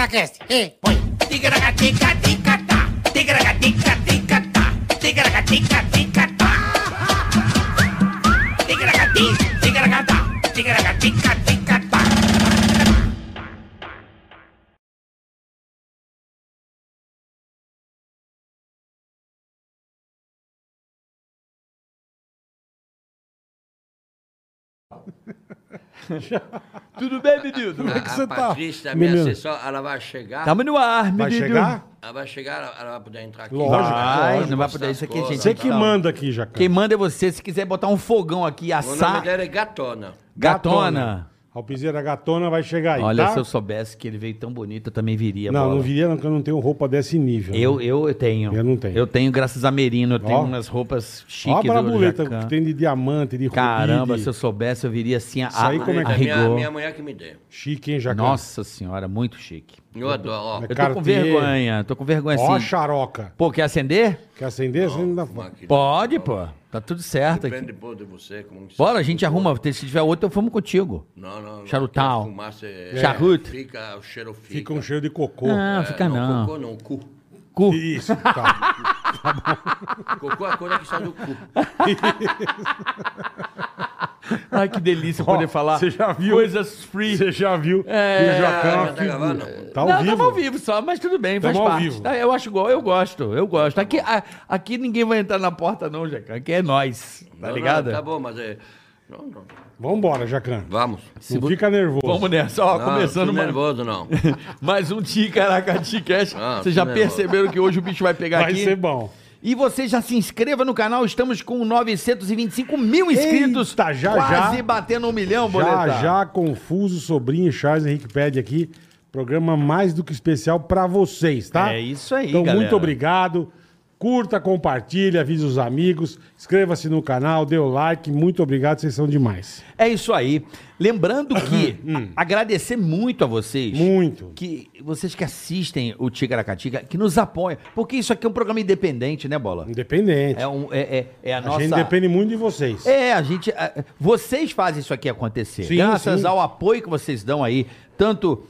Ticaracast. Ei, põe. Ticaracatica-ticatá. Ticaracatica-ticatá. Ticaracatica-ticatá. Ticaracati, ticaracatá. Ticaracatica-ticatá. Tudo bem, menino? Como é que você tá? A Patrícia, minha assessora, ela vai chegar. Tamo no ar, menino. Vai chegar? Ela vai chegar, ela vai poder entrar aqui. Lógico, Vai, lógico. não vai poder isso aqui, gente. Você que manda aqui, Jacan. Quem manda é você. Se quiser botar um fogão aqui, O assar. nome dela é Gatona. Gatona. A Alpizeira Gatona vai chegar aí, Olha, tá? se eu soubesse que ele veio tão bonito, eu também viria. Não, Bola. não viria não, porque eu não tenho roupa desse nível. Eu tenho. Eu não tenho. Eu tenho, graças a Merino, eu tenho Ó. umas roupas Ó a chiques do brabuleta Jacan. que tem de diamante, de Caramba, rubide. se eu soubesse, eu viria assim a, aí como é que a É rigor. minha mulher que me deu. Chique, hein, Jacan? Nossa senhora, muito chique. Eu adoro, ó. É Eu tô com Cartier. vergonha, tô com vergonha Ó a assim. xaroca. Pô, quer acender? Quer acender? Acende na foto. Máquina. Pode, pô. Tá tudo certo aqui. Depende depois de você. Como que Bora, você- a gente arruma. Se tiver outro, eu fumo contigo. Não. Charutão. Fumaça Charuto. Fica, o cheiro fica. Fica um cheiro de cocô. Não, fica não. Cocô não, cu. Cu. Isso, tá. Cocô é a coisa que sai do cu. Ai, que delícia poder falar você já viu? coisas free. Você já viu que o Jacan é já uma tá gravando? figura. Tá ao Não, vivo. tamo ao vivo só, mas tudo bem, faz Tamo ao parte. vivo. Tá, eu acho igual, eu gosto. Aqui ninguém vai entrar na porta não, Jacan. Aqui é nós, tá Não, ligado? Tá bom, mas é... Não. Vambora, Jacan. Vamos. Não fica nervoso. Vamos nessa, ó, Não, começando tô mais, nervoso, não. mais um Ticaracati Cash. Ah, Vocês já tô nervoso. perceberam que hoje o bicho vai pegar Vai aqui? ser bom. E você já se inscreva no canal, estamos com 925 mil inscritos. Eita, já, quase já. batendo 1 milhão, Boleta. Já, Confuso, sobrinho Charles Henrique pede aqui. Programa mais do que especial pra vocês, tá? É isso aí, Então, galera. muito obrigado. Curta, compartilha, avisa os amigos. Inscreva-se no canal, dê o like. Muito obrigado, vocês são demais. É isso aí. Lembrando que agradecer muito a vocês. Muito. Que vocês que assistem o Ticaracatica, que nos apoiam. Porque isso aqui é um programa independente, né, Bola? Independente. É a A nossa... gente depende muito de vocês. Vocês fazem isso aqui acontecer. Sim, Graças sim. ao apoio que vocês dão aí, tanto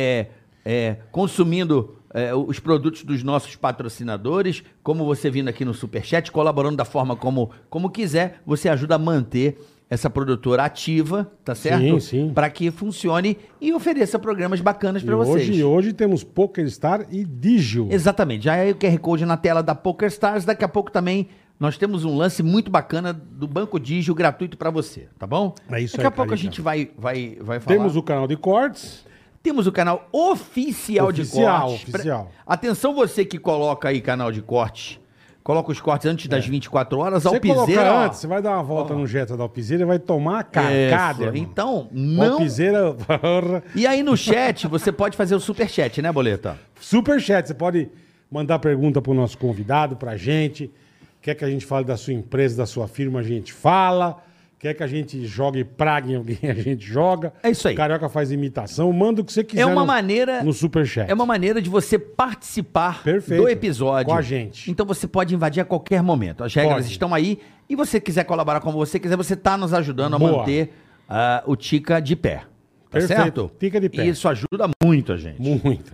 consumindo os produtos dos nossos patrocinadores, como você vindo aqui no Superchat, colaborando da forma como quiser, você ajuda a manter essa produtora ativa, tá certo? Sim, sim. Para que funcione e ofereça programas bacanas E para vocês. hoje temos PokerStar e Digio. Exatamente. Já é o QR Code na tela da PokerStars. Daqui a pouco também nós temos um lance muito bacana do Banco Digio gratuito para você, tá bom? É isso Daqui aí, a pouco a Carica. gente vai falar. Temos o canal de cortes. Temos o canal oficial de Oficial, cortes. oficial. Atenção você que coloca aí canal de cortes. Coloca os cortes antes das 24 horas. Você Alpizeira, colocar ó. antes, você vai dar uma volta no Jetta da Alpizeira e vai tomar a carcada, Isso. irmão. Então, não... Alpizeira... E aí no chat, você pode fazer o superchat, né, Boleta? Superchat, você pode mandar pergunta pro nosso convidado, pra gente. Quer que a gente fale da sua empresa, da sua firma, a gente fala. Quer que a gente jogue praga em alguém, a gente joga. É isso aí. Carioca faz imitação, manda o que você quiser É uma maneira... no Superchat. É uma maneira de você participar Perfeito. do episódio. Com a gente. Então você pode invadir a qualquer momento. As regras Pode. estão aí. E você quiser colaborar como você quiser, você está nos ajudando a Boa. manter o Tica de pé. Tá Perfeito. certo? Tica de pé. Isso ajuda muito a gente. Muito.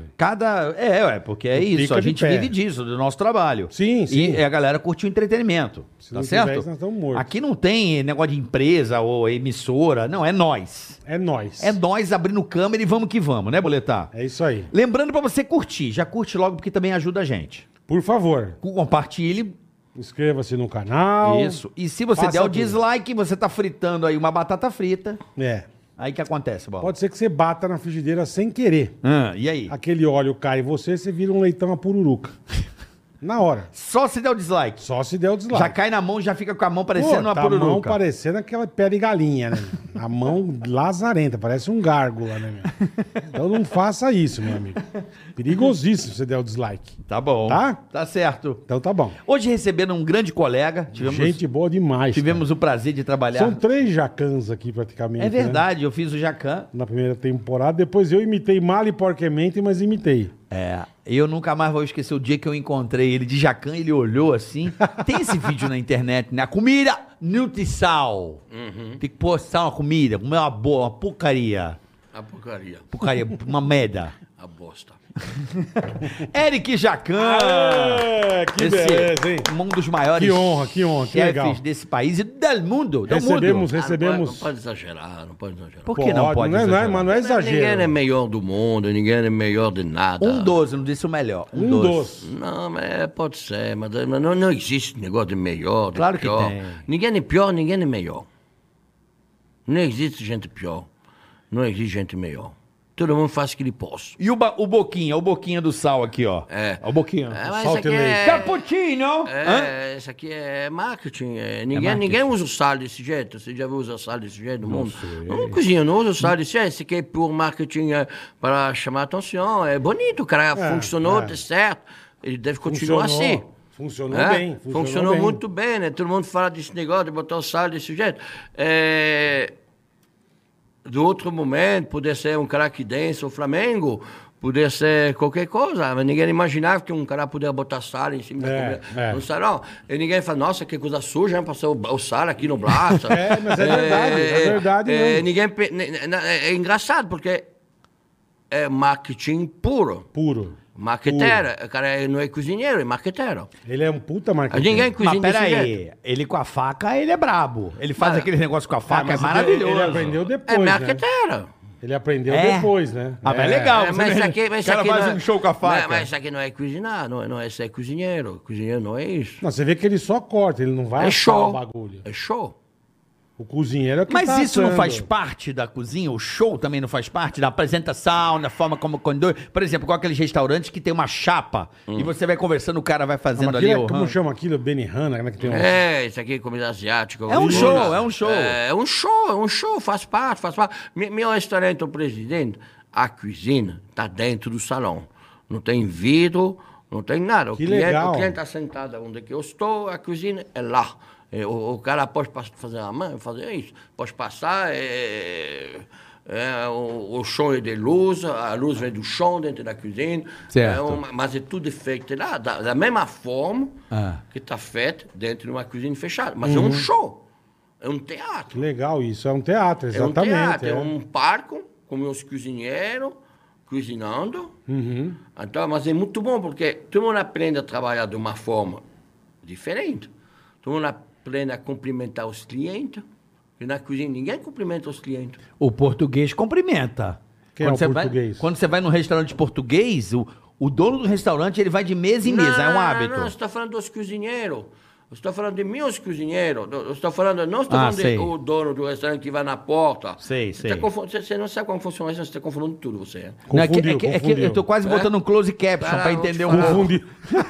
Porque é isso. Tica A de gente pé. vive disso, do nosso trabalho. Sim, sim. E a galera curte o entretenimento. Se tá não certo? tiver isso, nós estamos mortos. Aqui não tem negócio de empresa ou emissora. Não, é nós. É nóis. É nós abrindo câmera e vamos que vamos, né, Boletar? É isso aí. Lembrando pra você curtir. Já curte logo porque também ajuda a gente. Por favor, Compartilhe. inscreva-se no canal. Isso. E se você Faça der o tudo. dislike, você tá fritando aí uma batata frita. É. Aí que acontece, Bola? Pode ser que você bata na frigideira sem querer. E aí? Aquele óleo cai em você vira um leitão a pururuca. Na hora. Só se der o dislike. Só se der o dislike. Já cai na mão, já fica com a mão parecendo uma tá a mão pururuca. parecendo aquela pé de galinha, né? A mão lazarenta, parece um gárgula, né, meu? Então não faça isso, meu amigo. Perigosíssimo se você der o dislike. Tá bom. Tá? Tá certo. Então tá bom. Hoje recebendo um grande colega. Gente boa demais. Tivemos o prazer de cara. trabalhar. São 3 Jacans aqui praticamente. É verdade, eu fiz o Jacan. Né? Na primeira temporada. Depois eu imitei mal e porcamente, mas imitei. Eu nunca mais vou esquecer o dia que eu encontrei ele de Jacan, ele olhou assim. Tem esse vídeo na internet, né? A comida Nutrisal. Tem que postar uma comida, comer uma boa, uma porcaria. A porcaria. Porcaria, uma merda. A bosta. Eric Jacan! Que beleza, hein? Um dos maiores Que honra, que legal. chefes desse país e do mundo. Recebemos. Não pode exagerar, não pode exagerar. Por que não pode exagerar? Mas não é exagero. Ninguém é melhor do mundo, ninguém é melhor de nada. Um doce, não disse o melhor. Um doce. Não, pode ser, mas não existe negócio de melhor, de Claro que pior. tem. Ninguém é pior, ninguém é melhor. Não existe gente pior, não existe gente melhor. Todo mundo faz o que ele pode. E o boquinha do sal aqui, ó. Ó, o boquinho. Mas Salt isso aqui and leite. é... Cappuccino! Isso aqui é marketing. marketing. Ninguém usa o sal desse jeito. Você já viu usar sal desse jeito no mundo? Não cozinha, não usa o sal desse jeito. Isso aqui é por marketing para chamar atenção. É bonito, o cara funcionou, tá certo. Ele deve continuar assim. Funcionou bem. Funcionou muito bem, né? Todo mundo fala desse negócio de botar o sal desse jeito. Do outro momento, poder ser um cara que dança o Flamengo, poder ser qualquer coisa, mas ninguém imaginava que um cara poderia botar sal em cima no salão. E ninguém fala, nossa, que coisa suja, hein? Passou o sal aqui no braço. Mas é verdade mesmo. É engraçado, porque é marketing puro. Marqueteiro, o cara não é cozinheiro, é marqueteiro. Ele é um puta marqueteiro. Ninguém cozinha Mas desse peraí, jeito. ele com a faca, ele é brabo. Ele faz aquele negócio com a faca, é mas maravilhoso. Ele aprendeu depois, É né? marqueteiro. Ele aprendeu depois, né? Ah, mas é legal. Mas você isso vê, aqui, o cara faz um show com a faca. Mas isso aqui não é cozinhar, não é ser cozinheiro. Cozinheiro não é isso. Não, você vê que ele só corta, ele não vai É assar show. o bagulho. É show. O cozinheiro é o que Mas tá isso não assando. faz parte da cozinha? O show também não faz parte da apresentação, da forma como conduz? Por exemplo, com aqueles restaurantes que tem uma chapa e você vai conversando, o cara vai fazendo ali o... Como chama aquilo? Benihana, né? Que tem um... Isso aqui é comida asiática. É um show, é um show. É um show, faz parte. Meu restaurante, o presidente, a cozinha está dentro do salão. Não tem vidro, não tem nada. O legal. cliente está sentado onde que eu estou, a cozinha é lá. O cara pode fazer a mão, fazer isso. Pode passar, o chão é de luz, a luz vem do chão dentro da cozinha. Certo. Mas é tudo feito lá, da mesma forma que está feito dentro de uma cozinha fechada. Mas é um show, é um teatro. Que legal isso, é um teatro, É um exatamente. teatro, é um parque com meus cozinheiros, cozinhando. Então, mas é muito bom, porque todo mundo aprende a trabalhar de uma forma diferente. Todo mundo aprende a cumprimentar os clientes. E na cozinha ninguém cumprimenta os clientes. O português cumprimenta. Quem é o português? Quando você vai num restaurante português, o dono do restaurante, ele vai de mesa em mesa, é um hábito. Não, você está falando dos cozinheiros. Eu estou falando de meus cozinheiros. Não estou falando sei. do dono do restaurante que vai na porta. Sei. Você não sabe como funciona isso, você está confundindo tudo, você. Não, é que Confundiu. eu tô quase botando um close caption Cara, pra vou te entender falar. Confundiu.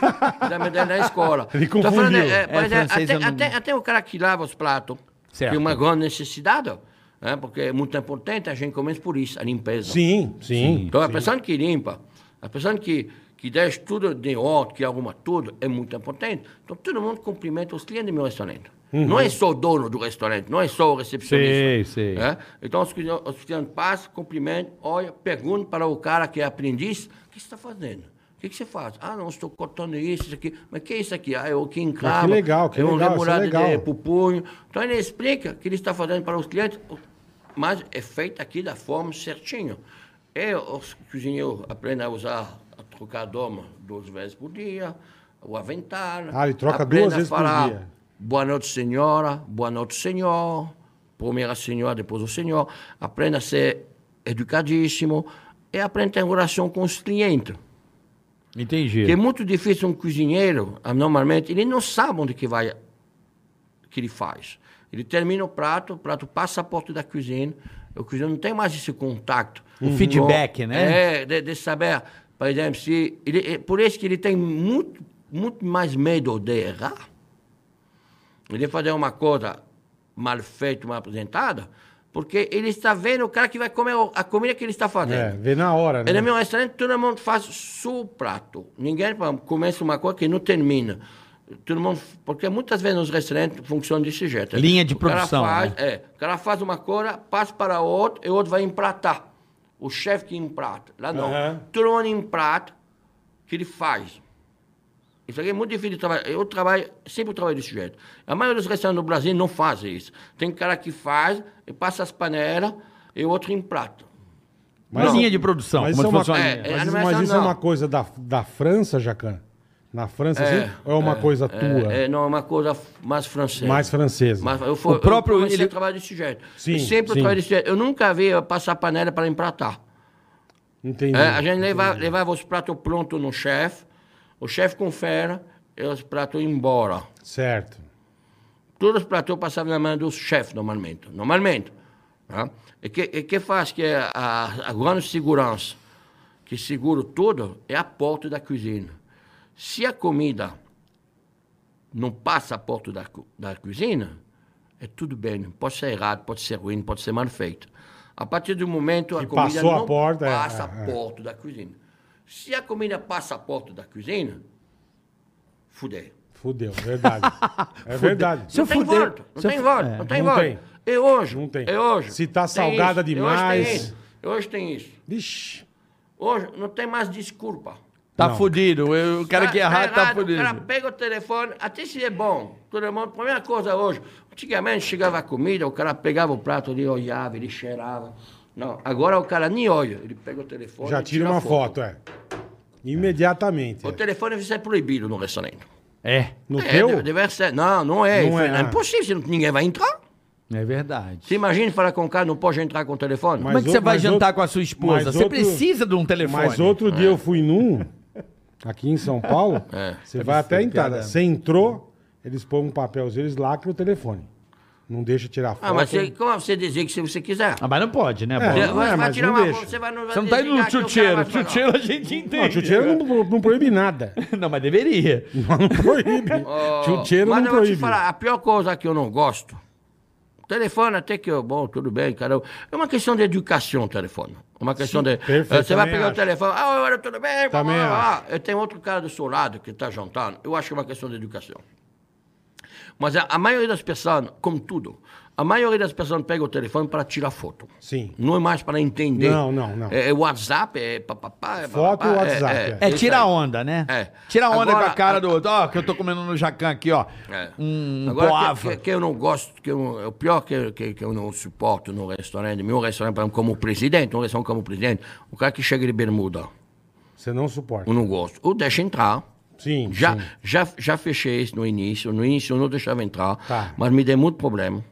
Já me deu na escola. Ele Tô confundiu. falando, por exemplo, francês eu não- até o cara que lava os pratos Certo. tem uma grande necessidade, né? Porque é muito importante, a gente começa por isso, a limpeza. Sim. Então, a pessoa que limpa, a pessoa que deixa tudo de ordem, que arruma tudo, é muito importante. Então, todo mundo cumprimenta os clientes do meu restaurante. Não é só o dono do restaurante, não é só o recepcionista. Sei. É? Então, os clientes passam, cumprimentam, olha, perguntam para o cara que é aprendiz, o que você está fazendo? O que você faz? Ah, não, estou cortando isso aqui. Mas o que é isso aqui? Eu aqui em casa. que legal, É um isso é remolado legal. de pupunho. Então, ele explica o que ele está fazendo para os clientes, mas é feito aqui da forma certinho. E os cozinheiros aprendem a usar a trocar a doma 2 vezes por dia, o avental. Ele troca aprendem 2 vezes por falar, dia. Boa noite, senhora. Boa noite, senhor. Primeira senhora, depois o senhor. Aprende a ser educadíssimo e aprende a ter relação com os clientes. Entendi. Que é muito difícil um cozinheiro, normalmente, ele não sabe onde que vai, que ele faz. Ele termina o prato passa a porta da cozinha, o cozinheiro não tem mais esse contato. O feedback, né? De saber, por exemplo, por isso que ele tem muito, muito mais medo de errar, de fazer uma coisa mal feita, mal apresentada, porque ele está vendo o cara que vai comer a comida que ele está fazendo. Vê na hora, né? E no meu restaurante, todo mundo faz seu prato. Ninguém começa uma coisa que não termina. Todo mundo, porque muitas vezes nos restaurantes funciona desse jeito. Linha de produção, O cara faz uma coisa, passa para outro, e o outro vai empratar. O chefe que emprata. Lá não. Todo mundo emprata, que ele faz. Isso aqui é muito difícil de trabalhar. Sempre trabalho desse jeito. A maioria dos restaurantes no Brasil não fazem isso. Tem cara que faz, e passa as panelas, e o outro emprata. Uma linha de produção. Mas, como isso, é se fosse uma, uma linha. é, mas, animação mas isso é não. uma coisa da França, Jacan? Na França, assim? Ou é uma coisa tua? Não, é uma coisa mais francesa. Mais francesa. Mas eu O próprio- eu comecei ele- a trabalhar desse jeito. Sim, Eu sempre sim. trabalhei desse jeito. Eu nunca vi eu passar panela para empratar. Entendi. A gente levava os pratos prontos no chefe, o chefe confere, e os pratos iam embora. Certo. Todos os pratos passavam na mão do chefe, normalmente. Tá? E que faz que a grande segurança, que segura tudo, é a porta da cozinha. Se a comida não passa a porta da cozinha, é tudo bem. Pode ser errado, pode ser ruim, pode ser mal feito. A partir do momento Que a comida passou a não porta, passa a porta da cozinha. Se a comida passa a porta da cozinha, fudeu. Fudeu, verdade. É verdade. Se eu Não tem fuder- volta, não se eu tem fu- volta, é, não tem não volta. tem. É hoje, Não tem. é hoje. Se tá Tem salgada isso, demais. Hoje tem isso. Vixe. Hoje não tem mais desculpa. Tá Não. fudido. O cara que é errado tá errado, fudido. O cara pega o telefone, até se é bom. Todo mundo, primeira coisa hoje, antigamente chegava a comida, o cara pegava o prato, ele olhava, ele cheirava. Não, agora o cara nem olha, ele pega o telefone Já e tira uma foto, é. Imediatamente. O telefone vai ser proibido no restaurante. É. No teu? Deve ser. Não é. Não é, É impossível, senão ninguém vai entrar. É verdade. Você imagina falar com o cara, não pode entrar com o telefone? Como é que você vai jantar com a sua esposa? mas Você precisa de um telefone. Mas outro dia eu fui num, aqui em São Paulo, você vai até a entrada. piada. Você entrou, eles põem um papelzinho, eles lacram o telefone. Não deixa tirar foto. Mas como você dizer que se você quiser? Ah, mas não pode, né, É. Bola? Você não vai mas tirar não uma deixa. foto, você vai Você não tá indo no chuteiro. Chuteiro a gente entende. Não, chuteiro não proíbe nada. Não, mas deveria. Não proíbe. Chuteiro Mas não eu vou te proíbe. falar, a pior coisa que eu não gosto, telefone até que, bom, tudo bem, cara. É uma questão de educação, telefone. Uma questão de... perfeito, Você vai também pegar acho. o telefone, olha, tudo bem, Também eu tenho outro cara do seu lado que está jantando. Eu acho que é uma questão de educação. Mas a maioria das pessoas, como tudo, a maioria das pessoas pega o telefone para tirar foto. Sim. Não é mais para entender. Não. É WhatsApp, é papapá. Foto e WhatsApp, É, isso tira aí. onda, né? É. Tira onda Agora, com a cara do outro. Ó, que eu tô comendo no jacan aqui, ó. É. Poava. Agora, que eu não gosto, o pior que eu não suporto no restaurante, meu restaurante, por exemplo, como presidente, um restaurante como presidente, o cara que chega de bermuda, Você não suporta. eu não gosto. Ou deixa entrar. Sim, Já, sim. já fechei isso no início. No início eu não deixava entrar, Tá. mas me deu muito problema.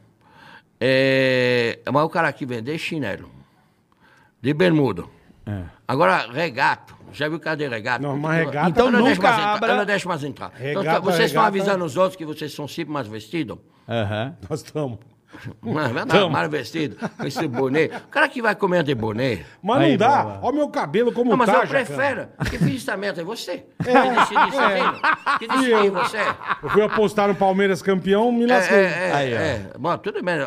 Mas o cara aqui vende chinelo, de bermuda. Agora, regato. Já viu o cara de regata? Não, mas regata- Então eu não nunca deixo mais entrar, abra- eu não deixo mais entrar. Então, Regata, vocês estão regata- avisando os outros que vocês são sempre mais vestidos? Aham. Nós estamos. Não é verdade? Mais vestido, com esse boné. O cara que vai comer de boné... Mas Aí, não dá. Bola. Olha o meu cabelo como Não, mas tá, eu Jacan. prefiro. Quem fez essa meta é você. Quem decidiu isso aqui? Quem decidiu você? Eu fui apostar no Palmeiras campeão, me lasquei. Aí, ó. Bom, tudo bem.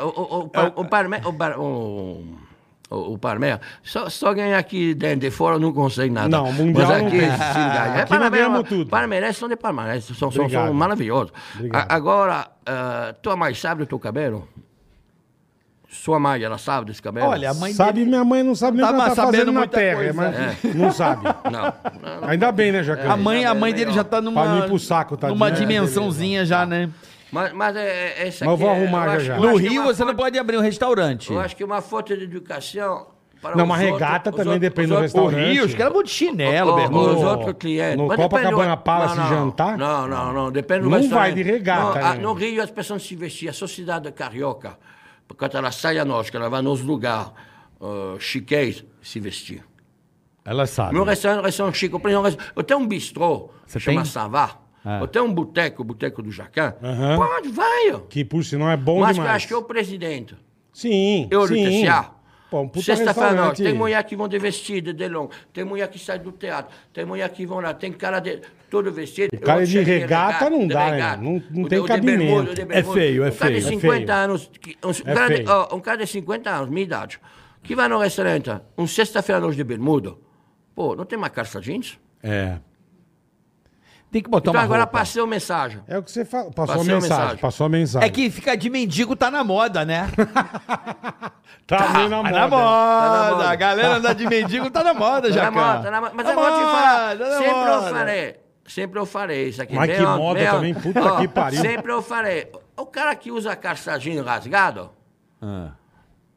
O Palmeiras, só ganhar aqui dentro de fora não consegue nada. Não, Mundial mas não aqui, tem. sim, ganha. Aqui nós ganhamos tudo. Palmeirenses são de Palmeiras, são Obrigado. maravilhosos. Obrigado. Agora, tua mãe sabe do teu cabelo? Sua mãe, ela sabe desse cabelo? Olha, a mãe Sabe, dele... minha mãe não sabe nem o que Tava ela tá sabendo fazendo na muita terra, coisa. mas não sabe. Não. Ainda bem, né, Jacan? A mãe dele já tá numa... Pra mim pro saco, tá numa dizendo. dimensãozinha já, né? Mas essa Mas eu aqui vou arrumar eu já acho- já. eu No acho que é Rio uma você não falta- pode abrir um restaurante. Eu acho que é uma falta de educação. Para Não, os mas regata outros- também os depende do outros- O restaurante. Rio, os caras vão de chinelo, Os bermuda. outros clientes. no Mas depende Copacabana do- Palace jantar? Não. Depende do Não restaurante. vai de regata, Não, né? no Rio as pessoas se vestiam. A sociedade carioca, quando ela sai à noite, que ela vai nos lugares chiques, se vestir. Ela sabe. Meu restaurante é um restaurante chique. Eu tenho um bistrô, Você chama tem? Savá. Ah. Eu tenho um boteco, o Boteco do Jacan. Aham. Pode, vai. Que por sinal é bom Mas que eu demais. acho que é o presidente. Sim, Eu do sim. TCA. Pô, um puta Sexta-feira à noite, restaurante. tem mulher que vão de vestido, de longo, tem mulher que sai do teatro, tem mulher que vão lá, tem cara de todo vestido. cara outro de chega regata não dá, né? Não tem cabimento. É feio, é Um cara de feio. 50 É feio. anos, um cara de 50 anos, minha idade, que vai no restaurante, sexta-feira à noite de bermuda, pô, não tem uma calça jeans? É. Tem que botar Então uma agora roupa. passei a mensagem. É o que você fala. Passou a Passei a mensagem. mensagem. Passou a mensagem. É que ficar de mendigo tá na moda, né? Tá meio na Tá moda. na moda. Tá na moda. A galera andar de mendigo tá na moda, Tá já, na moda, tá na moda. Mas eu vou te falar, sempre eu falei isso aqui. Mas que moda também, puta que pariu. Sempre eu falei, o cara que usa calça jeans rasgado,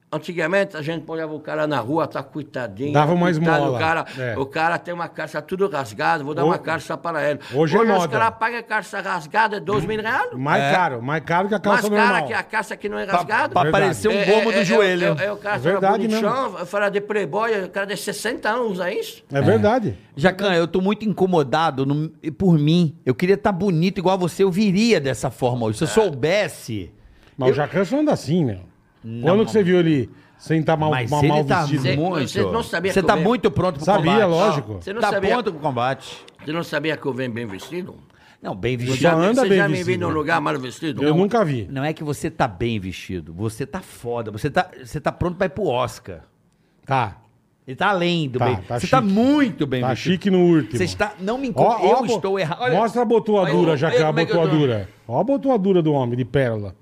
Antigamente a gente olhava o cara na rua, tá coitadinho. Dava uma coitado, esmola. O cara tem uma calça tudo rasgada, vou dar uma calça para ele. Hoje é os moda. caras pagam calça rasgada, R$2.000. Mais caro que a calça Mais cara normal. que a calça que não é rasgada. Pra Verdade. aparecer um gomo do joelho. O cara Verdade bonichão, fala de playboy, o cara de 60 anos usa isso. É verdade. Jacan, eu tô muito incomodado por mim. Eu queria estar bonito igual você. Eu viria dessa forma hoje. Se eu soubesse... Mas o Jacan só anda assim, meu. Quando que você viu ele sem estar mal, Mas mal ele tá vestido? Você não sabia Você que tá eu venho- muito pronto pro Sabia, combate. lógico. Você não Tá sabia, pronto pro combate. você não sabia que eu venho bem vestido? Não, bem Você vestido. já anda Você bem já me viu vestido. num lugar mal vestido? Eu nunca vi. Não é que você tá bem vestido. Você tá foda. Você tá pronto pra ir pro Oscar. Tá. Ele tá além do Tá, bem. tá Você tá chique. muito bem Tá vestido. chique no último. Você está... Não me Ó, incomoda. ó, Eu estou errado. Olha, Mostra a botoadura, Olha, Jacan, olha a como é que eu tô. botoadura. Ó a botoadura do homem, de pérola.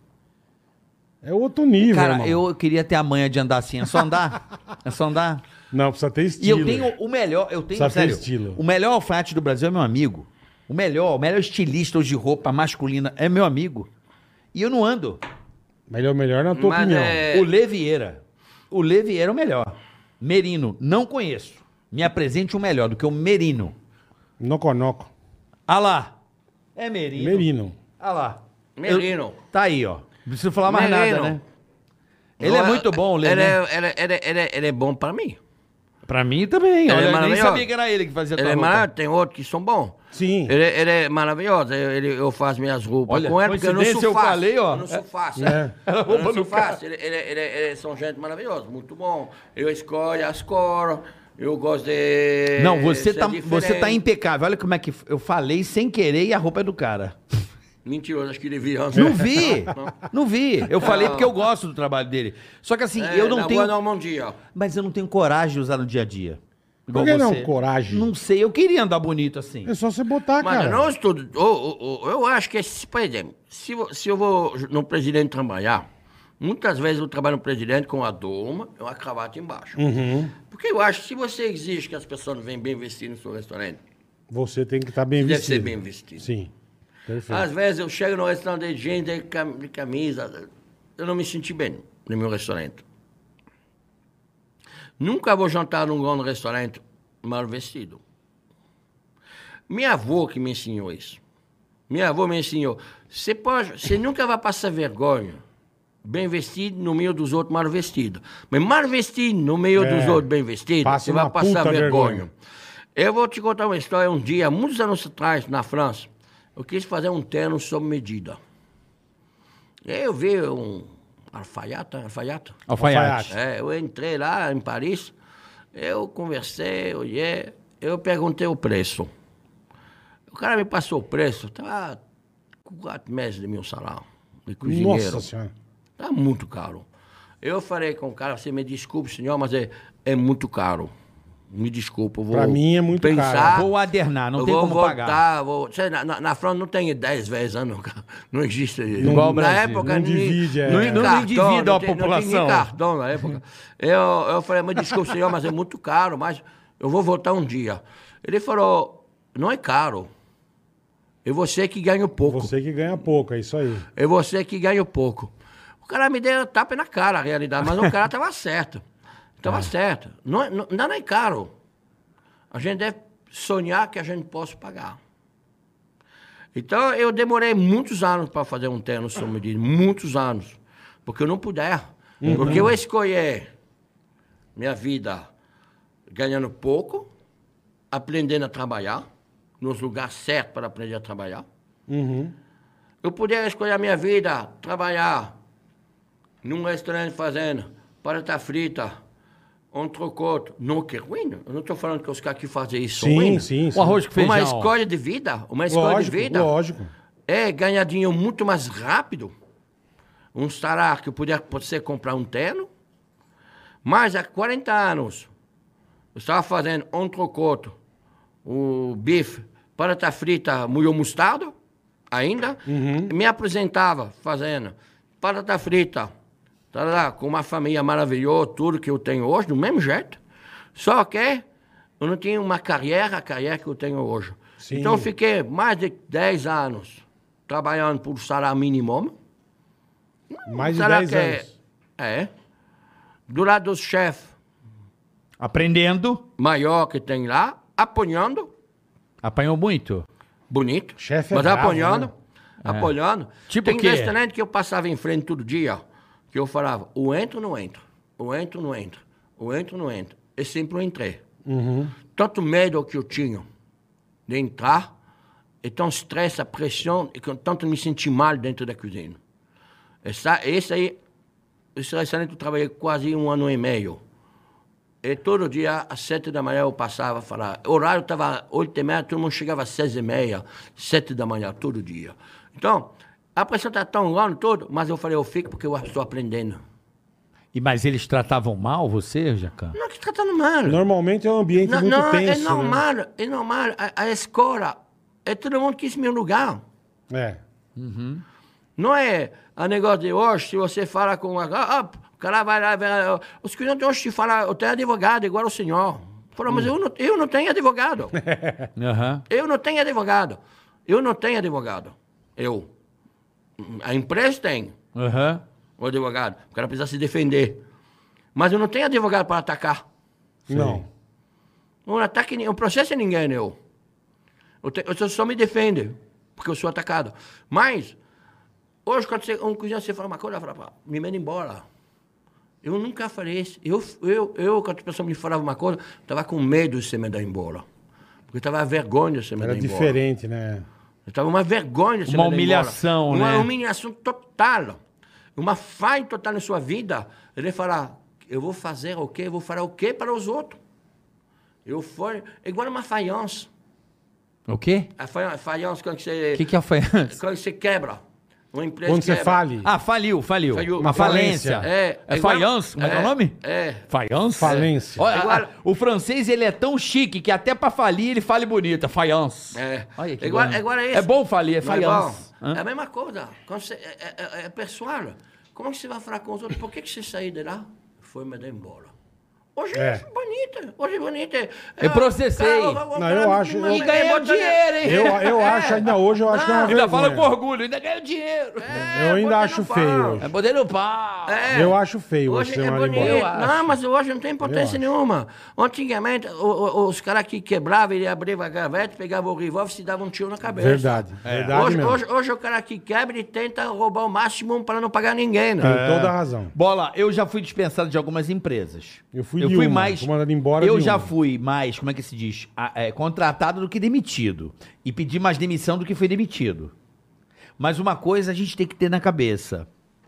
É outro nível, cara, irmão. eu queria ter a manha de andar assim. É só andar? É só andar? Não, precisa ter E estilo. eu tenho o melhor... Eu tenho, Precisa ter sério, estilo. o melhor alfaiate do Brasil é meu amigo. O melhor estilista hoje de roupa masculina é meu amigo. E eu não ando. Melhor na tua Mas opinião. é- O Lê Vieira. O Lê Vieira é o melhor. Merino, não conheço. Me apresente um melhor do que o Merino. Noco. Ah lá. É Merino. Merino. Ah lá. Merino. Tá aí, ó. Não preciso falar mais Merino. nada, né? Ele é muito bom, o Lê, né? Ele é bom para mim. Pra mim também. Ele é Olha, eu nem maravilhoso. sabia que era ele que fazia Ele tua é roupa. maravilhoso, tem outros que são bons. Sim. Ele é maravilhoso. Eu faço minhas roupas Olha, com ele, porque eu não coincidência, sou eu fácil. falei, ó. Eu não sou fácil. É. Eu não sou fácil. Eles são gente maravilhosa, muito bom. Eu escolho as cores, eu gosto de. Não, você ser tá diferente. impecável. Olha como é que eu falei sem querer e a roupa é do cara. Mentiroso, acho que ele viu. Não vi. Não vi. Eu falei porque eu gosto do trabalho dele. Só que assim, eu não tenho... Normandia. Mas eu não tenho coragem de usar no dia a dia. Por que não coragem? Não sei, eu queria andar bonito assim. É só você botar, Mas cara. nós todos. Eu acho que, por exemplo, se eu vou no presidente trabalhar, muitas vezes eu trabalho no presidente com a doma e uma cravata embaixo. Uhum. Porque eu acho que se você exige que as pessoas venham bem vestidas no seu restaurante, Você tem que estar bem deve vestido. ser bem vestido. Sim. Perfeito. Às vezes eu chego no restaurante de gente de camisa, eu não me senti bem no meu restaurante. Nunca vou jantar num grande restaurante mal vestido. Minha avó que me ensinou isso. Minha avó me ensinou. Você nunca vai passar vergonha bem vestido no meio dos outros mal vestidos. Mas mal vestido no meio dos outros bem vestidos, passa você vai uma passar puta vergonha. vergonha. Eu vou te contar uma história. Um dia, muitos anos atrás, na França, eu quis fazer um terno sob medida. Eu vi um alfaiate. Alfaiate. É, eu entrei lá em Paris, eu conversei, olhei, eu perguntei o preço. O cara me passou o preço, estava 4 meses de meu salário de cozinheiro. Nossa Senhora. Está muito caro. Eu falei com o cara, você me desculpe, senhor, mas é muito caro. Me desculpa, eu vou Pra mim é muito pensar, caro. Vou adernar, não eu tem vou como voltar, pagar. Sei, na França não tem 10 vezes anos, não existe. Igual ao na Brasil, época, não divide, não endivida a não tinha população. nem cartão na época. Eu falei, mas desculpa, senhor, mas é muito caro, mas eu vou voltar um dia. Ele falou, não é caro. É você que ganha pouco. Você que ganha pouco, é isso aí. É você que ganha pouco. O cara me deu tapa na cara, a realidade, mas o cara estava certo. Estava certo. Não é caro. A gente deve sonhar que a gente possa pagar. Então, eu demorei muitos anos para fazer um terno sob medida. Muitos anos. Porque eu não puder. Porque eu escolhi minha vida ganhando pouco, aprendendo a trabalhar, nos lugares certos para aprender a trabalhar. Uhum. Eu poderia escolher a minha vida, trabalhar num restaurante fazendo batata frita, entrecote, não que é ruim. Eu não estou falando que os caras que fazem isso são ruins. Sim. O arroz com feijão. Uma escolha de vida, Lógico. é ganhar dinheiro muito mais rápido. Um salário que eu poderia você comprar um terno, mas há 40 anos eu estava fazendo entrecote, o bife, batata frita, molho mostarda, ainda, me apresentava fazendo batata frita, tá lá, com uma família maravilhosa, tudo que eu tenho hoje, do mesmo jeito, só que eu não tinha uma carreira, a carreira que eu tenho hoje. Sim. Então eu fiquei mais de 10 anos trabalhando por salário mínimo. Mais de Salário 10 anos. do lado dos chefes Aprendendo. maior que tem lá, apanhando, Apanhou muito? bonito, Chefe é mas bravo, apanhando, né? apanhando. Tipo tem o quê? restaurante que eu passava em frente todo dia, que eu falava, ou entro ou não entro, ou entro ou não entro, ou entro ou não entro. E sempre eu entrei. Tanto medo que eu tinha de entrar, e tão estresse, a pressão, e que eu tanto me senti mal dentro da cozinha. Esse restaurante eu trabalhei quase 1 ano e meio. E todo dia, às 7 da manhã, eu passava, falava. O horário estava 8h30, todo mundo chegava às 6h30, 7 da manhã, todo dia. Então, a pressão está tão grande, todo, mas eu falei, eu fico porque eu estou aprendendo. Mas eles tratavam mal você, Jacan? Não é que tratando mal. Normalmente é um ambiente muito tenso, é normal, é normal. A escola, todo mundo quis meu lugar. né? Não é a negócio de hoje, se você fala com o cara vai lá, os clientes hoje te falam, eu tenho advogado, igual o senhor. Fala, mas eu não tenho advogado. Aham. Eu não tenho advogado. Eu não tenho advogado. A empresa tem Aham. o advogado. O cara precisa se defender. Mas eu não tenho advogado para atacar. Não. Um ataque, um processo é ninguém, eu só me defendo, porque eu sou atacado. Mas, hoje, quando um cozinheiro você fala uma coisa, fala, me manda embora. Eu nunca falei isso. Quando a pessoa me falava uma coisa, eu estava com medo de ser mandado embora. Porque estava vergonha de ser mandado Era embora. diferente, né? Estava uma vergonha de ser Uma mandado humilhação, embora. né? Uma humilhação total. Uma falha total na sua vida. Ele falar, eu vou fazer o quê? Eu vou falar o quê para os outros? É igual uma faiança. O quê? A faiança, quando você... O que é a faiança? Quando você quebra. Uma empresa Quando você quebra. fale. Ah, faliu. Faliu. Uma falência. É igual... igual- faiança? Como é que é o nome? É. Faiança? Falência. Olha, Igual- o francês, ele é tão chique que até pra falir ele fale bonito. É faiança. É. Olha que Igual, bom. igual isso. É bom falir, é Não é faiança. bom? É a mesma coisa. Quando você, é pessoal. Como que você vai falar com os outros? Por que você saiu de lá? Foi me dar embora. Hoje é bonita. Hoje é bonita. Eu processei. Não, eu acho- E ganhou dinheiro, hein? Eu acho, ainda hoje, eu acho que é uma Ainda vergonha. fala com orgulho, ainda ganhou dinheiro. Eu ainda acho feio hoje. É poder no pau. Eu acho feio Hoje você é mandar bonito. embora. Não, mas hoje não tem Eu importância acho. nenhuma. Antigamente, os caras que quebravam, ele abria a gaveta, pegava o revólver e se dava um tiro na cabeça. Verdade, verdade Hoje, mesmo. hoje o cara que quebra, ele tenta roubar o máximo para não pagar ninguém, né? Tem toda a razão. Bola, eu já fui dispensado de algumas empresas. Eu fui de uma, mais. fui mandado embora Eu de já uma. fui mais, como é que se diz? Contratado do que demitido. E pedi mais demissão do que foi demitido. Mas uma coisa a gente tem que ter na cabeça.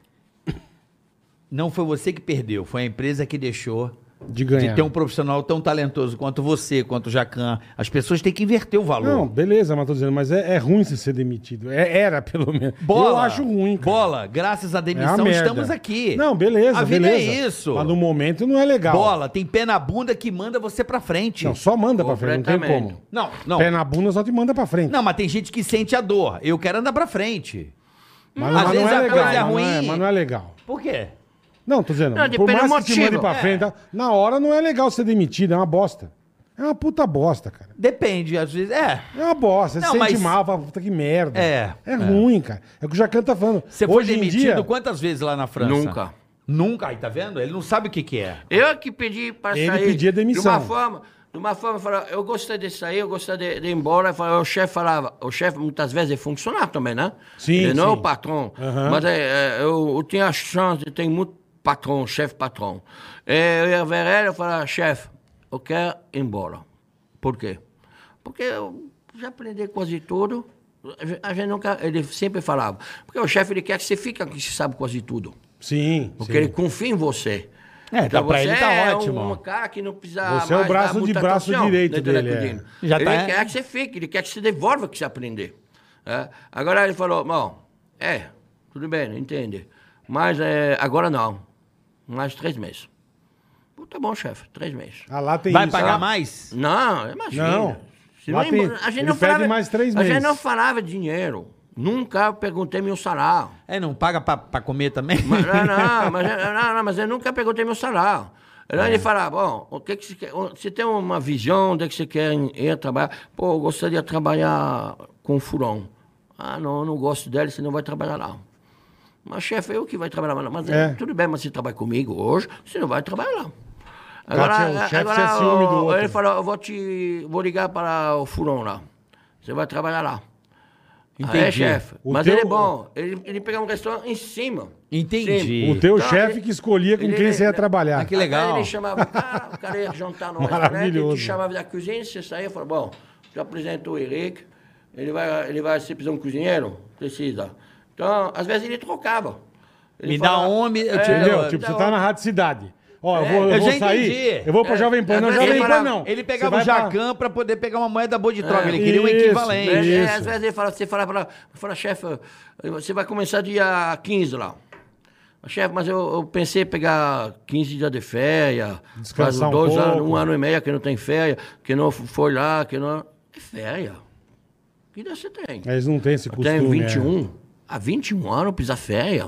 Não foi você que perdeu, foi a empresa que deixou De ganhar. de ter um profissional tão talentoso quanto você, quanto o Jacan. As pessoas têm que inverter o valor. Não, beleza, mas tô dizendo, mas é ruim você ser demitido. Era, pelo menos. Bola, Eu acho ruim, cara. Bola, graças à É uma demissão merda. estamos aqui. Não, beleza, A vida beleza. é isso. Mas no momento não é legal. Bola, tem pé na bunda que manda você pra frente. Não, só manda pra frente, não tem Completamente. como. Não, não. Pé na bunda só te manda pra frente. Não, mas tem gente que sente a dor. Eu quero andar pra frente. mas, às vezes não é a legal. coisa é mas não ruim. mas não é legal. Por quê? Não, tô dizendo, Não, por depende mais do que te mande motivo. pra frente, na hora não é legal ser demitido, é uma bosta. É uma puta bosta, cara. Depende, às vezes. É. É uma bosta, você Não, se sente mas- mal, fala, puta que merda. É, É ruim, cara. É o que o Jacan tá falando. Você foi Hoje em demitido dia, quantas vezes lá na França? Nunca. Nunca, aí tá vendo? Ele não sabe o que que é. Eu que pedi para Ele sair. pedia demissão. De uma forma, eu falava, eu gostaria de sair, eu gostaria de ir embora. O chefe falava, o chefe muitas vezes é funcionário também, né? Sim, Ele não é sim. o patrão. Aham. Mas eu tinha a chance de ter muito patrão, chefe patrão. Eu ia ver ele e falava, chefe, eu quero ir embora. Por quê? Porque eu já aprendi quase tudo. A gente nunca, ele sempre falava, porque o chefe ele quer que você fique, que você sabe quase tudo. Sim, Porque sim. ele confia em você. Tá pra você ele tá é ótimo. um cara que não precisa Você é o mais braço dar de muita braço atenção direito dentro da dele, cozinha. Já ele tá- quer que você fique, ele quer que você devolva o que você aprender. Agora ele falou, bom, tudo bem, entende. Mas agora não. Mais 3 meses. Pô, tá bom, chefe, 3 meses. Ah, lá tem Vai isso. pagar Ah, mais? Não, imagina. Não. Se Lá não- tem- a gente ele não pede falava, mais 3 A gente meses. não falava de dinheiro. Nunca perguntei meu salário. Não paga pra comer também? Mas eu nunca perguntei meu salário. Ele falava, bom, o que você quer? Você tem uma visão de que você quer ir trabalhar? Pô, eu gostaria de trabalhar com furão. Ah, não gosto dele, você não vai trabalhar lá. Mas chefe, eu que vai trabalhar lá. Mas tudo bem, mas você trabalha comigo hoje, você não vai trabalhar lá. O chefe se é ciúme do outro. Ele falou, vou ligar para o fulano lá. Você vai trabalhar lá. Entendi. Chefe. Mas ele é bom. Ele pegava um restaurante em cima. Entendi. O teu Então, chefe que escolhia com quem você ia trabalhar. Ah, que legal. Aí ele chamava o cara ia jantar no Maravilhoso. restaurante, ele te chamava da cozinha, você saía e falava, bom, te apresento o Eric, ele vai, você precisa de um cozinheiro? Precisa. Então, às vezes ele trocava. Ele Me dá falava, homem... Entendeu? Tipo, você tá na Rádio Cidade. Ó, eu eu vou já sair, entendi. eu vou pra Jovem Pan. Não, Ele Jovem Pan falava- não. Ele Você pegava o vai pra- Jacan pra poder pegar uma moeda boa de troca. Ele queria um Isso, equivalente. isso. Às vezes ele você fala, chefe, você vai começar dia 15 lá. Chefe, mas eu pensei em pegar 15 dias de férias, faz Descansar um 2 anos, pouco. 1 ano e meio que não tem férias, que não foi lá, que não... É férias. Que ideia você tem? Eles não têm esse Eu costume. tenho 21. Há 21 anos precisa férias?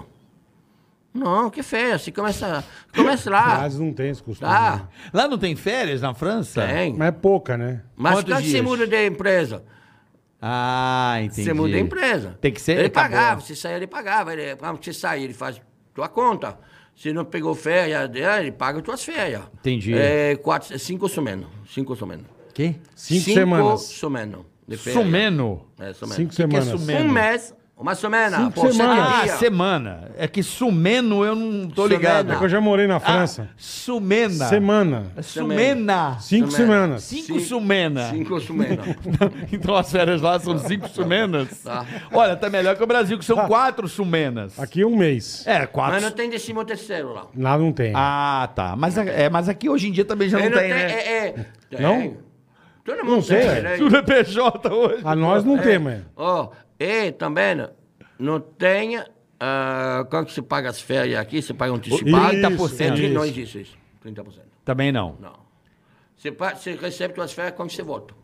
Não, que férias? Você começa lá. Eles não têm esse costume. Tá, né? Lá não tem férias na França? tem. Mas é pouca, né? Mas Quantos quando você dias? muda de empresa? Ah, entendi. Você muda de empresa. Tem que ser... Ele tá pagava, bom. você saía, ele pagava. Quando você sair, ele faz tua conta. Se não pegou férias, ele paga tuas férias. Entendi. 5 semanas. 5 semanas. Que? 5 semanas. 5 semanas de férias. Sumeno. Semanas. 5 que é semanas. sumeno? Um mês, uma semana. 5 por semanas. 7 Ah, dias. semana. É que sumeno eu não tô Sumena. ligado. É que eu já morei na França. Sumena. Semana. Sumena. 5 semanas. 5 sumena. 5 semanas. Então as férias lá são 5 sumenas? Tá. Olha, tá melhor que o Brasil, que são 4 sumenas. Aqui 1 mês. É, 4. Mas não tem 13º lá. Lá não tem. Ah, tá. Mas aqui hoje em dia também já não Ele tem, né? Tem. Não? Todo Não mundo sei, tem. é. né? Tudo é PJ hoje. A nós não tem, mas... E também não tem... quando você paga as férias aqui, você paga um antecipado. 30%. Isso. Não existe isso. 30%. Também não. Não. Você recebe suas férias quando você volta.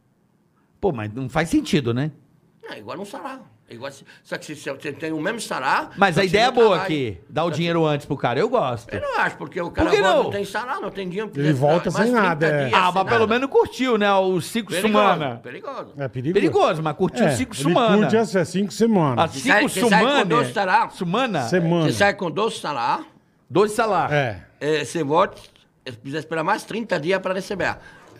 Pô, mas não faz sentido, né? É igual um salário. É igual, só que você tem o mesmo salário... Mas só a que ideia você é não boa trabalha. aqui. Dar o Só que- dinheiro antes pro cara. Eu gosto. Eu não acho, porque o cara Por que volta, não? não tem salário, não tem dinheiro. Ele volta mais sem 30 nada, é. dias Ah, sem mas pelo nada. menos curtiu, né? Os 5 semanas. Perigoso. É perigoso. Perigoso, mas curtiu 5 Ele semanas. curte as 5 semanas. As Você sai- 5 você sai com semanas. 12 salários. Sumana? Semana. Você sai com 12 salários, 12 salários. É. você volta, precisa esperar mais 30 dias para receber.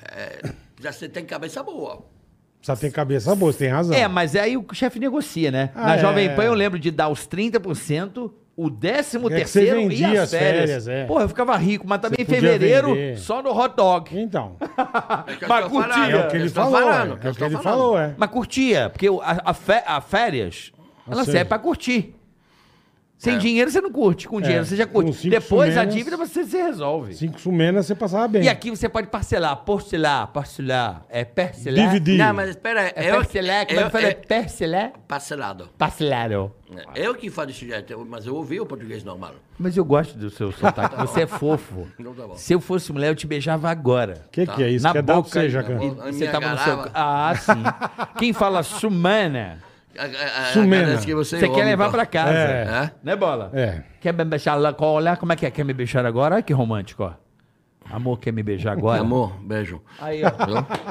Já você tem cabeça boa. Precisa ter cabeça boa, você tem razão. É, mas aí o chefe negocia, né? Ah, Na é. Jovem Pan eu lembro de dar os 30%, o 13º É que você e vendia as as férias. férias, é. Porra, eu ficava rico, mas também em podia fevereiro, vender. só no hot dog. Então, É que eu Mas estou curtia. falando, é o que ele eu estou falou. falando, É o que eu ele estou falou, falando. é. Mas curtia, porque a férias, ela sei. serve pra curtir. Sem dinheiro você não curte, com dinheiro você já curte. com 5 Depois a sumenas- dívida você se resolve. 5 semanas você passava bem. E aqui você pode parcelar, parcelar. É parcelar. Dividir. Não, mas espera aí. É parcelar, como é que fala? Parcelar? Parcelado. Parcelado. Eu que falo desse jeito, mas eu ouvi o português normal. Mas eu gosto do seu sotaque, você é fofo. Então tá bom. Se eu fosse mulher, eu te beijava agora. O que é isso? Na Quer dar pra boca. você, Jacan? E A você minha tava no garava. seu... Ah, sim. Quem fala sumana, Sumena. Agradece que você você é quer homem, levar então. pra casa. É? Né, Bola? É. Quer me beijar lá? Olha, como é que é? Quer me beijar agora? Olha que romântico, ó. Amor, quer me beijar agora? Amor, beijo. Aí, ó.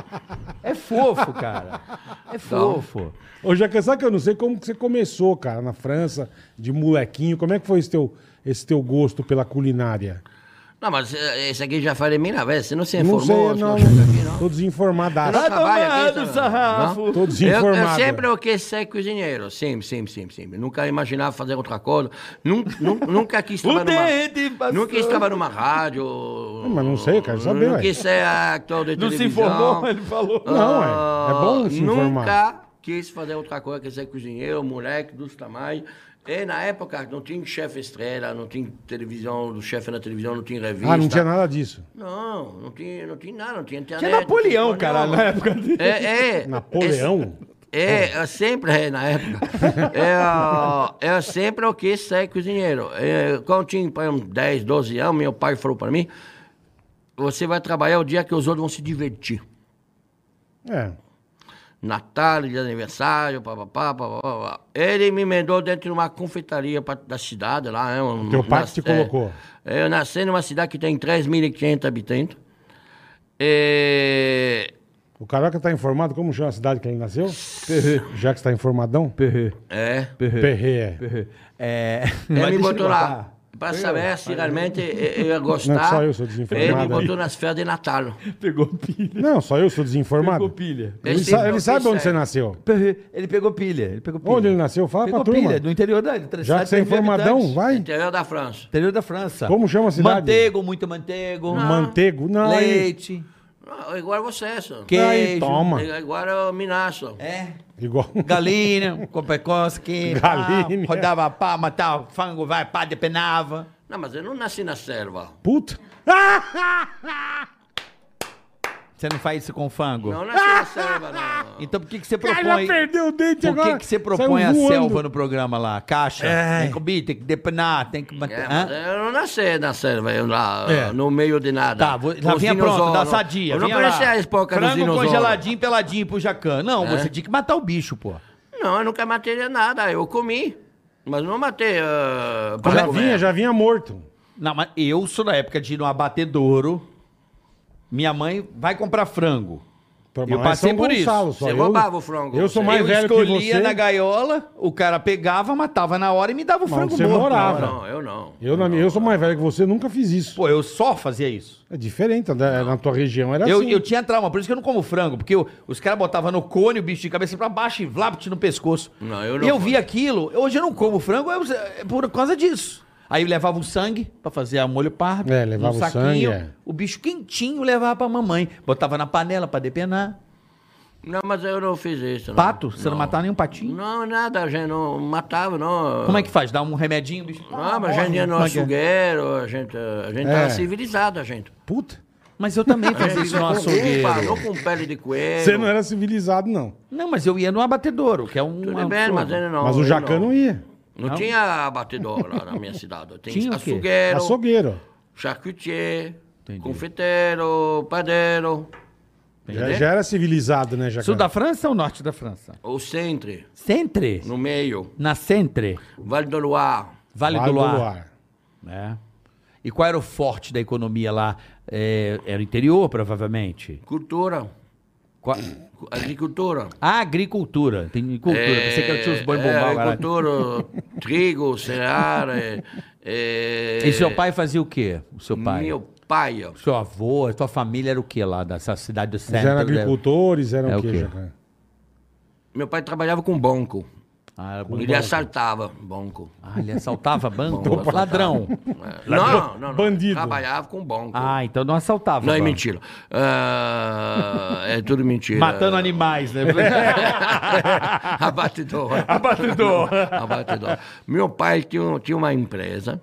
É fofo, cara. É fofo. Ô, Jacan, sabe que eu não sei como que você começou, cara, na França, de molequinho. Como é que foi esse teu gosto pela culinária? Não, mas esse aqui já falei mil vezes. Você não se Não informou? sei, não. você chega aqui, não? Tô desinformadaço. Não trabalha aqui, tomado, tá? sarrafo. Tô Eu desinformado. sempre quis ser cozinheiro. Sempre. Nunca imaginava fazer outra coisa. Nunca quis O trabalhar dente passou. nunca quis trabalhar numa rádio. Mas não sei, eu quero saber, Não ué. quis ser ator de Não se televisão. informou, ele falou. Não, é bom se informar. Nunca quis fazer outra coisa que ser cozinheiro, moleque dos tamanhos. E na época não tinha chefe estrela, não tinha televisão, do chefe na televisão, não tinha revista. Ah, não tinha nada disso. Não tinha nada, não tinha internet. Tinha Napoleão, não tinha cara, porra na nenhuma. época dele. Napoleão? Eu sempre, na época, eu sempre quis ser cozinheiro. Quando tinha 10, 12 anos, meu pai falou para mim, você vai trabalhar o dia que os outros vão se divertir. É. Natal, dia de aniversário, papapá. Ele me mandou dentro de uma confeitaria da cidade lá. Teu pai que te colocou. Eu nasci numa cidade que tem 3.500 habitantes. O Carioca tá informado como chama a cidade que ele nasceu? Já que você tá informadão? Perrê. É. Perré. Ele Mas me deixa botou eu lá. botar. Para saber se realmente eu ia Não, gostar. só eu sou Ele desinformado. me botou nas férias de Natal. Pegou pilha. Não, só eu sou desinformado. Pegou pilha. Ele sabe onde você nasceu. Perrê. Ele pegou pilha. Ele pegou pilha. Onde ele nasceu? Fala Pegou pra turma. pilha, do interior da Já que você é informadão, vai. Interior da França. Interior da França. Como chama a cidade? Manteigo, muito manteigo. Manteigo. Não, aí- Leite. Não, igual você, só. aí Queijo. toma. Igual o Minasso. É. Igual. Galinha, com pecoski. Galinha. Rodava a pá, matava fango, vai, pá, depenava. Não, mas eu não nasci na selva. Puta. Você não faz isso com fango? Não nasci na selva, não. Então por que você Cara, propõe... já perdeu o dente Por agora. que você propõe Saiu a voando. selva no programa lá? Caixa? Tem que comer, tem que depenar, tem que manter... É, mas eu não nasci na selva, eu lá, É. no meio de nada. Tá, já Com os vinha pronto, da dinossauros. sadia. Eu não vinha conhecia lá. a época dos Frango dinossauros. congeladinho, peladinho pro jacan. Não, É. você tinha que matar o bicho, pô. Não, eu nunca matei nada, eu comi. Mas não matei Já vinha morto. Não, mas eu sou da época de ir no abatedouro. Minha mãe vai comprar frango. Mas Eu passei São por isso. Gonçalo só. Você roubava o frango. Eu sou mais eu velho que escolhia você. na gaiola, o cara pegava, matava na hora e me dava o Mas frango você morto. morava. Não, eu não. Eu sou mais velho que você, nunca fiz isso. Pô, eu só fazia isso. É diferente, na tua região era Eu, assim. eu tinha trauma, por isso que eu não como frango, porque os caras botavam no cone o bicho de cabeça pra baixo e vlapt no pescoço. Não, eu não E eu faço. vi aquilo, hoje eu não como frango é por causa disso. Aí eu levava o sangue pra fazer a molho pardo. É, levava num o saquinho, sangue, é. o bicho quentinho levava pra mamãe. Botava na panela pra depenar. Não, mas eu não fiz isso. Não. Pato? Você não matava nenhum patinho? Não, nada, a gente não matava, não. Como é que faz? Dá um remedinho, o bicho? Não, mas a gente ia no Como é que é? açougueiro, a gente tava civilizado, a gente. Puta. Mas eu também fazia isso no açougueiro. Não com pele de coelho. Você não era civilizado, não. Não, mas eu ia no abatedouro, que é um... Tudo bem, mas ele não. Mas o ele Jacan não ia. Não tinha abatedor lá na minha cidade. Tem Tinha o quê? açougueiro, Açougueiro. charcutier, Entendi. confeiteiro, padeiro. Já era civilizado, né, Jacan? Sul da França ou norte da França? O centre, Centre? no meio. Na Centre? Vale do Loire. Vale do Loire. É. E qual era o forte da economia lá? Era o interior, provavelmente? Cultura. Qual... Agricultura. Ah, agricultura. Tem cultura. Pensei que eu tinha os boi bombal. caralho. agricultura, trigo, cereal. E seu pai fazia o quê? O seu pai? Meu pai. ó. Seu avô, a tua família era o quê lá dessa cidade do Eles centro? eram agricultores, eram É o o quê, quê? Jacan? Meu pai trabalhava com banco. Ah, era bom. Ele assaltava banco. Ah, ele assaltava banco? Bom, Ladrão. Não. Bandido. Trabalhava com banco. Ah, então não assaltava Não, é banco. mentira. É tudo mentira. Matando animais, né? Abatedor. Abatedor. Abatedor. Meu pai tinha uma empresa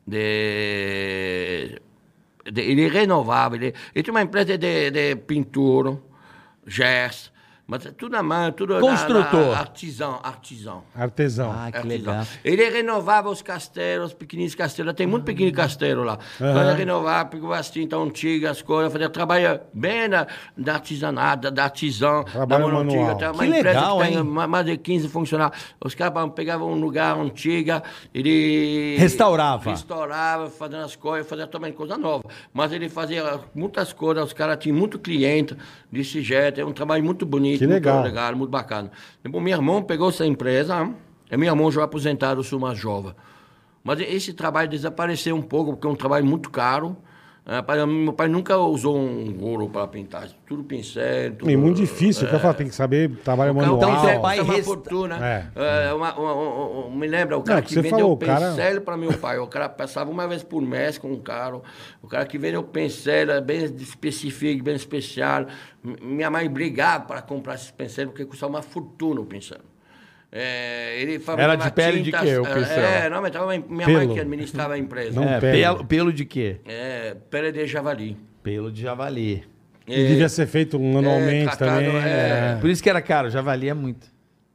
ele renovava, ele tinha uma empresa de pintura, gesso, mas tudo na mão, tudo Construtor. artesão. Artesão. Ah, que Artesão. legal. Ele renovava os castelos, pequeninos castelos, tem muito pequeno castelo lá. Então ele renovava, pegava as tintas antigas, as coisas, fazia trabalho bem da artesanato, da artesão, da Trabalho mão manual. antiga. Uma Que empresa legal, que tem hein? mais de 15 funcionários. Os caras pegavam um lugar antigo, ele... Restaurava. Fazendo as coisas, fazia também coisa nova. Mas ele fazia muitas coisas, os caras tinham muito cliente desse jeito, é um trabalho muito bonito. Que legal. Muito legal, muito bacana. Depois, meu irmão pegou essa empresa, e meu irmão já aposentado, eu sou mais jovem. Mas esse trabalho desapareceu um pouco, porque é um trabalho muito caro. Meu pai nunca usou um ouro para pintar, tudo pincel. Tudo, É muito difícil, que eu falo, tem que saber trabalho manual. Então, seu pai é uma resta- fortuna. É. Me lembra, o cara que que você vendeu falou, o o cara- pincel para meu pai, o cara passava uma vez por mês com um carro, o cara que vendeu o pincel é bem específico, bem especial. Minha mãe brigava para comprar esse pincel, porque custava uma fortuna o pincel. Ele Era de pele de quê, o pincel? não, mas minha Pelo. mãe que administrava a empresa. Não. Pelo de quê? Pele de javali. Pelo de javali. E devia ser feito anualmente tratado, também. Por isso que era caro, javali é muito.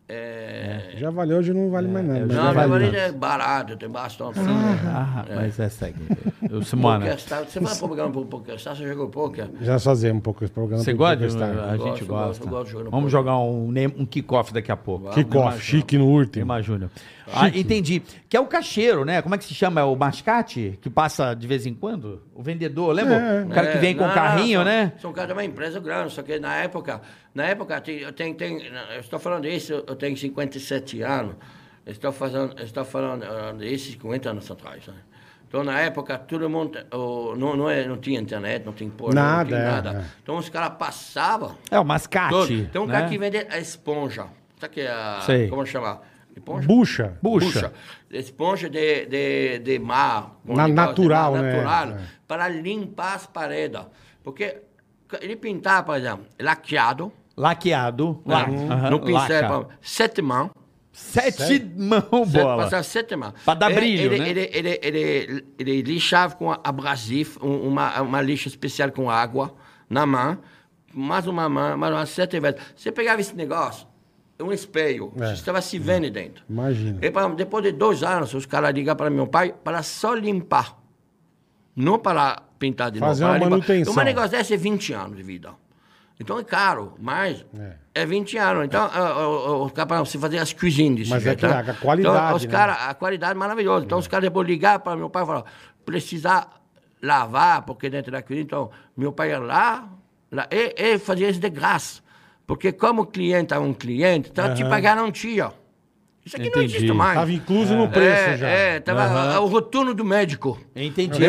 Já valeu, hoje não vale mais nada. mas Não, já mas vale. ali é barato, tem bastante. Mas essa aqui. Simona, PokerStars, você vai pro programa pro PokerStars, você jogou poker? Já fazemos um pouco esse programa. você pro gosta? PokerStars. A gente Eu gosta. gosto de jogar Vamos poker. jogar um kickoff daqui a pouco. Kickoff, chique no último. Tema Júnior. Entendi. Que é o cacheiro, né? Como é que se chama? É o mascate? Que passa de vez em quando? O vendedor, lembra? O cara que vem com o carrinho, né? São cara de uma empresa grande, só que na época eu estou falando disso, eu tenho 57 anos, estou falando desses 50 anos atrás, né? Então, na época, todo mundo, não tinha internet, não tinha porra, Nada, não tinha nada. é. Então, os caras passavam. É o mascate. Tem um né? cara que vende a esponja. Sabe que é a... Sei. Como chama? Esponja? Bucha. Bucha. Esponja de mar. com Na- negócio de natural, mar né? natural, É. para limpar as paredes. Porque ele pintava, por exemplo, laqueado, Laqueado. né? No pincel, Laca. 7 mãos. 7 mãos, bola. Passava 7 mãos. Pra dar brilho, né? Ele lixava com abrasivo, uma lixa especial com água, na mão, mais umas 7 vezes. Você pegava esse negócio, um espelho, você estava se vendo dentro. Imagina. E depois de 2 anos, os caras ligaram para meu pai para só limpar. Não para pintar de novo. Fazer para uma limpar. manutenção. Um negócio desse é 20 anos de vida. Então é caro, mas é 20 anos. Então, os caras para se fazer as cozinhas desse Mas é jeito, que né? a qualidade, Então, os né? caras, a qualidade é maravilhosa. Então, os caras depois ligaram para meu pai e falaram, precisa lavar, porque dentro da cozinha. Então, meu pai ia lá e fazia isso de graça. Porque como o cliente é um cliente, então te pagar não tinha. Isso aqui não Entendi. existe mais. Estava incluso no preço já. Tava o retorno do médico. Entendi.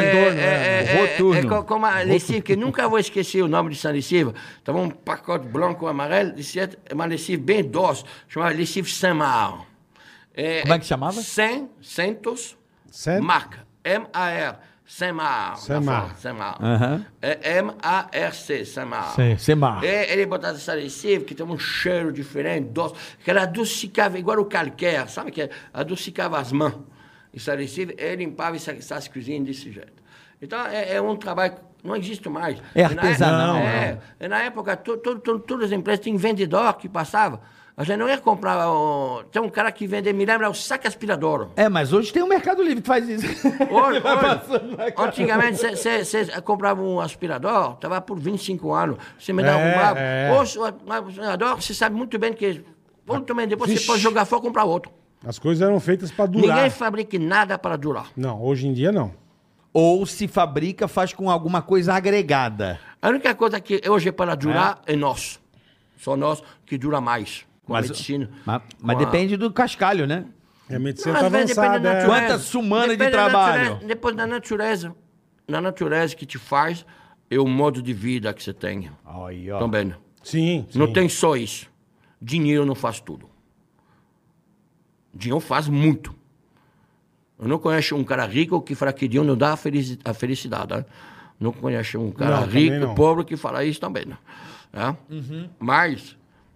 É como a lessiva, que nunca vou esquecer o nome dessa lessiva. Tava um pacote branco e amarelo, é uma lessiva bem doce, chamada lessiva Saint-Mar. Como é que chamava? Centos, Cent- marca, M-A-R, Saint-Mar. Saint-Mar. Saint-Mar. Aham. É M-A-R-C, Saint-Mar. Sim, Saint-Mar. Ele botava essa lessiva que tem um cheiro diferente, doce, que ela adocicava, igual o calcaire, sabe que adocicava as mãos. Essa lessiva, ele limpava essas cozinhas desse jeito. Então, é um trabalho que não existe mais. É artesanal, E na época, todas as empresas tinham vendedor que passava. A gente não ia comprar... Tem um cara que vende, me lembra, o saco aspirador. Mas hoje tem o Mercado Livre que faz isso. Hoje, Vai passando na cara. antigamente, você comprava um aspirador, estava por 25 anos, você me dá arrumava. Hoje, o aspirador, você sabe muito bem que muito bem, depois Vixe. você pode jogar fora e comprar outro. As coisas eram feitas para durar. Ninguém fabrica nada para durar. Não, hoje em dia não. Ou se fabrica, faz com alguma coisa agregada. A única coisa que hoje é para durar é nós. Só nós que dura mais. Com a medicina. Mas depende do cascalho, né? A medicina Às está vezes depende avançada. da é. natureza. Quanta sumana de Depende da trabalho. natureza, depois da natureza. Na natureza que te faz é o modo de vida que você tem. Aí, ó. Também. Sim, sim. Não tem só isso. Dinheiro não faz tudo. Dinheiro faz muito. Eu não conheço um cara rico que fala que dinheiro não dá a felicidade. Né? Não conheço um cara Não, também rico, não. pobre, que fala isso também. Né? Mas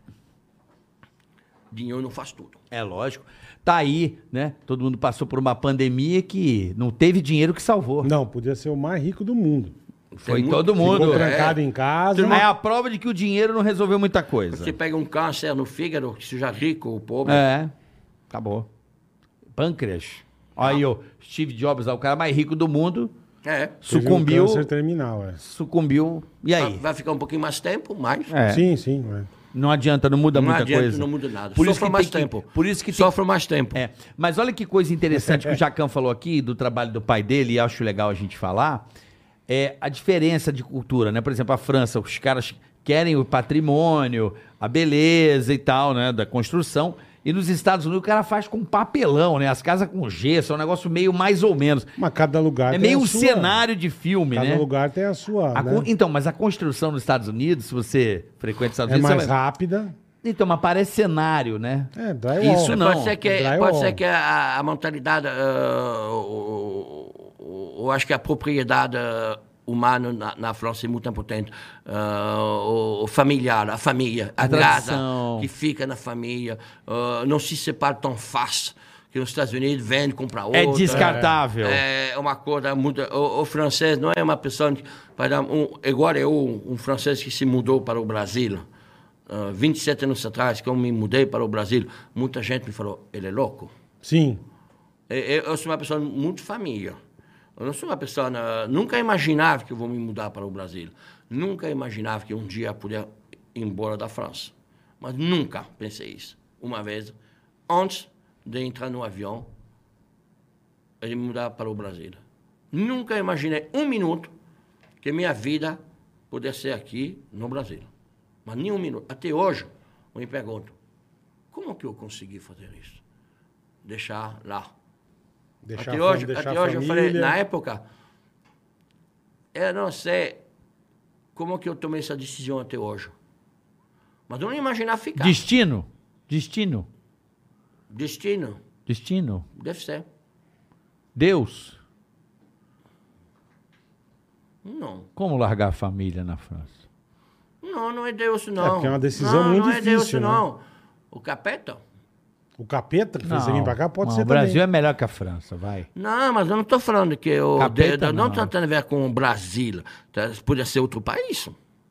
dinheiro não faz tudo. É lógico. Tá aí, né? Todo mundo passou por uma pandemia que não teve dinheiro que salvou. Não, podia ser o mais rico do mundo. Foi Tem todo muito- mundo. Ficou trancado em casa. É a prova de que o dinheiro não resolveu muita coisa. Você pega um câncer no fígado, que seja rico ou pobre. Acabou. Pâncreas. Aí, o Steve Jobs, o cara mais rico do mundo, É. Teve sucumbiu. Um câncer terminal, é. Sucumbiu. E aí? Vai ficar um pouquinho mais tempo, mas Sim, sim. É. Não adianta, não muda não muita adianta, coisa. não muda nada. Por isso Sofre que mais tem que- tempo. por isso que tem- Sofre mais tempo. Mas olha que coisa interessante que o Jacan falou aqui, do trabalho do pai dele, e acho legal a gente falar, é a diferença de cultura, né? Por exemplo, a França, os caras querem o patrimônio, a beleza e tal, né? Da construção. E nos Estados Unidos o cara faz com papelão, né? As casas com gesso, é um negócio meio mais ou menos. Mas cada lugar É tem meio a um sua... cenário de filme, Cada né? lugar tem a sua, né? Então, mas a construção nos Estados Unidos, se você frequenta os Estados É Unidos... mais você vai- rápida. Então, mas parece cenário, né? É, drywall. Isso não. Pode ser que, Drywall. pode ser que a mentalidade, eu acho que a propriedade humana na França é muito importante. O familiar, a família, a casa tradição. que fica na família, não se separa tão fácil. Que nos Estados Unidos vende, compra outra. É descartável. É uma coisa muito... O francês não é uma pessoa... Igual eu, um francês que se mudou para o Brasil. 27 anos atrás, que eu me mudei para o Brasil, muita gente me falou, ele é louco. Sim. Eu sou uma pessoa muito família. Eu não sou uma pessoa... Nunca imaginava que eu vou me mudar para o Brasil. Nunca imaginava que um dia eu poderia ir embora da França. Mas nunca pensei isso. Uma vez, antes de entrar no avião, eu me mudar para o Brasil. Nunca imaginei um minuto que minha vida pudesse ser aqui no Brasil. Mas nem um minuto. Até hoje, eu me pergunto, como que eu consegui fazer isso? Deixar lá. Até hoje eu falei, na época, eu não sei como que eu tomei essa decisão até hoje. Mas eu não imaginava ficar. Destino? Destino? Destino? Deve ser. Deus? Não. Como largar a família na França? Não é Deus, não. porque é uma decisão muito difícil, Não é Deus, né? não. O capeta. O capeta que fez você vir pra cá pode não, ser o Brasil também. é melhor que a França, vai. Não, mas eu não estou falando que o Capeta, não não. estou tentando ver com o Brasil. Podia ser outro país.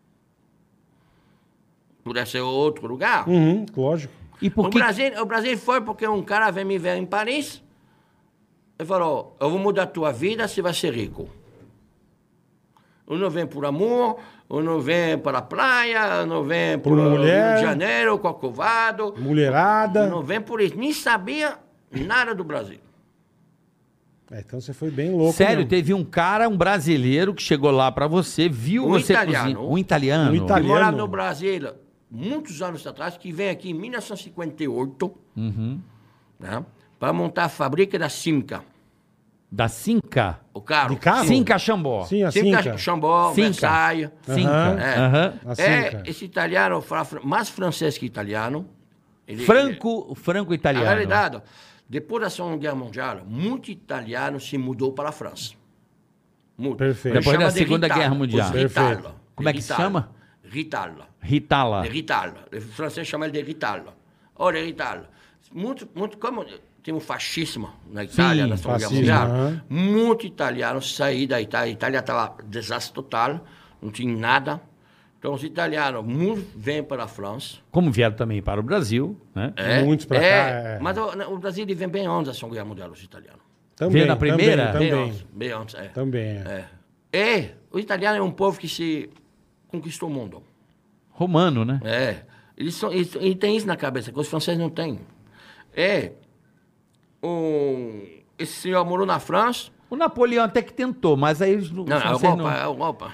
Podia ser outro lugar. Lógico. E por que... O Brasil foi porque um cara veio me ver em Paris e falou, eu vou mudar a tua vida, você vai ser rico. Eu não venho por amor, eu não venho para a praia, eu não venho por mulher. Rio de Janeiro, Corcovado. Mulherada. Eu não venho por isso. Nem sabia nada do Brasil. Então você foi bem louco. Sério, mesmo. teve um cara, um brasileiro, que chegou lá pra você, viu você italiano. cozinhar. Um italiano. Um Que italiano. morava no Brasil muitos anos atrás, que vem aqui em 1958, né, para montar a fábrica da Simca. Da Cinca? O carro. De carro? Cinca Xambó. Sim, a Simca, Cinca. Chambó, Cinca. Versailles. Cinca. É. Aham. A Cinca. Esse italiano fala mais francês que italiano. Franco Na italiano. realidade, depois da Segunda Guerra Mundial, muito italiano se mudou para a França. Muito. Perfeito. Depois Chama da de Segunda Rital, Guerra Mundial. os Rital. Perfeito. Como é que se chama? Rital. Ritala. De Rital. O francês chama ele de Rital. Olha, Rital. Muito, como tem um fascismo na Itália, Sim, na Segunda Guerra fascismo, Mundial, aham. muito italiano saíram da Itália. A Itália estava desastre total, não tinha nada. Então, os italianos muitos vêm para a França. Como vieram também para o Brasil, né? Muitos pra cá, é. Mas o Brasil ele vem bem antes da Segunda Guerra Mundial, os italianos. Também, Veio na primeira? Também. Bem antes, é. Também, é. O italiano é um povo que se conquistou o mundo. Romano, né? Eles têm isso na cabeça, que os franceses não têm. Esse senhor morou na França. O Napoleão até que tentou, mas aí os Não, franceses não... a Europa.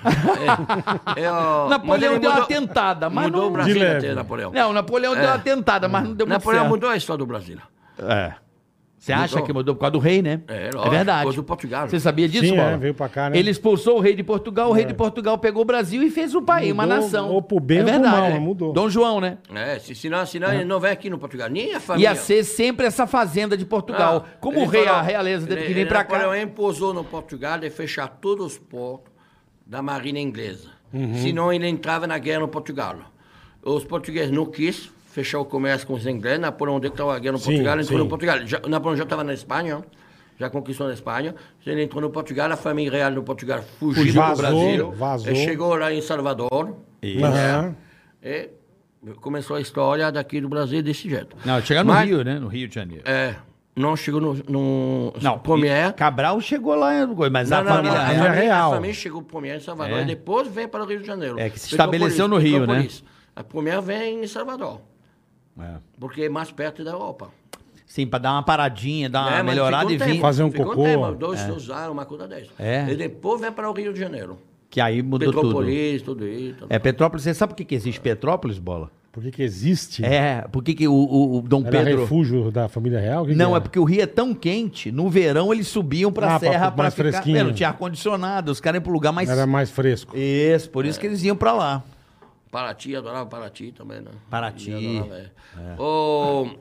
Napoleão Mas deu ele uma tentada, mas mudou não... o Brasil De leve. até, Napoleão. Não, o Napoleão deu uma tentada, mas não deu muito Napoleão certo. mudou a história do Brasil. É. Você acha Mudou. que mudou por causa do rei, né? É, lógico, verdade. por causa do Portugal. Você sabia disso, Sim, Bola? veio pra cá, né? Ele expulsou o rei de Portugal, o rei de Portugal pegou o Brasil e fez um país, uma Mudou, nação. ou pro bem é ou pro verdade, mal, né? mas mudou. Dom João, né? Senão ele não vem aqui no Portugal. Nem a família. Ia ser sempre essa fazenda de Portugal. Como o rei, a realeza teve que vir pra cá. Napoleão imposou no Portugal de fechar todos os portos da marinha inglesa. Senão ele entrava na guerra no Portugal. Os portugueses não quis fechar o comércio com os ingleses. Napoleão declarou a guerra no Sim, Portugal, entrou sim. no Portugal. Napoleão já estava na Espanha, já conquistou na Espanha. Ele entrou no Portugal, a família real no Portugal fugiu do Brasil. Vazou. Chegou lá em Salvador. Aham. E começou a história daqui do Brasil desse jeito. Não, chegar no Mas- Rio, né? No Rio de Janeiro. Não chegou no Não, Premier. Cabral chegou lá, mas a Não, família... a família real. A família chegou primeiro em Salvador É. e depois vem para o Rio de Janeiro. É, que se estabeleceu no Rio, né? A primeira vem em Salvador, É. porque é mais perto da Europa. Sim, pra dar uma paradinha, dar uma mas melhorada ficou e vir. tempo, Fazer um ficou cocô. tempo, dois anos, uma coisa dessa. É. E depois vem para o Rio de Janeiro. Que aí mudou tudo. Petrópolis, tudo isso. É, Petrópolis, você sabe por que existe Petrópolis, Bola? Por que existe? É, por que o Dom Era Pedro... refúgio da família real? O que Não, que é porque o Rio é tão quente, no verão eles subiam pra Ah, pra- serra pra mais ficar... fresquinho. Não tinha ar-condicionado, os caras iam pro lugar mais... Era mais fresco. Isso, por isso que eles iam pra lá. Paraty, adorava Paraty também, né? Paraty. Eu adorava,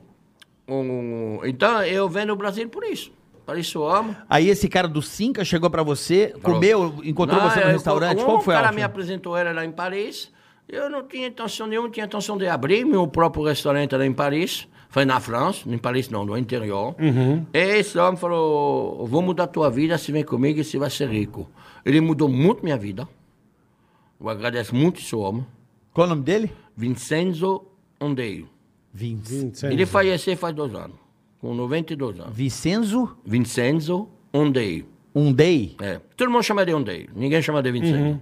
então, eu venho no Brasil por isso. Por isso eu amo. Aí esse cara do Cinca chegou pra você, comeu, encontrou você no restaurante, qual foi O a cara última? me apresentou ela lá em Paris. Eu não tinha intenção nenhuma, tinha intenção de abrir meu próprio restaurante lá em Paris. Foi na França, em Paris não, no interior. E esse homem falou, vou mudar a tua vida, você vem comigo e você vai ser rico. Ele mudou muito minha vida. Eu agradeço muito esse homem. Qual o nome dele? Vincenzo Ondeio. Vincent. Ele faleceu faz 2 anos, com 92 anos. Vincenzo Ondeio. Ondei? Todo mundo chama de Ondeio, ninguém chama de Vincenzo.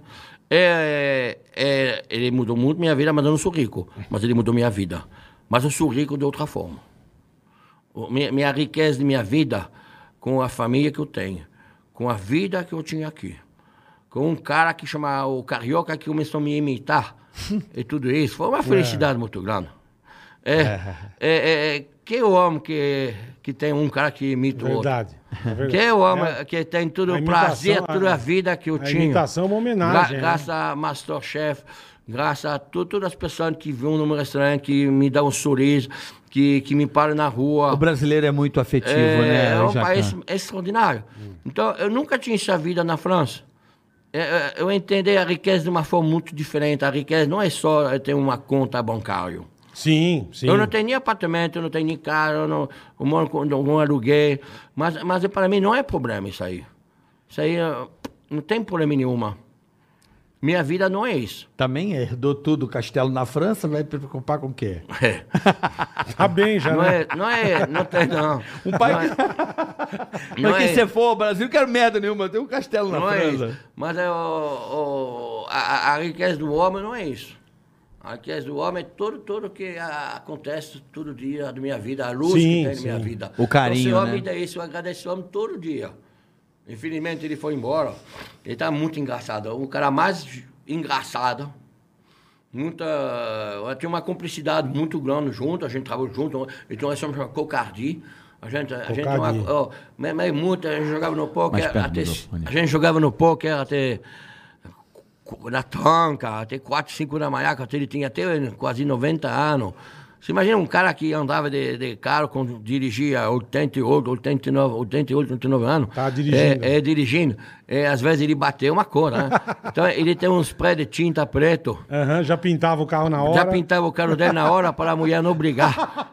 Ele mudou muito minha vida, mas eu não sou rico. Mas ele mudou minha vida. Mas eu sou rico de outra forma. Minha riqueza de minha vida, com a família que eu tenho, com a vida que eu tinha aqui, com um cara que chama o Carioca, que começou a me imitar, e tudo isso, foi uma felicidade muito grande. Que eu amo que tem um cara que imita o outro. Verdade. Que eu amo que tem todo o prazer, toda a vida que eu tinha. A imitação é uma homenagem. Graças a Masterchef, graças a todas as pessoas que vão no meu restaurante, que me dão um sorriso, que me param na rua. O brasileiro é muito afetivo, né? É um Jacan? país extraordinário. Então, eu nunca tinha essa vida na França. Eu entendi a riqueza de uma forma muito diferente. A riqueza não é só ter uma conta bancária. Sim. Eu não tenho nem apartamento, eu não tenho nem carro, eu moro com um aluguel. Mas para mim não é problema isso aí. Isso aí não tem problema nenhuma. Minha vida não é isso. Também herdou tudo o castelo na França, vai preocupar com o quê? Tá bem já, né? Não tem não. Um pai... Não Mas é- que você for ao Brasil, não quero merda nenhuma, tem um castelo na Não é França. isso. Mas a riqueza do homem não é isso. A riqueza do homem é tudo que acontece todo dia da minha vida, a luz Sim, que tem na sim. minha vida. O carinho, então, se o homem né? me dá isso, eu agradeço o homem todo dia. Infelizmente, ele foi embora. Ele tá muito engraçado. O cara mais engraçado. Tinha uma cumplicidade muito grande junto. A gente trabalhou junto. Ele tinha uma ação chamada Cocardi. A gente jogava no poker. Mais perto do Até, microfone. a gente jogava no poker até na tranca, até 4, 5 da manhã, ele tinha até quase 90 anos. Você imagina um cara que andava de carro, dirigia 88, 89 anos. Tá dirigindo. Dirigindo. Às vezes ele bateu uma cor, né? Então ele tem um spray de tinta preto. Aham, já pintava o carro na hora. Já pintava o carro dele na hora para a mulher não brigar.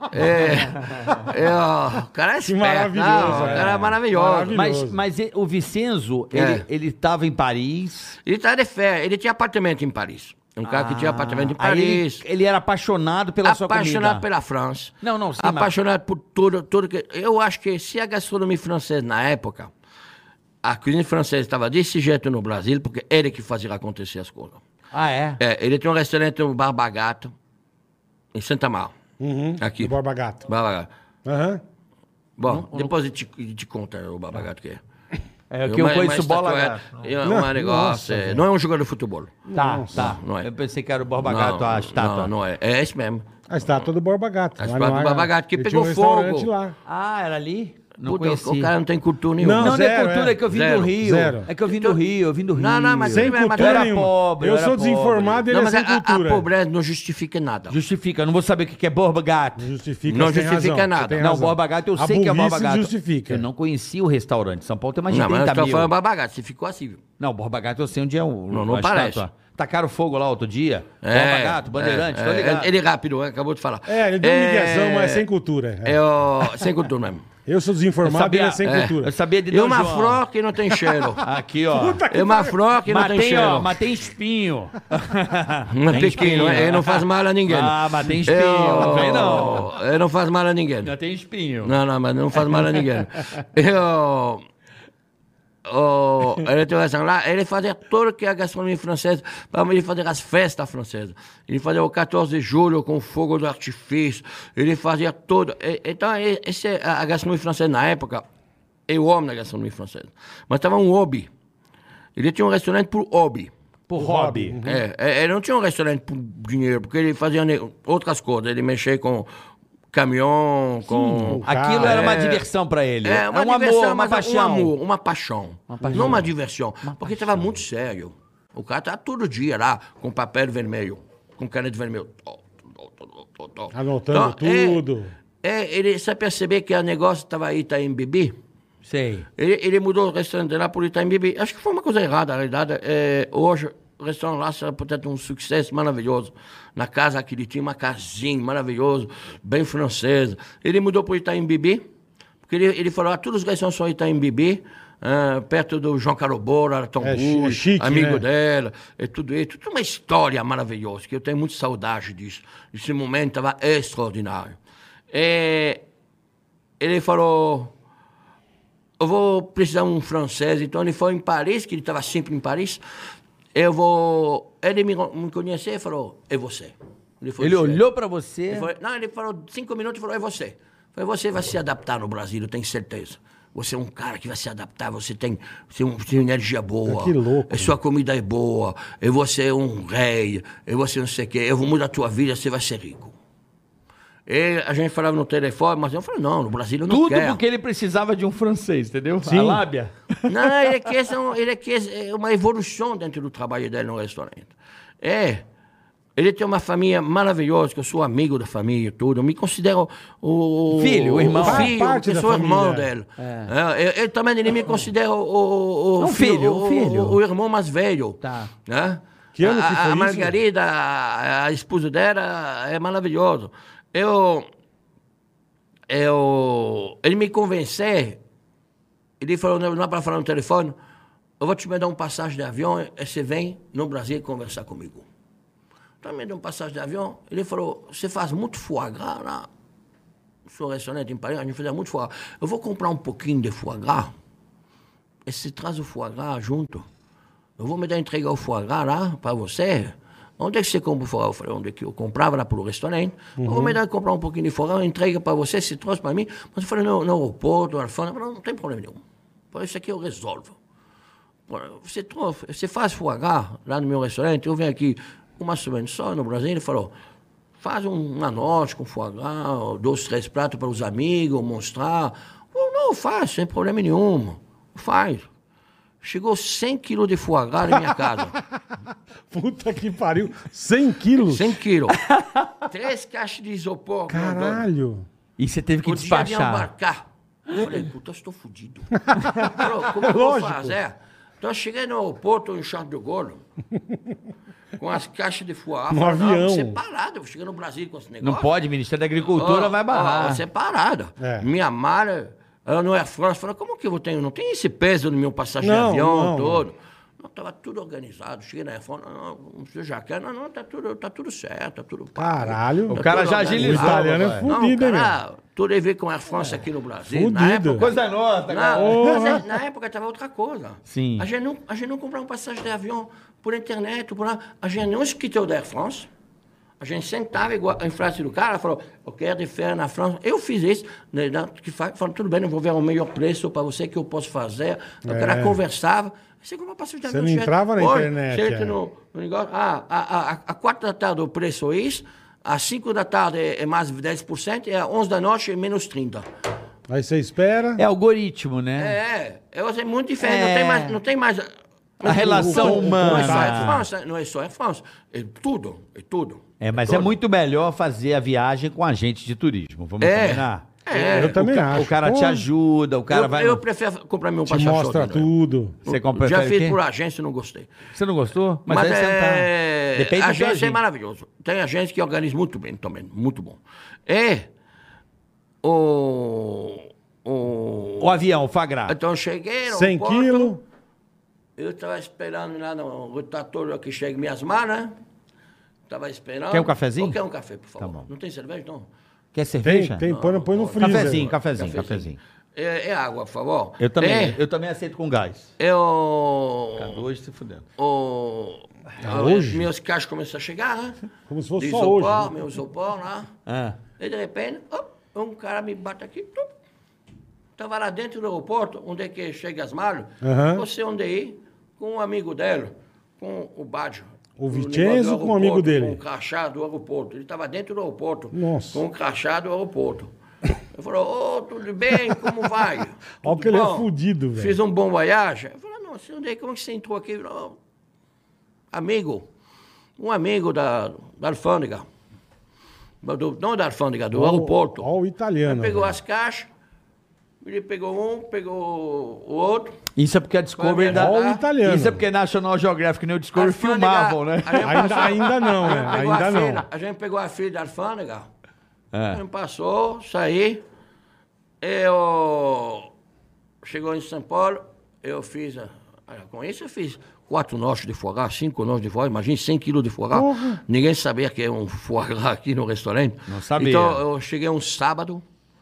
O cara é esperto. maravilhoso, Não, o cara é maravilhoso. Maravilhoso. Mas o Vicenzo, ele estava em Paris. Ele tá de férias, ele tinha apartamento em Paris. Um cara que tinha apartamento em Paris. Aí ele era apaixonado pela sua comida. Apaixonado pela França. Não, sim, apaixonado por tudo que... Eu acho que se a gastronomia francesa, na época, a cozinha francesa estava desse jeito no Brasil, porque ele que fazia acontecer as coisas. Ah, é? Ele tinha um restaurante, o Barba Gato, em Santa Mar. Aqui. O Borba Gato. Barba Gato. Aham. Bom, depois eu te conto o Barba Gato que é. É que eu conheço bola Gato. gato. É um negócio... nossa, não é um jogador de futebol. Tá. Não é. Eu pensei que era o Borba Gato, a estátua. Não é. É esse mesmo. A estátua do Borba Gato. A Lá estátua no do ar, Borba Gato, que ele pegou tinha um restaurante fogo. lá. Ah, era ali? Não Puta, conheci. o cara não tem cultura nenhuma. Não, Não, zero, é cultura, é. é que eu vim Zero. do Rio. Zero. É que eu vim do Rio, Não, mas Sem Mas cultura era nenhuma. pobre, eu era sou pobre. desinformado, ele Não, é mas sem a cultura. pobreza não justifica nada. Justifica, não vou saber o que é Borba Gato. Justifica, Não você tem justifica razão, nada. você tem Não, razão. Borba Gato eu A sei que é Borba burrice Gato. justifica. Eu não conhecia o restaurante. São Paulo tem mais de Não, mas 30 eu tô mil. falando babagato, você ficou assim, viu? Não, Borba Gato eu sei onde é o. Não a parece. estátua. Tacaram fogo lá outro dia. Borba Gato, Bandeirante, tô ligado. Ele é rápido, acabou de falar. Ele deu um miguezão, mas é sem cultura. Sem cultura mesmo. Eu sou desinformado, ele é sem cultura. Eu sabia de É Dom uma João. flor que não tem cheiro. Aqui, ó. É uma flor que não tem cheiro. Mas tem espinho. Não tem espinho, ele não faz mal a ninguém. Ah, mas tem espinho. Não vem não. Ele não faz mal a ninguém. Já tem espinho. Não, mas não faz mal a ninguém. Ele tem razão lá, ele fazia tudo que é a gastronomia francesa, para ele fazer as festas francesas. Ele fazia o 14 de julho com fogo de artifício, ele fazia tudo. Então, esse é a gastronomia francesa na época. Eu amo a gastronomia francesa. Mas estava um hobby. Ele tinha um restaurante por hobby. Por hobby. Ele não tinha um restaurante por dinheiro, porque ele fazia outras coisas. Ele mexia com caminhão, com... Aquilo era uma diversão pra ele. É uma um diversão, amor, uma mas paixão. um amor, uma paixão. Não uma diversão. Porque estava muito sério. O cara estava todo dia lá, com papel vermelho, com caneta vermelho. Anotando tudo. Ele só perceber que o negócio estava aí, tá em Bibi. Sei. Ele mudou o restaurante lá por Itaim Bibi. Acho que foi uma coisa errada, na realidade. Hoje, o restaurante lá será, portanto, um sucesso maravilhoso. Na casa que ele tinha, uma casinha maravilhosa, bem francesa. Ele mudou para Itaim Bibi, porque ele falou, todos os restaurantes são Itaim Bibi, perto do João Carobora, Tom É Cruise, chique, amigo né? dela, e tudo isso. Tudo uma história maravilhosa, que eu tenho muita saudade disso. Esse momento estava extraordinário. E ele falou, eu vou precisar de um francês. Então ele foi em Paris, que ele estava sempre em Paris. Ele me conheceu e falou, é você. Ele olhou pra você. Ele falou 5 minutos e falou, é você. Eu falei, você vai se adaptar no Brasil, eu tenho certeza. Você é um cara que vai se adaptar, você tem energia boa. Que louco. A sua comida é boa, e você é um rei, e você não sei o quê. Eu vou mudar a tua vida, você vai ser rico. E a gente falava no telefone, mas eu falei, não, no Brasil eu não Tudo quero. porque ele precisava de um francês, entendeu? Sim. A lábia. Não, ele quis uma evolução dentro do trabalho dele no restaurante. Ele tem uma família maravilhosa, que eu sou amigo da família e tudo. Eu me considero o irmão. O filho, Parte eu da sou irmão família. dele. Ele também me considera o filho. o irmão mais velho. Tá. Né? Que ano que foi a isso? Margarida, a esposa dela, é maravilhoso. Ele me convenceu, ele falou, não é para falar no telefone, eu vou te mandar uma passagem de avião e você vem no Brasil conversar comigo. Então ele me deu uma passagem de avião, ele falou, você faz muito foie gras lá no seu restaurante em Paris, a gente fazia muito foie gras. Eu vou comprar um pouquinho de foie gras e você traz o foie gras junto. Eu vou me dar entregar o foie gras lá para você. Onde é que você compra o foie gras? Eu falei, onde é que eu comprava lá pelo restaurante. Eu vou me dar comprar um pouquinho de foie gras, entrega para você, se trouxe para mim. Mas eu falei, no aeroporto, no alfândega, não tem problema nenhum. Por isso aqui eu resolvo. Você faz foie gras lá no meu restaurante, eu venho aqui uma semana só no Brasil, ele falou, faz uma noite com foie gras, 2, 3 pratos para os amigos, mostrar. Eu, não, faz, sem problema nenhum. Faz. Chegou 100 quilos de foie gras na minha casa. Puta que pariu. 100 quilos? 100 quilos. 3 caixas de isopor. Caralho. E você teve que O dia de despachar. embarcar. Eu falei, puta, eu estou fudido. Falou, como eu vou Lógico. fazer? Então eu cheguei no aeroporto em Charles de Gaulle, com as caixas de foie gras. No Falei, não, avião. separado. Eu cheguei no Brasil com esse negócio. Não pode, Ministério da Agricultura vai barrar. Separada. É. Minha mala, ela não é France. Falei, como que eu tenho? Não tem esse peso no meu passagem Não, de avião não. todo. Não, estava tudo organizado. Cheguei na Air France, não sei já quer. Não, tá tudo certo, tá tudo pago. Caralho. O cara já O agilizou. italiano é papai. fudido, hein, meu? Cara, tudo a ver com a Air France aqui no Brasil. Fudido. Na época, Coisa nota, cara. na época estava outra coisa. Sim. A gente não comprava passagem de avião por internet, por lá. A gente não se quitou da Air France. A gente sentava igual em frente do cara, falou, eu quero de férias na França. Eu fiz isso, né, falou, tudo bem, eu vou ver o melhor preço para você que eu posso fazer. O cara conversava. Você comprou passagem de Você avião. não entrava na internet, Você entra no negócio, a 4 da tarde o preço é isso, às 5 da tarde é mais 10%, e às 11 da noite é menos 30%. Aí você espera. É algoritmo, né? É muito diferente, não tem mais A relação humana. Não é só a França, é tudo. Mas tudo. é muito melhor fazer a viagem com agente de turismo. Vamos combinar? Eu também acho. O cara Pô, te ajuda, o cara vai... Eu prefiro comprar meu Te passagem mostra sozinho. tudo. Você compra Já o fiz quê? por agência e não gostei. Você não gostou? Mas aí você não tá... Depende a do agência é agente. maravilhoso. Tem agência que organiza muito bem também, muito bom. O avião, o Fagra. Então eu cheguei no 100 aeroporto, quilos. eu estava esperando lá no rotatório que chegue minhas malas. Estava esperando. Quer um cafezinho? Eu quero um café, por favor. Tá bom. Não tem cerveja, não? Quer Tem, cerveja? põe no freezer. Cafezinho. É água, por favor. Eu também aceito com gás. Fica hoje se fudendo. hoje? Meus caixas começaram a chegar, né? Como se fosse De só isopor, hoje. meu isopor lá. E de repente, um cara me bate aqui. Estava lá dentro do aeroporto, onde é que chega as malas. Aham. Você onde ir, com um amigo dele, com o badge. O negócio Vincenzo do com o amigo aeroporto, dele? Com o crachá do aeroporto. Ele estava dentro do aeroporto. Nossa. Com o crachá do aeroporto. Eu falei, tudo bem, como vai? Olha Tudo que ele é bom? fudido, velho. Fiz um bom voyage. Eu falei, não, você onde é, como é que você entrou aqui? Não, amigo, um amigo da alfândega. Não da alfândega, do aeroporto. Olha o italiano. Ele pegou velho. as caixas, ele pegou um, pegou o outro. Isso é porque a Discovery Vai Olha o viajar. italiano. Isso é porque National Geographic e o Discovery Alfândega, filmavam, né? a gente passou- Ainda não, a né? gente pegou Ainda a não. filha, a gente pegou a filha da alfândega. É. A gente passou, saí. Chegou em São Paulo, eu fiz... Com isso eu fiz 4 noces de foie gras, 5 noces de foie gras, imagina 100 quilos de foie gras. Porra. Ninguém sabia que é um foie gras aqui no restaurante. Não sabia. Então eu cheguei um sábado,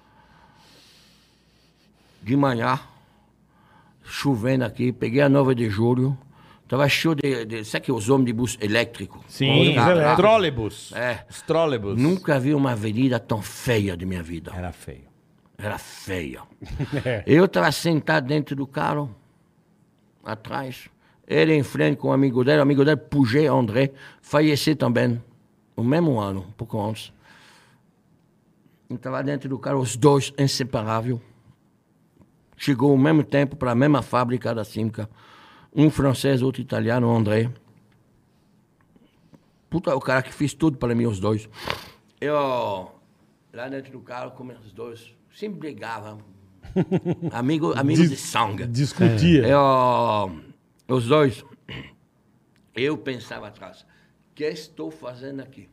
de manhã, chovendo aqui, peguei a 9 de julho, estava cheio sabe que os homens de bus elétrico? Sim, Ônibus elétrico. trólebus. É. Os trólebus. Nunca vi uma avenida tão feia de minha vida. Era feio. Era feia. É. Eu estava sentado dentro do carro, atrás. Ele em frente com o amigo dele, Puget André, faleceu também, no mesmo ano, um pouco antes. Eu estava dentro do carro, os dois inseparáveis. Chegou ao mesmo tempo para a mesma fábrica da Simca. Um francês, outro italiano, André. Puta, o cara que fez tudo para mim, os dois. Eu, lá dentro do carro, com os dois, sempre brigavam. Amigos de sangue. Discutia. Os dois, eu pensava atrás, o que estou fazendo aqui?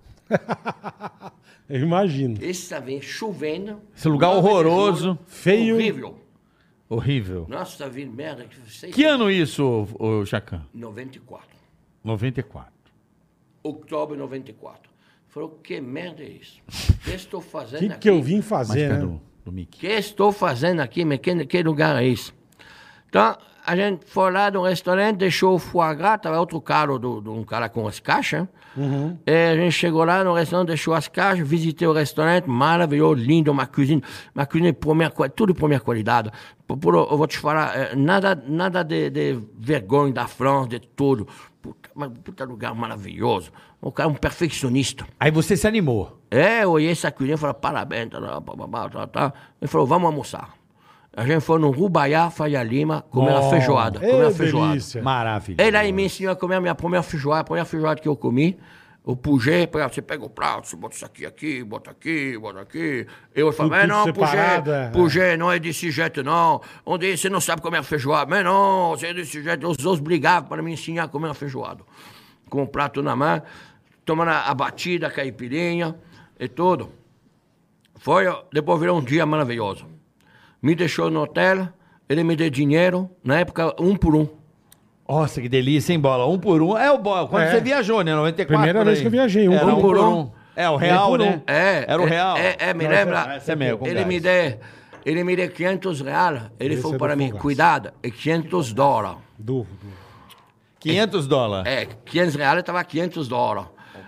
Eu imagino. Essa vez chovendo. Esse lugar 9 de horroroso. julho, Feio. Horrível. Horrível. Nossa, vida merda. Que ano isso, ô Jacan? 94. 94. Outubro de 94. Falou, que merda é isso? O que estou fazendo O aqui? que eu vim Mais fazer, perto né? do Mickey. O que estou fazendo aqui? Mas que lugar é esse? Então, a gente foi lá no restaurante, deixou o foie gras, estava outro carro de um cara com as caixas. E a gente chegou lá no restaurante, deixou as caixas, visitei o restaurante, maravilhoso, lindo, uma cozinha de primeira qualidade, tudo de primeira qualidade. Eu vou te falar, nada de vergonha da França, de tudo. Puta lugar maravilhoso. O cara é um perfeccionista. Aí você se animou. Eu olhei essa cozinha e falei, parabéns. Ele falou, vamos almoçar. A gente foi no Rubaiá, Faria Lima, comer a feijoada. Comer a feijoada. Delícia. Maravilhoso. Ele aí me ensinou a comer a minha primeira feijoada que eu comi. O Puget, você pega o prato, você bota isso aqui, bota aqui. Eu falei, mas não, separado, Puget, não é desse jeito, não. Onde você não sabe comer a feijoada? Mas não, você é desse jeito. Os dois brigavam para me ensinar a comer a feijoada. Com o prato na mão, tomando a batida, a caipirinha e tudo. Depois virou um dia maravilhoso. Me deixou no hotel, ele me deu dinheiro, na época, 1 por 1. Nossa, que delícia, hein, Bola? 1 por 1. É o Bola. Quando você viajou, né? 94. Primeira vez que eu viajei, um Era por 1 por 1. É, o real, né? Era o real. Me lembra. Essa é mesmo, com Ele gás. me deu 500 reais. Ele Esse falou é para do mim, Fogaça. cuidado, é 500 dólares. Do. 500 dólares. 500 reais estava 500 dólares.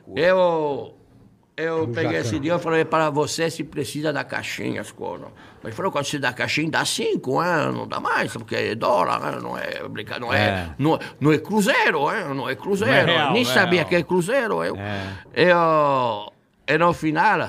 Eu peguei Jacan. esse dinheiro e falei, para você se precisa da caixinha, as coisas. Mas ele falou, quando você dá caixinha, dá 5, não dá mais, porque é dólar, não é brincadeira, não é cruzeiro, não é cruzeiro. Não é real, Nem não é sabia real. que é cruzeiro. E no final,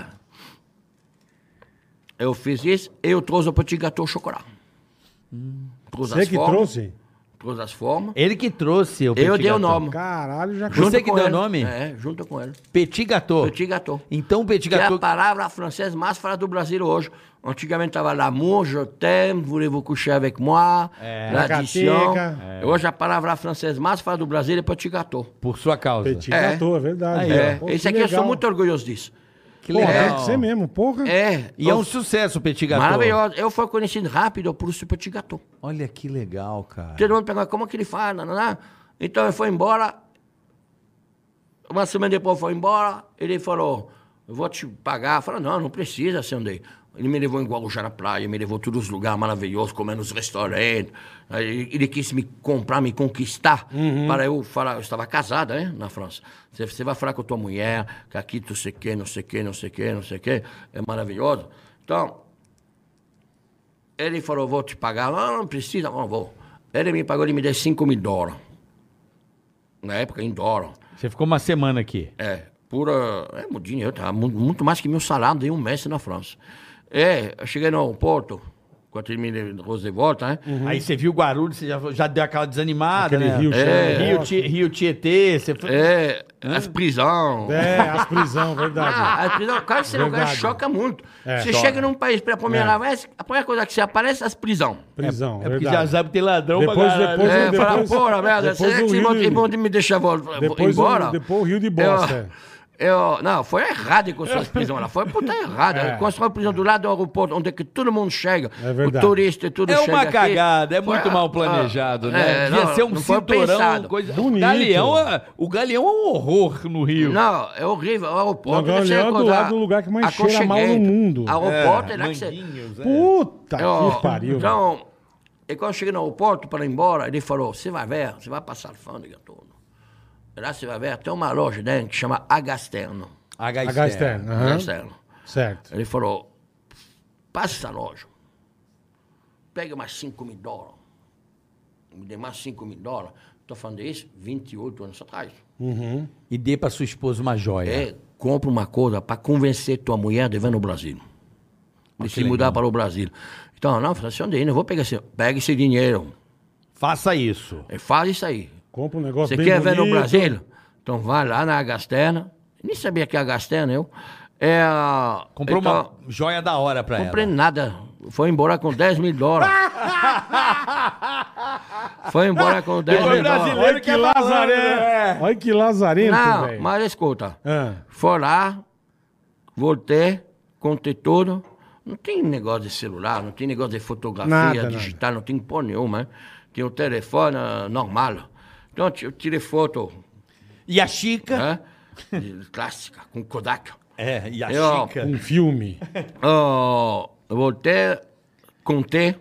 eu fiz isso e eu trouxe o petit gâteau chocolate. Trouxe Você as que formas, trouxe? Trouxe as formas. Ele que trouxe o Eu petit dei o gâteau. nome. Caralho, já Você que com deu o ele. nome? Junto com ele. Petit gâteau. Petit gâteau. Então o petit Que é a gâteau... palavra francesa mais falada do Brasil hoje. Antigamente estava l'amour, je t'aime, voulez-vous coucher avec moi, l'addition. Cateca. Hoje a palavra francesa mais falada do Brasil é petit gâteau. Por sua causa. Petit gâteau, é verdade. Aí, Pô, Esse que aqui eu sou legal. muito orgulhoso disso. Que Porra, legal. tem que ser mesmo, porra. E é um sucesso o petit gâteau. Maravilhoso. Eu fui conhecido rápido por esse petit gâteau. Olha que legal, cara. Todo mundo pergunta como que ele faz, não. Então ele foi embora. Uma semana depois foi embora. Ele falou, eu vou te pagar. Eu falei, não precisa, seu Andrei. Ele me levou em Guarujá na praia, me levou todos os lugares maravilhosos, comendo nos restaurantes. Aí ele quis me comprar, me conquistar, para eu falar. Eu estava casada, né, na França. Você vai falar com a tua mulher, que aqui tu sei que, não sei o que. É maravilhoso. Então, ele falou, vou te pagar. Não precisa, não vou. Ele me pagou, ele me deu $5.000. Na época, em dólar. Você ficou uma semana aqui. Muito dinheiro, tá? Muito mais que meu salário de um mês na França. Eu cheguei no aeroporto, quando ele me trouxe de volta, né? Aí você viu Guarulhos, você já deu aquela desanimada, Aquele né? rio cheio. Rio Tietê, você foi... As prisões. As prisões, verdade. As prisões, cara, esse lugar Verdade. choca muito. Você choca. chega num país pela primeira vez, a primeira coisa que você aparece é as prisões. Prisão, É porque verdade. já sabe que tem ladrão Depois- pra caralho. depois- Fala, porra, merda, depois será o que Rio vocês de- vão me deixar Depois embora? o Rio de Bosta. Não, foi errado construir essa prisão lá. Foi puta errada. Construiu a prisão do lado do aeroporto, onde é que todo mundo chega. É verdade. O turista e tudo É chega uma aqui. cagada, é Foi muito mal planejado, né? Devia ser um não foi cinturão, pensado. coisa... Bonito. O Galeão é um horror no Rio. Não, é horrível. O aeroporto... Não, você Galeão é do acordar lado do lugar que mais cheira mal no aconchegante. mundo. Aeroporto é lá que você... Manguinhos, Puta que pariu. Então, e quando eu cheguei no aeroporto para ir embora, ele falou, você vai ver, você vai passar alfândega todo. E lá você vai ver, tem uma loja dentro que chama Agasterno. H externo. aham. Agasterno. Certo. Ele falou, passa essa loja, pega mais $5.000. Me dê mais $5.000. Estou falando isso 28 anos atrás. E dê pra sua esposa uma joia. Compra uma coisa para convencer tua mulher de vir no Brasil. De se mudar para o Brasil. Então, não, Francisco, eu vou pegar pega esse dinheiro. Faça isso. E faz isso aí. Compra um negócio Você bem quer ver no bonito. Brasil? Então vai lá na Agasterna. Nem sabia que é Agasterna, eu. Comprou então, uma joia da hora pra ela. comprei nada. Foi embora com $10.000. Foi embora com $10.000. Olha que lazareno. Olha que lazarento, Não, velho. mas escuta. Ah. Foi lá, voltei, contei tudo. Não tem negócio de celular, não tem negócio de fotografia Nada, digital, não tem porra nenhuma. Hein? Tem o telefone normal. Então eu tirei foto E a Chica? né? Clássica, com Kodak. E a Eu- Chica? Um filme. Eu voltei, contei.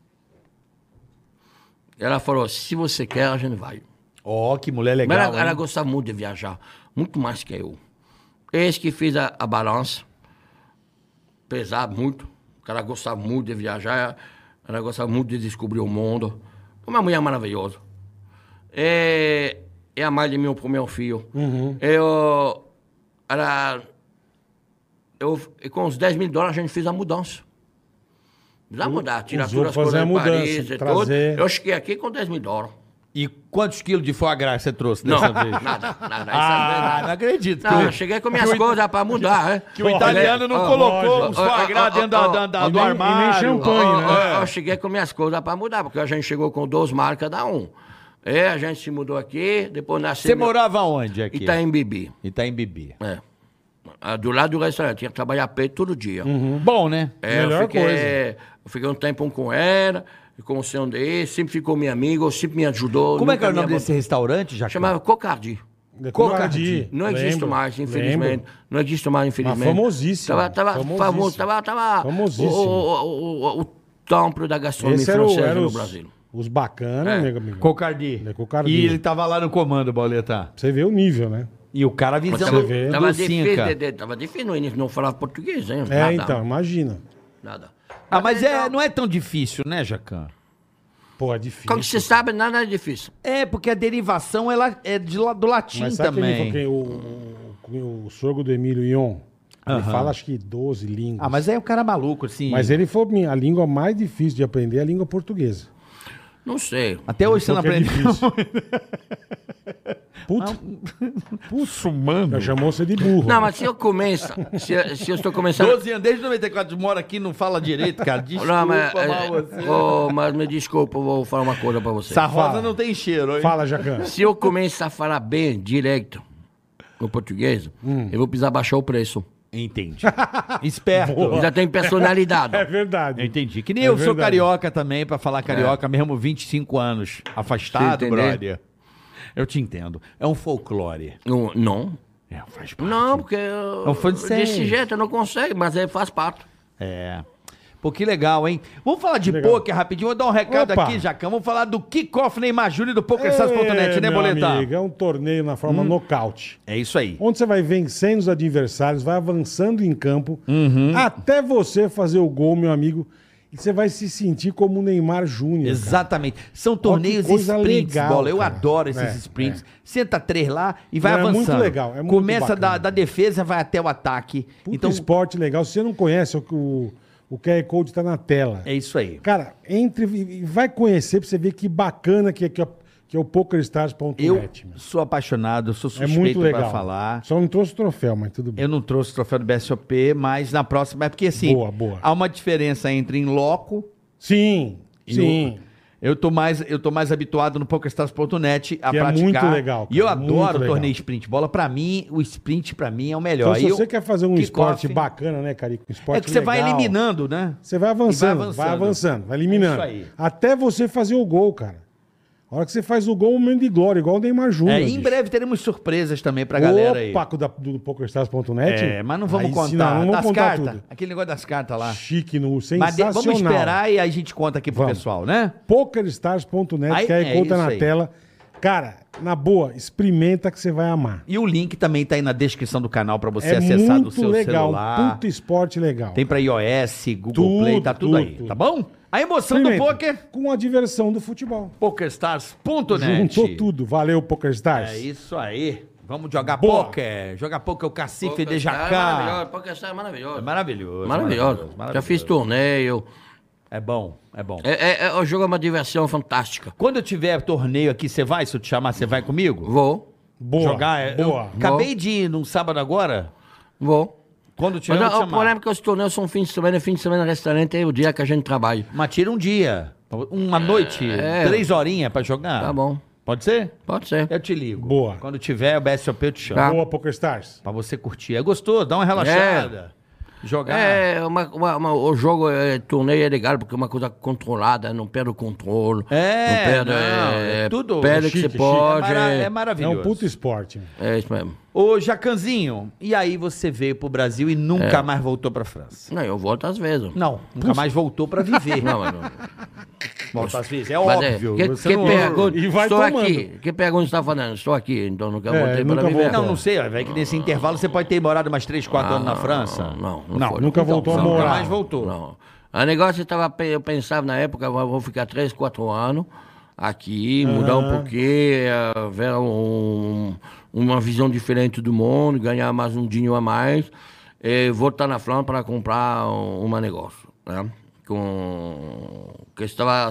Ela falou, se você quer, a gente vai. Ó, que mulher Mas legal, ela hein? gostava muito de viajar, muito mais que eu. Eis que fiz a balança, pesava muito, porque ela gostava muito de viajar, ela gostava muito de descobrir o mundo. Uma mulher maravilhosa. É a mãe de meu primeiro filho. E com os $10.000 a gente fez a mudança. Precisa mudar, tirar usou todas as fazer coisas a de mudança, Paris e tudo. trazer. Eu cheguei aqui com $10.000. E quantos quilos de foie gras você trouxe Não, dessa vez? nada. Não acredito. Não, eu cheguei com minhas coisas para mudar, né? Que o italiano não colocou os foie gras dentro do armário. E nem champanhe, né? Eu cheguei com minhas coisas para mudar, porque a gente chegou com 2 marcas cada um. A gente se mudou aqui, depois nasceu... Você morava onde aqui? Itaimbibi. Itaimbibi. Do lado do restaurante, tinha que trabalhar a pé todo dia. Bom, né? Melhor coisa. Eu fiquei um tempo com ela, conheci um deles, sempre ficou meu amigo, sempre me ajudou. Como é que é o nunca nome me desse restaurante, Jacão? Chamava Cocardi. Cocardi. Não existe Lembro, mais, infelizmente. lembro. Não existe mais, infelizmente. Mas famosíssimo, Tava famosíssimo. famoso, tava Famosíssimo. o templo da gastronomia Esse francesa era no os, Brasil. os bacanas, meu amigo. Cocardi. É Cocardi. E ele tava lá no comando, Boletar. Você vê o nível, né? E o cara visão Você vê. Tava do difícil, Cinca. tava difícil no início, não falava português, hein? É, Nada, então, imagina. Nada. Mas não é tão difícil, né, Jacão? Pô, é difícil. Como você sabe, nada é difícil. É, porque a derivação ela é do latim Mas sabe também. que o sogro do Emílio Ion, ele fala acho que 12 línguas. Ah, mas aí é o cara maluco, assim. Mas ele falou, a língua mais difícil de aprender é a língua portuguesa. Não sei. Até hoje você não Porque é aprendeu. difícil. Puta. Putz, mano. Já chamou você de burro. Não, mas se eu começo, se eu estou começando... 12 anos, desde 94, mora aqui, não fala direito, cara. Desculpa, Não, mas, mal você. mas me desculpa, eu vou falar uma coisa pra você. Essa rosa Fala. não tem cheiro, hein? Fala, Jacan. Se eu começar a falar bem, direto, no português, eu vou precisar baixar o preço. Entendi. Esperto. Boa. Já tem personalidade. É verdade. Eu entendi. Que nem É eu sou verdade. carioca também, pra falar carioca, mesmo 25 anos afastado, Você entendeu? brother. Eu te entendo. É um folclore. Não. É, faz parte. Não, porque Não foi de ser. desse jeito eu não consigo, mas faz parte. É. Pô, que legal, hein? Vamos falar de Legal. pôquer rapidinho. Vou dar um recado Opa. aqui, Jacão. Vamos falar do Kickoff Neymar Júnior do PokerStars.net, né, meu Boletar? amigo, é um torneio na forma nocaute. É isso aí. Onde você vai vencendo os adversários, vai avançando em campo, Uhum. até você fazer o gol, meu amigo, e você vai se sentir como o Neymar Júnior. cara. Exatamente. São torneios coisa sprints, legal, bola. Eu cara. adoro esses É, sprints. Senta 3 lá e vai Não, é avançando. muito legal, é muito Começa bacana. da defesa, vai até o ataque. Puta Então, esporte legal. Se você não conhece, o QR Code tá na tela. é isso aí. Cara, entre e vai conhecer pra você ver que bacana que é o PokerStars.net. Eu meu. sou apaixonado, sou É muito suspeito legal. pra falar. Só não trouxe troféu, mas tudo bem. Eu não trouxe o troféu do BSOP, mas na próxima é porque assim, Boa, boa. há uma diferença entre em loco Sim, e sim. Eu tô mais habituado no PokerStars.net a Que é praticar. muito legal, E eu cara, muito adoro legal. torneio sprint bola. Pra mim, o sprint pra mim é o melhor. Então, se Aí você quer fazer um kickoff- esporte bacana, né, Carico? Um esporte É que você vai legal. eliminando, né? Você vai avançando, vai eliminando. É isso aí. Até você fazer o gol, cara. A hora que você faz o gol, um momento de glória, igual o Neymar Júnior. Em bicho. breve teremos surpresas também pra galera aí. Opa, do PokerStars.net. Mas não vamos Aí, contar. sim, não vamos das contar cartas. tudo. Aquele negócio das cartas lá. Chique, Mas sensacional. vamos esperar e aí a gente conta aqui pro Vamos. pessoal, né? PokerStars.net, Aí, que aí conta isso na aí. tela. Cara, na boa, experimenta que você vai amar. E o link também tá aí na descrição do canal pra você É acessar do muito seu legal, celular. puta esporte legal. Tem pra iOS, Google Tudo, Play, tá tudo aí, tudo. tá bom? A emoção do Experimenta. poker, Com a diversão do futebol. PokerStars.net. Juntou tudo. Valeu, PokerStars. É isso aí. Vamos jogar Boa. poker. Jogar poker, o Cacife de Maravilhoso, Jacá. PokerStars é maravilhoso. É maravilhoso. Maravilhoso. Já fiz torneio. É bom, é bom. O jogo é uma diversão fantástica. Quando eu tiver torneio aqui, você vai? Se eu te chamar, você vai comigo? Vou. Boa, Jogar? boa. Eu acabei de ir num sábado agora. Vou. Quando tiver, Mas eu te o chamar. problema é que os torneios são fim de semana no restaurante é o dia que a gente trabalha. Mas tira um dia. Uma noite, 3 horinhas pra jogar. Tá bom. Pode ser? Pode ser. Eu te ligo. Boa. Quando tiver o BSOP, eu te chamo. Tá. Boa, PokerStars. Pra você curtir. É gostoso, dá uma relaxada. Jogar. O jogo, torneio é legal porque é uma coisa controlada, não perde o controle. não É, perde, é tudo perde o que chique, você chique. pode. É É maravilhoso. um puto esporte. É isso mesmo. Ô, Jacanzinho, e aí você veio pro Brasil e nunca mais voltou pra França? Não, eu volto às vezes. Não, nunca mais voltou pra viver. Não, mas não. Volta às vezes, é Mas óbvio. que Você não- pergunta? E vai Estou tomando. aqui. Que pergunta você está falando? Estou aqui, então nunca voltei nunca para viver. voltou. Não, não sei, vai que nesse intervalo você pode ter morado mais 3, 4 anos na França. Não, foi. Nunca voltou a morar. Nunca mais voltou. Não. O negócio eu pensava na época, eu vou ficar 3, 4 anos aqui, mudar um pouquinho, ver uma visão diferente do mundo, ganhar mais um dinheiro a mais, e voltar na França para comprar um negócio. Né? Que estava...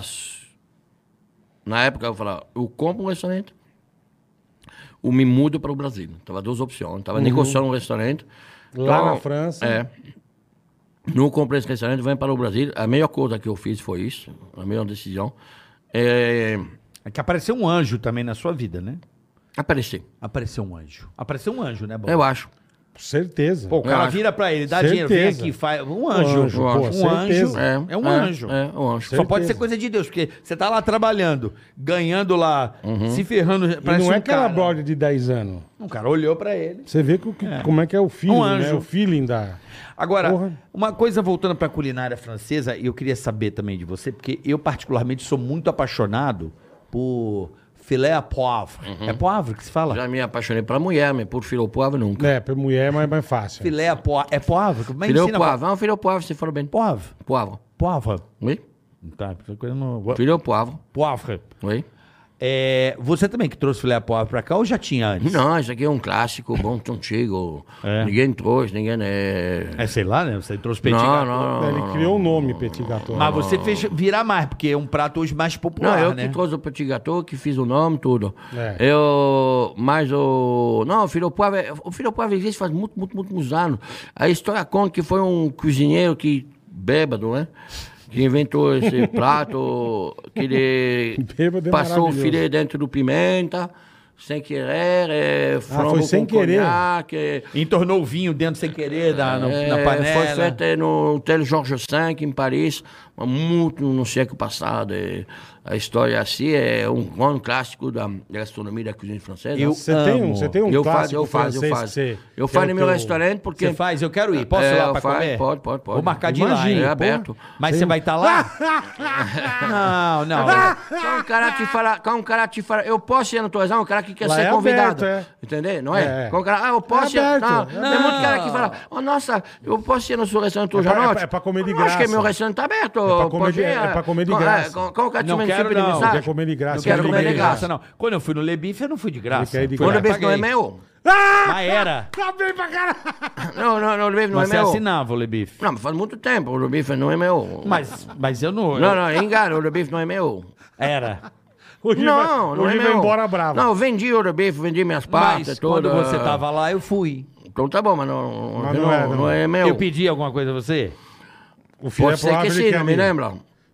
Na época eu falava, eu compro um restaurante, ou me mudo para o Brasil. Tava 2 opções. Estava negociando um restaurante. Lá Então, na França. Não comprei esse restaurante, vem para o Brasil. A melhor coisa que eu fiz foi isso, a melhor decisão. É que apareceu um anjo também na sua vida, né? aparecer, Apareceu um anjo. Apareceu um anjo, né, Bob? eu acho. Certeza. Pô, o cara acho. vira pra ele, dá Certeza. dinheiro, vem aqui, faz. Um anjo. anjo, pô, um anjo. certeza. É um anjo. É um anjo. Só pode Certeza. ser coisa de Deus, porque você tá lá trabalhando, ganhando lá, se ferrando. E Parece não é um aquela cara. brother de 10 anos. Um cara olhou pra ele. Você vê como é que é o feeling, Um anjo. né? O feeling da... Agora, Porra. uma coisa voltando pra culinária francesa, e eu queria saber também de você, porque eu particularmente sou muito apaixonado por filé à poivre. É poivre que se fala? Já me apaixonei pela mulher, mas por filho poivre nunca. É, pra mulher é mais fácil. Filé à poivre. É poivre? Mas Filho ensina poivre, não, filho poivre, se for bem. Poivre. Poivre. Poivre. Oui? Tá, essa coisa não... Filho poivre. Poivre. Oui? É, você também que trouxe filé à poivre pra cá ou já tinha antes? Não, isso aqui é um clássico, bom, antigo. É. Ninguém trouxe, ninguém... É... É, sei lá, né? Você trouxe petit Não, gâteau. não, Ele criou o nome, Petit Gâteau. Mas você fez virar mais, porque é um prato hoje mais Não, popular, eu né? que trouxe o petit gâteau, que fiz o nome, tudo. É. Mas o... Não, o filho poivre existe faz muitos anos. A história conta que foi um cozinheiro que, bêbado, né? Que inventou esse prato, que ele Bêbado é passou o maravilhoso. filé dentro do pimenta, sem querer, frango foi sem com querer? conhaque. Entornou o vinho dentro sem querer na panela. Foi feito no Hotel Georges V, em Paris, muito no século passado. A história assim é um grande clássico da gastronomia da cozinha francesa. Você tem um Eu clássico faço. francês que Eu que faço é no o meu teu- restaurante porque... Você faz? Eu quero ir. Posso ir lá eu pra faço, comer? Pode. Vou marcar de ir lá, Imagina, hein? É pô. aberto. Mas você vai estar lá? Não. Quando um cara te fala, eu posso ir na tua região, o cara que quer Lá ser é convidado. aberto, Entendeu? Não é? É. Quando o cara, eu posso É ir. aberto. Não, tem muito cara que fala, nossa, eu posso ir no seu restaurante hoje à noite? É pra comer de Eu acho que graça. meu restaurante tá aberto. pra comer pode de- ir, é pra comer de graça. Como o cara te Não manda quero, sempre de não. mensagem? Quer comer de graça, Não quero quer comer de graça. Não. Quando eu fui no Le Biff, eu não fui de graça. Ele quer ir de Fui Quando lá, o bife não é paguei. meu. Mas era. Tá bem pra caralho. Não, o bife não Mas é você meu. assinava o Le Biff. Não, mas faz muito tempo, o bife não é meu. Mas eu não... Não, engano, o bife não é meu. Era. Hoje Não é vai meu. embora bravo. Não, eu vendi o bife, vendi minhas partes, Mas tudo. quando você tava lá, eu fui. Então tá bom, mas não, Mas não é, não é meu. Eu pedi alguma coisa a você? O filho Pode ser que sim, não me lembra.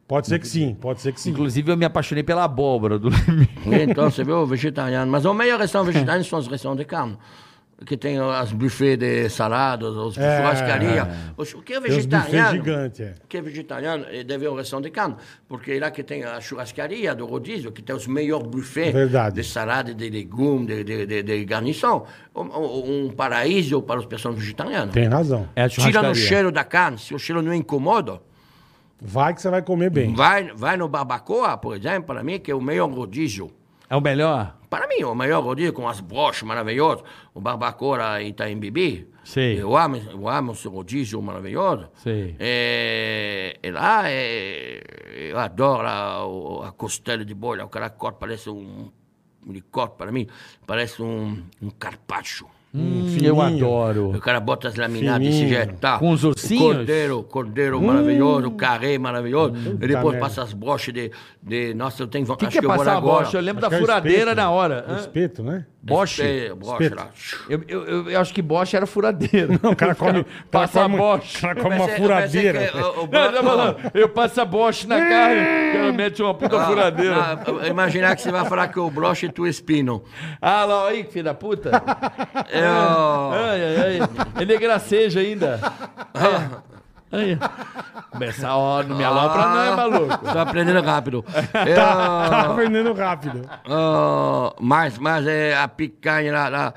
Pode ser que sim, pode ser que sim. Inclusive, eu me apaixonei pela abóbora do Lemir. Então, você viu, vegetariano. Mas o melhor restaurante vegetariano são os restaurantes de carne. Que tem as buffets de saladas, os churrascarias. O que é Tem uns buffets vegetariano? gigantes, é. O que é vegetariano deve ir ao restaurante de carne. Porque é lá que tem a churrascaria do rodízio, que tem os melhores buffets Verdade. de salada, de legumes, de garnição. Um paraíso para as pessoas vegetarianas. Tem razão. É a Tira no churrascaria. cheiro da carne, se o cheiro não incomoda, Vai que você vai comer bem. vai no barbacoa, por exemplo, para mim, que é o melhor rodízio. É o melhor? Para mim, o melhor rodízio com as broches maravilhosas, o barbacoa lá em Itaim Bibi. Sei. Eu amo esse rodízio maravilhoso. Sei. E lá, eu adoro lá a costela de boi. Lá, o cara corta, parece ele corta para mim, parece um carpaccio. Eu Fininho. adoro. O cara bota as laminadas desse Fininho. jeito, tá? Com os ossinhos? Cordeiro maravilhoso, carré maravilhoso. E depois merda. passa as broches de... Nossa, eu tenho O vontade. que é eu vou passar a agora. bocha? Eu lembro Acho da que é o furadeira espeto. na hora. O Hã? espeto, né? Boche? Broche Espeto. lá. Eu acho que boche era furadeira. Não, o cara come. Passa a come- boche. O cara come uma Eu pensei furadeira. que o Não, tá falando, eu passo a boche na carne, o cara mete uma puta furadeira. Imaginar que você vai falar que o broche é tu espino. Ah, lá, aí, que filho da puta. Eu... Ai. Ele é graceja ainda. Aí. Começar, ó, não me alopra não, é maluco. Tô aprendendo rápido. Tá vendendo rápido. Mas a picanha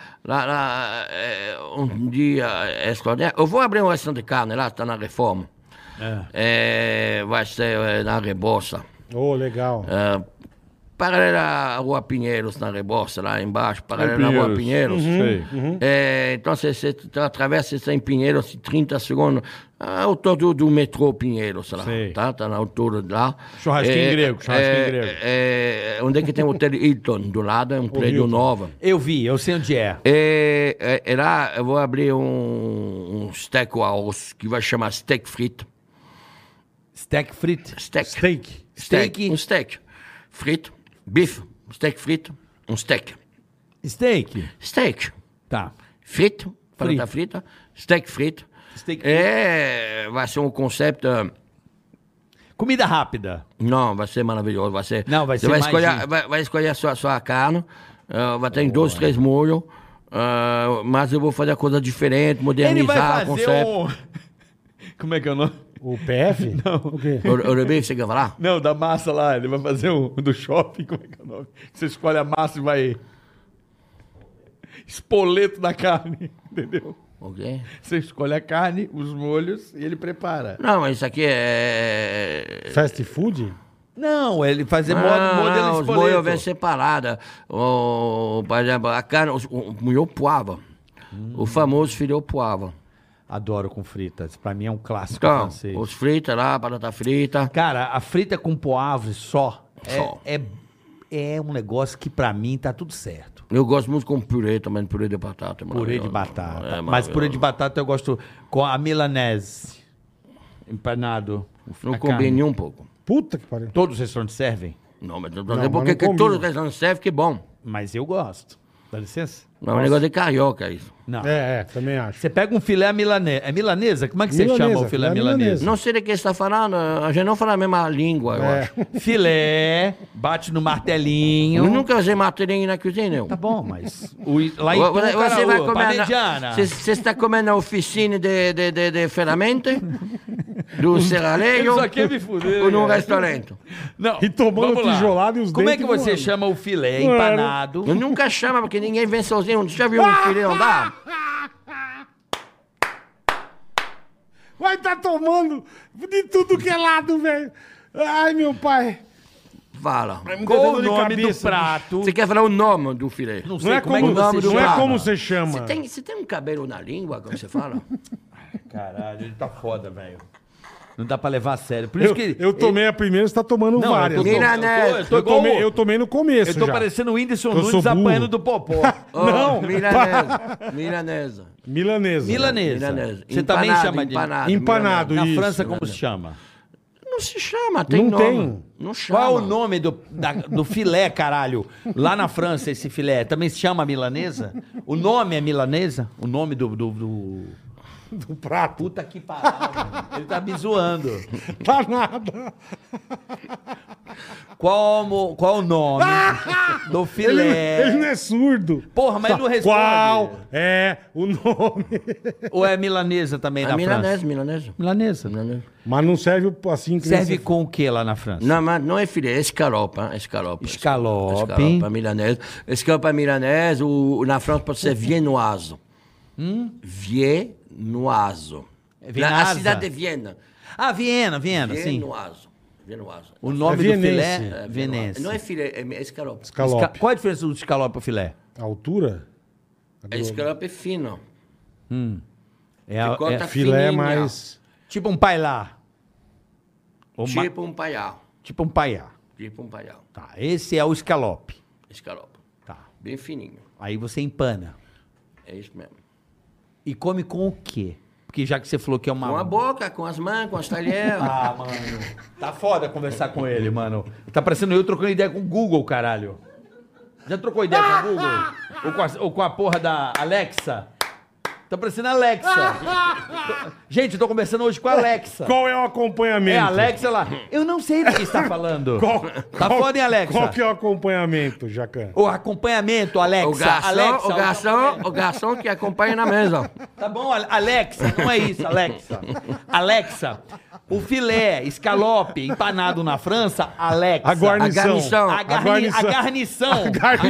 um dia é extraordinário. Eu vou abrir um restaurante de carne lá, tá na reforma. Vai ser na Rebouça. Ô, legal. Paralela à Rua Pinheiros, na Rebouça, lá embaixo, paralela à Rua Pinheiros. Sei. Então, você atravessa isso em Pinheiros em 30 segundos, à altura do metrô Pinheiros, lá, Sei. tá na altura de lá. Churrasquinho grego. Onde é que tem o Hotel Hilton, do lado, é um prédio Hilton. novo. Eu vi, eu sei onde é. E lá eu vou abrir um steakhouse que vai chamar Steak Frito. Steak frito. Steak. Steak. Um steak frito, bife, steak frito, um steak. Steak. Steak Tá. frito, batata frita, steak frito. Steak Vai ser um conceito... Comida rápida. Não, vai ser maravilhoso. Vai ser, Não, vai você ser vai mais escolher, gente. vai escolher a sua carne, vai ter 2, 3 molhos, mas eu vou fazer a coisa diferente, Ele vai modernizar o fazer conceito. Como é que é o nome? O PF? Não. O quê? O bife, você quer falar? Não, da massa lá. Ele vai fazer um do shopping. Como é que é o nome? Você escolhe a massa e vai... Espoleto da carne, entendeu? Ok. Você escolhe a carne, os molhos e ele prepara. Não, mas isso aqui é... Fast food? Não, ele fazer modelo Não, os espoleto. molhos vêm separados. Por exemplo, a carne, o molho poivre. O famoso filé poivre. Adoro com fritas. Pra mim é um clássico Então, francês. os fritos lá, batata frita. Cara, a frita com poivre só, Só. é um negócio que pra mim tá tudo certo. Eu gosto muito com purê também, purê de batata. é Purê de maravilhoso. batata. É Mas purê de maravilhoso. batata eu gosto com a milanese. Empanado. Não a combina carne. nem um pouco. Puta que pariu. Todos os restaurantes servem, Não, mas eu Não, tô mas porque não que combina. todos os restaurantes servem, que bom. mas eu gosto. Dá licença? Não, é um negócio de carioca isso. Não. Também acho. Você pega um filé milanesa. É milanesa? Como é que você Milanesa, chama o filé filé milanesa? milanesa. Não sei de que você está falando, a gente não fala a mesma língua, eu acho. Filé, bate no martelinho. Eu nunca usei martelinho na cozinha, eu. Tá bom, mas lá em Você vai comer Parmegiana. Você está comendo na oficina de ferramenta do serralheiro Isso aqui é me fuder, ou num cara. restaurante? Não, E tomando vamos lá. tijolada e os Como é que dentes você voando. chama o filé Mano. empanado? Eu nunca chamo, porque ninguém vem sozinho. Você já viu um filé andar? Vai tá tomando de tudo que é lado, velho. Ai, meu pai. Fala. Qual o dor de nome cabeça, do prato? Você quer falar o nome do filé? Não Não sei é como como, é que você não é chama. como você chama. Você tem um cabelo na língua quando você fala? Caralho, ele tá foda, velho. Não dá pra levar a sério. Por isso que Eu tomei a primeira, você tá tomando Não, várias. eu tô, Milanese. Eu tomei no começo Eu tô já. parecendo o Whindersson Eu sou Nunes burro. apanhando do Popó. Não, milanesa. Milanesa. Milanesa. Milanesa. Milanesa. Você também Empanado, chama de... empanado. Empanado, Na isso. França, como se chama? Não se chama, tem Não nome. tem. Não chama. Qual é o nome do filé, caralho? Lá na França, esse filé também se chama milanesa? O nome é milanesa? O nome do... do prato. Puta que pariu, mano. Ele tá me zoando. Tá nada. Qual o nome do filé? Ele não é surdo. Porra, mas ele não responde. Qual é o nome? Ou é milanesa também na França? Milanesa. Milanesa. Mas não serve assim que Serve você- com o que lá na França? Não, mas não é filé, é escalope. Escalope. Escalope. Escalope milanese. Escalope milanese, na França pode ser viennoise. Viennoise. Viennoise. A cidade de Viena. Ah, Viena, sim. Viennoise. O nome do vienense. filé é vienense. Não é filé, é escalope. Escalope. Qual a diferença do escalope pro filé? A altura? É escalope fino. É Filé fininha. mais... tipo um pailá. Tipo um paiá. Tipo um paiá. Tipo um paiá. Tá, esse é o escalope. Escalope. Tá. Bem fininho. Aí você empana. É isso mesmo. E come com o quê? Porque já que você falou que é uma... Com a boca, com as mãos, com as talheres. Ah, mano. Tá foda conversar com ele, mano. Tá parecendo eu trocando ideia com o Google, caralho. Já trocou ideia com o Google? Ou com a porra da Alexa? Tá parecendo a Alexa. Gente, eu tô conversando hoje com a Alexa. Qual é o acompanhamento? É a Alexa lá. Eu não sei do que está falando. Tá foda, hein, Alexa? Qual que é o acompanhamento, Jacan? O acompanhamento, Alexa. O garçom que acompanha na mesa. Tá bom, Alexa, não é isso, Alexa. Alexa, o filé, escalope, empanado na França, Alexa. A guarnição. A guarnição. A garnição.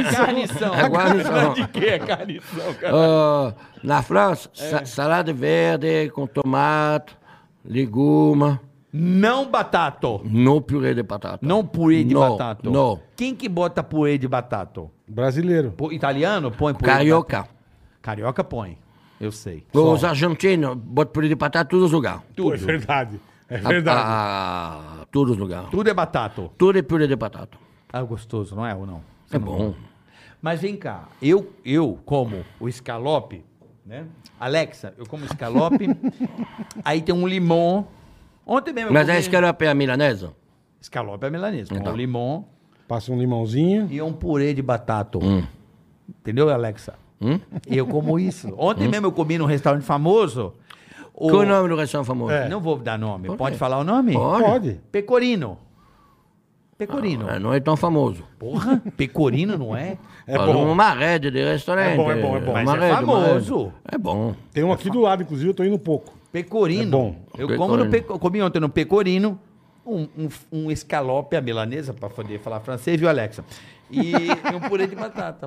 A guarnição. De que a garnição, cara? Na França, salada verde com tomate, legume, Não batato. não purê de batata. Não purê de Não, batata. não. Quem que bota purê de batata? Brasileiro. Italiano põe purê de Carioca. batata. Carioca põe. Eu sei. Os argentinos botam purê de batata em todos os lugares. Pô, é verdade. É verdade. Todos os lugares. Tudo é batata. Tudo é purê de batata. Ah, gostoso, não é ou não? É bom. Mas vem cá, eu como o escalope, né? Alexa, eu como escalope, aí tem um limão. Ontem mesmo eu Mas comi... a escalope é a milanesa? Escalope é milanesa, com Então. um limão Passa um limãozinho. e um purê de batata. Entendeu, Alexa? E eu como isso. Ontem mesmo eu comi num restaurante famoso. Qual é o nome do restaurante famoso? Não vou dar nome. Por Pode quê? falar o nome? Pode. Pecorino. Pecorino. Não é tão famoso. Porra, Pecorino não é? É bom. Uma rede de restaurante. É bom, é bom, é bom. Mas Uma é rede, famoso. uma rede. É bom. Tem um aqui do lado, inclusive, eu tô indo pouco. Pecorino. É bom. Eu como no comi ontem no Pecorino um escalope à milanesa, para poder falar francês, viu, Alexa? E um purê de batata.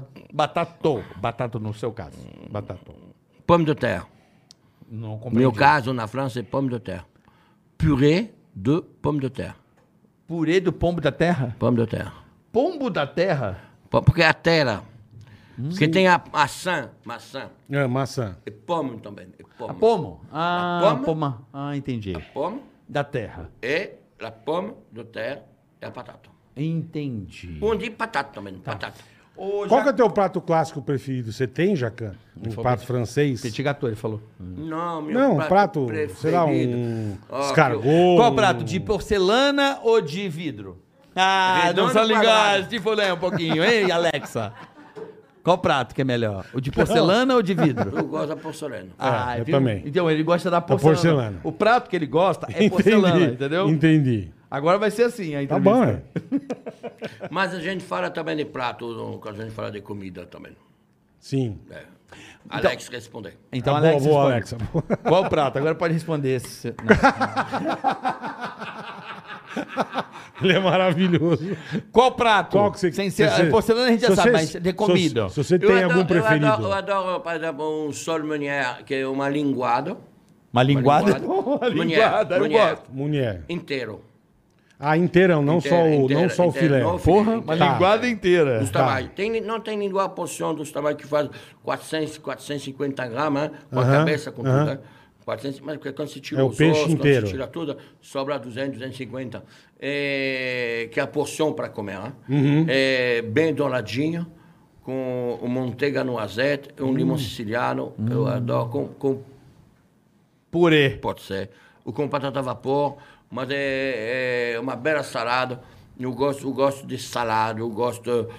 Batata no seu caso. Batata. Pomme de terre. Não No compreendi. meu caso, na França, é pomme de terre. Purê de pomme de terre. Purê do pombo da terra? Pomme de terre. Pombo da terra? Porque a terra. Porque tem a maçã. É, maçã. E pomme também. E pomme. A pomo? Ah, A pomme? poma. Ah, entendi. Pomme Da terra. e a pomme de terre e a batata. Entendi. Um de batata também. Batata. Qual que é o teu prato clássico preferido? Você tem, Jacan? Um prato francês? Petit gâteau, ele falou. Não, meu Não, um prato, preferido. sei lá, um Ó, escargot. Qual prato? De porcelana ou de vidro? Ah, Redondo não são ou linguagens, quadrado? te fulei um pouquinho, hein, Alexa? Qual prato que é melhor? O de porcelana ou de vidro? Eu gosto da porcelana. eu viu? também. Então, ele gosta da porcelana. porcelana. O prato que ele gosta é porcelana, entendeu? Entendi. Agora vai ser assim a Tá entrevista. bom, é. Mas a gente fala também de prato, quando a gente fala de comida também. Sim. É. Alex responder. Então, Tá Alexa, boa, responde. Alexa. Qual o prato? Agora pode responder esse. Ele é maravilhoso. Qual prato? Qual que você... Sem ser, porcelana a gente já se sabe, você- mas de comida. Se você tem algum preferido. Eu adoro, por exemplo, um sol meunier, que é uma linguada. Uma linguada? linguada. Uma linguada, eu Meunier. gosto. Mulher. Inteiro. Ah, inteirão, não Inteiro, só o, inteiro, não só o inteiro, filé. não o Porra, filé, uma inteiro. linguada inteira. Dos tamanhos. Não tem linguada a porção dos tamanhos que faz 400, 450 gramas, hein, com a cabeça, com tudo. Né? 400, mas quando se tira É o os peixe ossos, inteiro. quando se tira tudo, sobra 200, 250. Que é a porção para comer. Hein? Bem douradinho, com manteiga no azeite, um limão siciliano, eu adoro, com Purê. pode ser, ou com batata a vapor, mas é uma bela salada. Eu gosto de salada, eu gosto...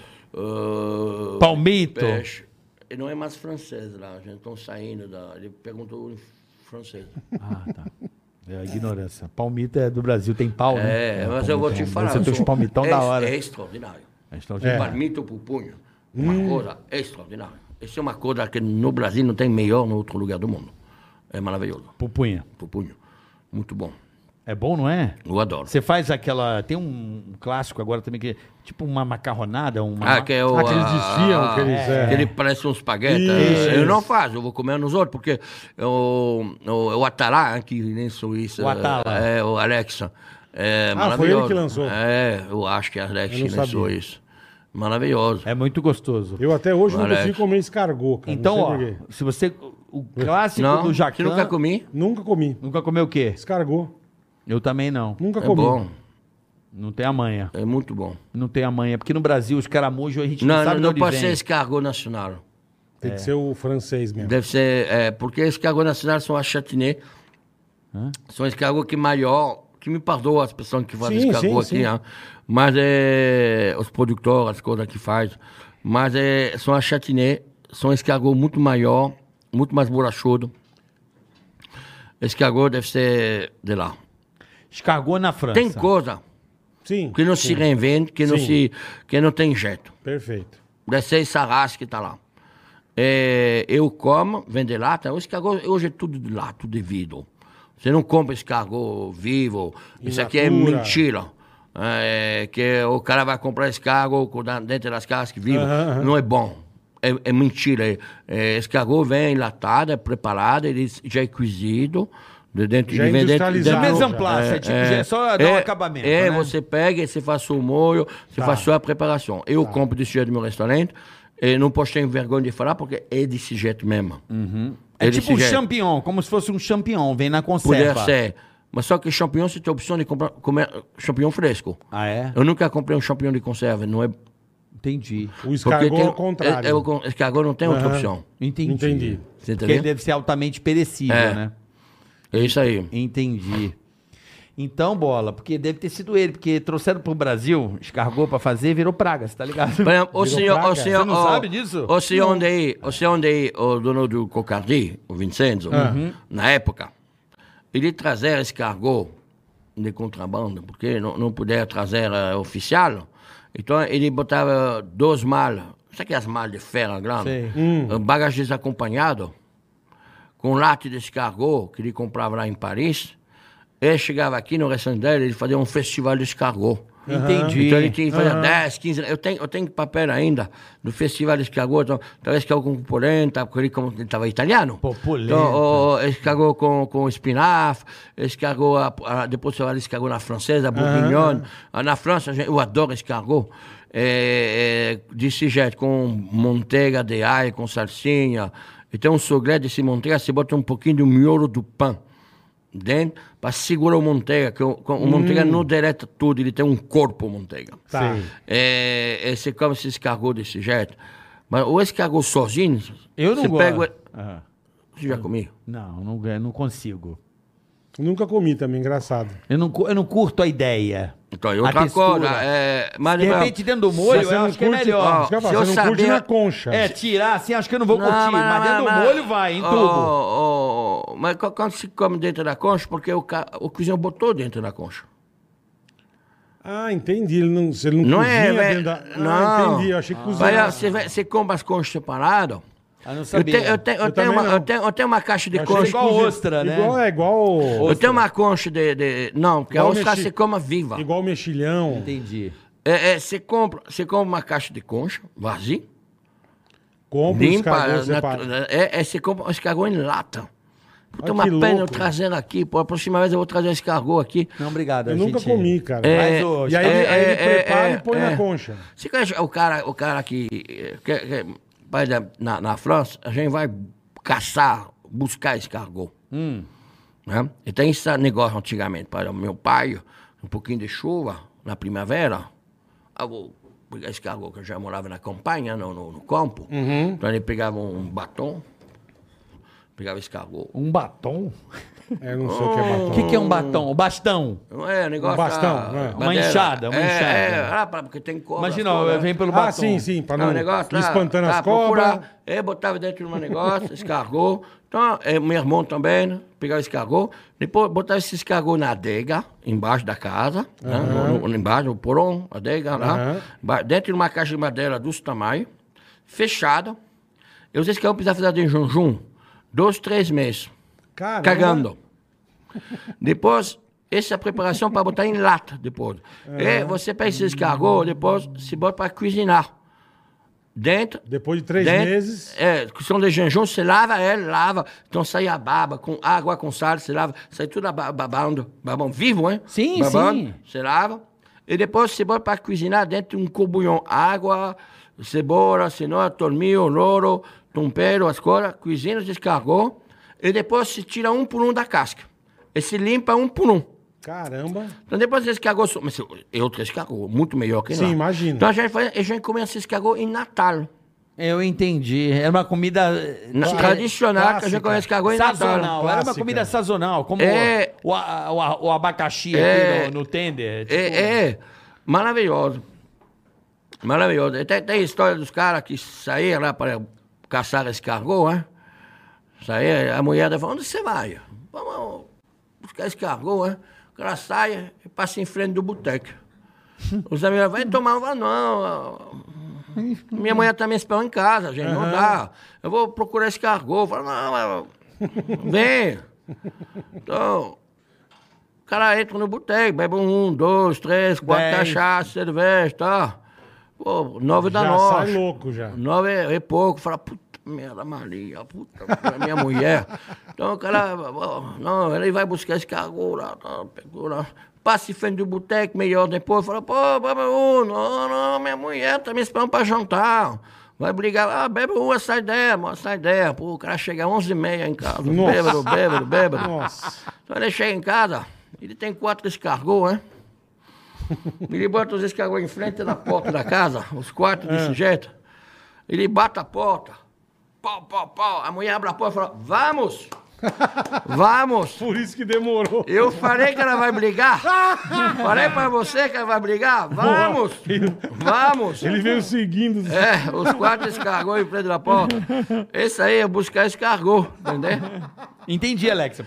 Palmito. Peixe. E não é mais francês lá, a gente está saindo da... Ele perguntou em francês. Ah, tá. É a ignorância. Palmito é do Brasil, tem pau, né? Mas eu vou te falar. Você tem uns palmitão da hora. É extraordinário. É extraordinário. Palmito pro punho. Uma coisa extraordinária. Essa é uma coisa que no Brasil não tem melhor no outro lugar do mundo. É maravilhoso. Pupunha. Pro punho. Muito bom. É bom, não é? Eu adoro. Você faz aquela... Tem um clássico agora também que é tipo uma macarronada, uma... Que é o... Que eles desfiam, que eles... Que ele parece um espaguete. Isso. Eu não faço, eu vou comer nos outros, porque o Atalá, aqui nem Suíça, O Atala. é o Alexa, é Ah, maravilhoso. foi ele que lançou? Eu acho que a Alexa Eu não lançou sabia. isso. Maravilhoso. É muito gostoso. Eu até hoje não Alex. consigo comer escargot, cara. Então, não ó, sei por quê. se você... O clássico Não, do você Jacan... nunca comi? Nunca comi. Nunca comeu o quê? Escargot. Eu também não. Nunca É comi. bom, Não tem a manha. é muito bom. Não tem a manha. Porque no Brasil, os caramujos, a gente não, Não, sabe de não onde pode vem. ser escargot nacional. Tem que ser o francês mesmo. Deve ser, porque escargot nacional são a chatiné. São escargot que maior, que me perdoa as pessoas que fazem Sim, escargot sim, aqui, sim. hein? Mas os produtores, as coisas que faz. Mas são a chatiné, são escargot muito maior, muito mais borrachudo. Escargot deve ser de lá. Escargot na França. Tem coisa Sim. que não se reinventa, que não tem jeito. Perfeito. Deve ser essa raça que está lá. Eu como, vende lata. O escargot hoje é tudo de lá, tudo de vidro. Você não compra escargot vivo. Isso aqui é natura. mentira. Que o cara vai comprar escargot dentro das cascas vivas. Não é bom. É mentira. Escargot vem enlatado, é preparado, ele já é cozido. De dentro, Já ele vem dentro- industrializado. dentro- Mise en place, é tipo, já é só dar um acabamento, né? Você pega, você faz o molho, você faz só a preparação. Eu compro desse jeito no meu restaurante, e não posso ter vergonha de falar, porque é desse jeito mesmo. É tipo um desse jeito. champignon, como se fosse um champignon. Vem na Poder conserva. ser. Mas só que champignon, você tem a opção de comer champignon fresco. Ah, é? Eu nunca comprei um champignon de conserva, não é... Entendi. O escargot tem, ao contrário. o escargot não tem outra opção. Entendi. Entendi. Você Porque entendeu? ele deve ser altamente perecível, É. né? É isso aí. Entendi. Então, Bola, porque deve ter sido ele, porque trouxeram pro Brasil, escargot pra fazer, virou praga, você tá ligado? Por exemplo, o senhor, praga? Você não sabe disso? O senhor onde o dono do Cocardi, o Vincenzo, na época, ele trazia escargot de contrabando, porque não podia trazer oficial. Então, ele botava 2 malas, sabe as malas de ferro grande? Sei. Bagagem desacompanhado, com latte de escargot, que ele comprava lá em Paris. Ele chegava aqui no restaurante dele, ele fazia um festival de escargot. Entendi. Então ele tinha que fazer 10, 15... Eu tenho papel ainda do festival de escargot. Então, talvez escargot com polenta, porque ele estava italiano. Pô, polenta. Então, escargot com espinafre, escargot... Depois você vai escargot na francesa, bourguignon. Na França, eu adoro escargot. Desse jeito, com manteiga de alho, com salsinha. Então, um segredo desse manteiga, você bota um pouquinho do miolo do pão dentro para segurar o manteiga, que o manteiga não derreta tudo, ele tem um corpo, o manteiga. Tá. Você come esse escargot desse jeito. Mas o escargot sozinho, Eu não você gosto. pega... Ah, Você já comi? não consigo. Nunca comi também, engraçado. Eu não curto a ideia. Então, e A outra textura. coisa, mas De repente, dentro do molho, você eu não acho que é curte- melhor. Isso que eu ia falar, Se eu você não curte saber- na concha. É, tirar assim, acho que eu não vou curtir. Mas dentro do molho vai, em tubo. Mas quando se come dentro da concha, porque o cozinheiro botou dentro da concha. Ah, entendi. Você não Não cozinha é, dentro da... não. entendi. Eu achei que cozinhava. Você compra as conchas separadas. Eu não sabia. Eu tenho também não. eu tenho uma caixa de Eu achei concha. que igual cozinha- ostra, né? Igual... Eu tenho uma concha não, porque a Igual ostra mexi- você come viva. Igual mexilhão. Entendi. Você compra uma caixa de concha, vazia, Compra os limpa. escargots separados. Você compra um escargot em lata. Puta, Ah, uma que pena eu louco. trazer aqui. Pô, a próxima vez eu vou trazer um escargot aqui. Não, obrigado. Eu a nunca gente- comi, cara. Mas, ô, E aí, ele prepara e põe na é. concha. Você conhece o cara que por exemplo, na França, a gente vai caçar, buscar escargot. Né? E tem esse negócio antigamente. Por exemplo, meu pai, um pouquinho de chuva, na primavera, eu vou pegar escargot, que eu já morava na campanha, no campo. Então ele pegava um batom, pegava escargot. Um batom? Eu não sei o que é batom. O que é um batom? O bastão. Não é, negócio... bastão, né? Uma enxada, uma enxada. Porque tem cobra. Imagina, cobra. vem pelo batom. Ah, sim, pra Não, não o negócio ir espantando as cobras. Eu botava dentro de um negócio, escargot. Então, meu irmão também, né? Pegava escargot. Depois botava esse escargot na adega, embaixo da casa. Né? Embaixo, no porão, adega lá. Dentro de uma caixa de madeira desse tamanho, fechada. Eu sei que eu precisava fazer em jejum 2, 3 meses. Caramba. Cagando. Depois, essa é a preparação para botar em lata depois. E você pega esse escargot, depois se bota para cozinhar. Dentro. Depois de 3 meses. Que são de jejum, você lava ela, lava. Então sai a baba com água, com sal, você lava. Sai tudo babando. Babão vivo, hein? Sim, babando, sim. Você lava. E depois você bota para cozinhar dentro de um corbulhão. Água, cebola, cenoura, tomilho, louro, tempero, as coisas. Cozinha os escargot. E depois se tira um por um da casca. E se limpa um por um. Caramba. Então depois esse escargot... Mas é outro escargot, muito melhor que lá. Sim, imagina. Então a gente comia esse escargot em Natal. Eu entendi. Era uma comida Tradicional, que a clássica. gente conhece escargot em Natal. sazonal. Era uma Clássica. comida sazonal, como o abacaxi aqui no tender. Tipo... Maravilhoso. Maravilhoso. E tem a história dos caras que saíram lá para caçar escargot, né? Saía, a mulher falou, onde você vai? Vamos buscar escargot, né? O cara sai e passa em frente do boteco. Os amigos vai tomar um, não. Minha mulher também esperou em casa, gente, não dá. Eu vou procurar escargot. Fala, não, vem. Então, o cara entra no boteco, bebe 1, 2, 3, 4 cachaças, cerveja, tá? Pô, 9 da noite. Já sai louco, já. 9 é pouco. Fala, puta merda, Maria, puta, minha mulher. Então o cara, não, ele vai buscar escargot lá, tá, pegou lá. Passa em frente do boteco, meia hora depois, fala, pô, bebe não, minha mulher tá me esperando pra jantar. Vai brigar, bebe sai ideia. Pô, o cara chega às 11h30 em casa, bêbado. Nossa. Então ele chega em casa, ele tem 4 escargot, né? Ele bota os escargot em frente da porta da casa, os 4 desse jeito. Ele bate a porta, pau. A mulher abre a porta e fala, vamos. Por isso que demorou. Eu falei que ela vai brigar. Falei pra você que ela vai brigar. Vamos. Ele veio seguindo. Os 4 escargot em frente da porta. Esse aí é buscar escargot, entendeu? Entendi, Alexa.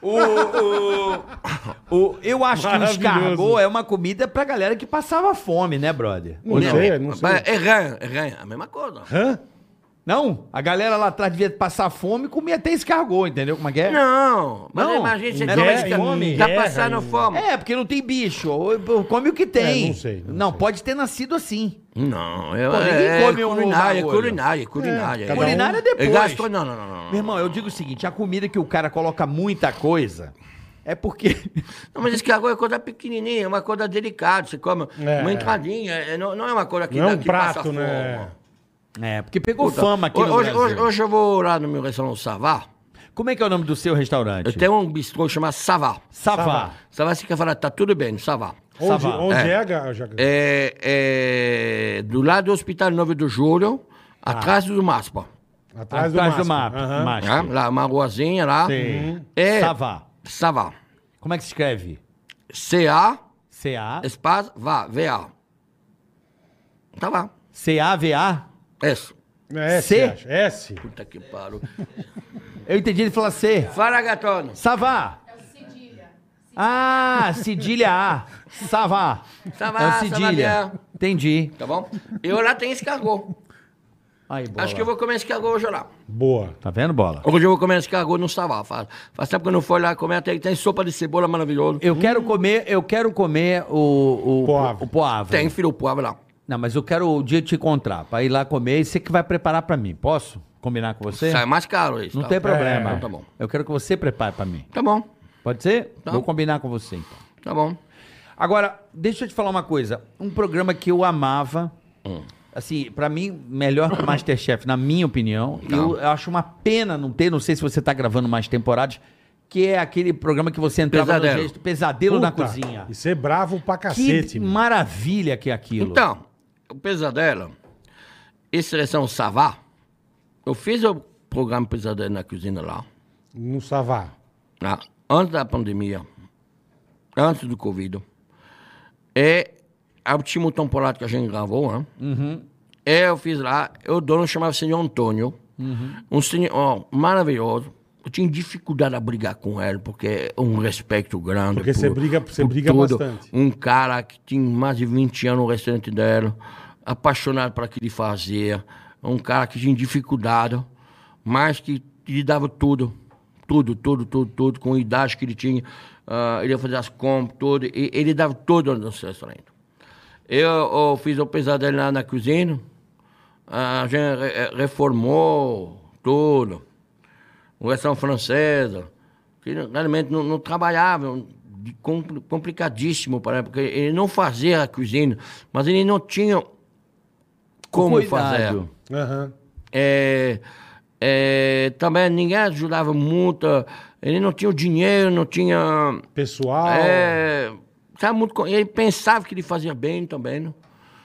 Eu acho que o escargot é uma comida pra galera que passava fome, né, brother? Não sei. É ranha, a mesma coisa. Hã? Não? A galera lá atrás devia passar fome e comia até escargot, entendeu como é que é? Não, mas Não, imagina você não come fome. tá passando fome. Porque não tem bicho. Come o que tem. Não sei. Pode ter nascido assim. Não, ninguém come um bagulho. culinária. Culinária é depois. Não. Meu irmão, eu digo o seguinte, a comida que o cara coloca muita coisa é porque... Não, mas escargot é coisa pequenininha, é uma coisa delicada. Você come uma entradinha, não é uma coisa que Não é um que passa prato, fome. né? Porque pegou fama aqui no Brasil. Hoje eu vou lá no meu restaurante Savá. Como é que é o nome do seu restaurante? Eu tenho um bistrô chamado Savá. Savá. Savá, você quer falar, tá tudo bem, Savá. Onde é, Jaca? Do lado do Hospital 9 de Julho, atrás do MASPA. Atrás do mapa. mapa. Lá, uma ruazinha lá. Sim. Savá. Como é que se escreve? C-A, C-A. espaço, V-A. Savá. C-A-V-A? S. É C? acho. S. Puta que pariu. Eu entendi ele falar C. Fala, gatona. Savá. Cedilha A. Savá. Savá, É o cedilha. Savá. Entendi. Tá bom? Eu lá tenho escargot. Aí, bola. Acho que eu vou comer escargot hoje lá. Boa. Tá vendo, Bola? Hoje eu vou comer escargot no Savá. Faz tempo que eu não fui lá comer, tem sopa de cebola maravilhosa. Eu quero comer o poavro. Tem filho poavro lá. Não, mas eu quero o dia te encontrar, pra ir lá comer e você que vai preparar pra mim. Posso combinar com você? Sai mais caro isso. Não tá? tem problema. Então tá bom. Eu quero que você prepare pra mim. Tá bom. Pode ser? Tá. Vou combinar com você, então. Tá bom. Agora, deixa eu te falar uma coisa. Um programa que eu amava, assim, pra mim, melhor que o Masterchef, na minha opinião. Tá. Eu acho uma pena não ter, não sei se você tá gravando mais temporadas, que é aquele programa que você entrava Pesadelo. no jeito, Pesadelo na Puta, Cozinha. E ser bravo pra cacete, Que meu. maravilha que é aquilo. Então, o Pesadelo e Seleção Savá, eu fiz o programa Pesadelo na Cozinha lá. No Savá. Né? antes da pandemia, antes do Covid, o último temporada que a gente gravou, né? Eu fiz lá, o dono chamava senhor Antônio, um senhor maravilhoso. Eu tinha dificuldade a brigar com ele, porque é um respeito grande. Porque você briga tudo. bastante. Um cara que tinha mais de 20 anos no restaurante dele, apaixonado por aquilo que fazia. Um cara que tinha dificuldade, mas que lhe dava tudo, com a idade que ele tinha. Ele ia fazer as compras, tudo. E ele dava tudo no restaurante. Eu fiz o pesadelo lá na cozinha, a gente reformou tudo. Versão francesa, que realmente não trabalhava, complicadíssimo para ele, porque ele não fazia a cozinha, mas ele não tinha como fazer. Aham. Também ninguém ajudava muito, ele não tinha o dinheiro, não tinha... Pessoal. Sabe, ele pensava que ele fazia bem também, não?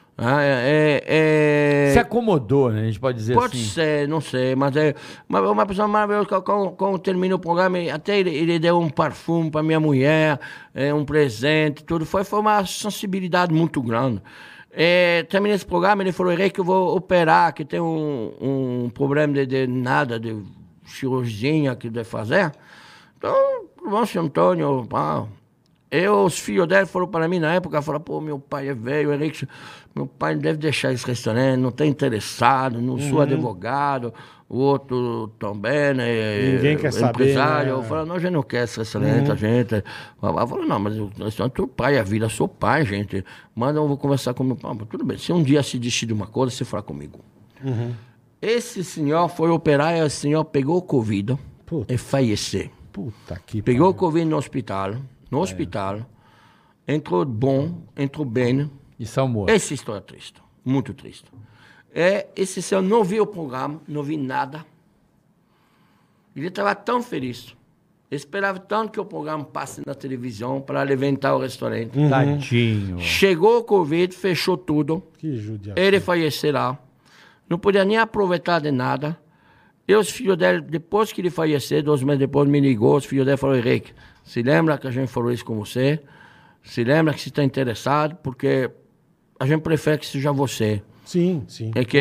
Se acomodou, né? A gente pode dizer Pode assim. ser, não sei, mas é uma pessoa maravilhosa. Quando termina o programa, até ele deu um perfume para minha mulher, um presente, tudo. Foi uma sensibilidade muito grande. Terminei esse programa, ele falou, Henrique, eu vou operar, que tem um problema de nada, de cirurgia que deve fazer. Então, bom, senhor Antônio, os filhos dele falaram para mim na época, falaram, pô, meu pai é velho, Henrique, meu pai deve deixar esse restaurante, não está interessado, não sou advogado, o outro também, né? Ninguém quer empresário. saber, né? Eu falei, não, a gente não quer esse restaurante, a gente... Eu falei, não, mas o restaurante é teu pai, a vida é seu pai, gente. Mas eu vou conversar com meu pai. Tudo bem, se um dia se decidir uma coisa, você fala comigo. Esse senhor foi operar e o senhor pegou o Covid e faleceu. Puta que Pegou o pariu. Covid no hospital, entrou bom, entrou bem. E salmou. Essa história é triste, muito triste. Esse senhor não viu o programa, não viu nada. Ele estava tão feliz. Esperava tanto que o programa passe na televisão para levantar o restaurante. Tadinho. Chegou o Covid, fechou tudo. Que judiação. Ele faleceu lá. Não podia nem aproveitar de nada. E os filhos dele, depois que ele faleceu, 2 meses depois, me ligou. Os filhos dele falaram, Henrique, se lembra que a gente falou isso com você? Se lembra que você está interessado? Porque a gente prefere que seja você. Sim, sim. É que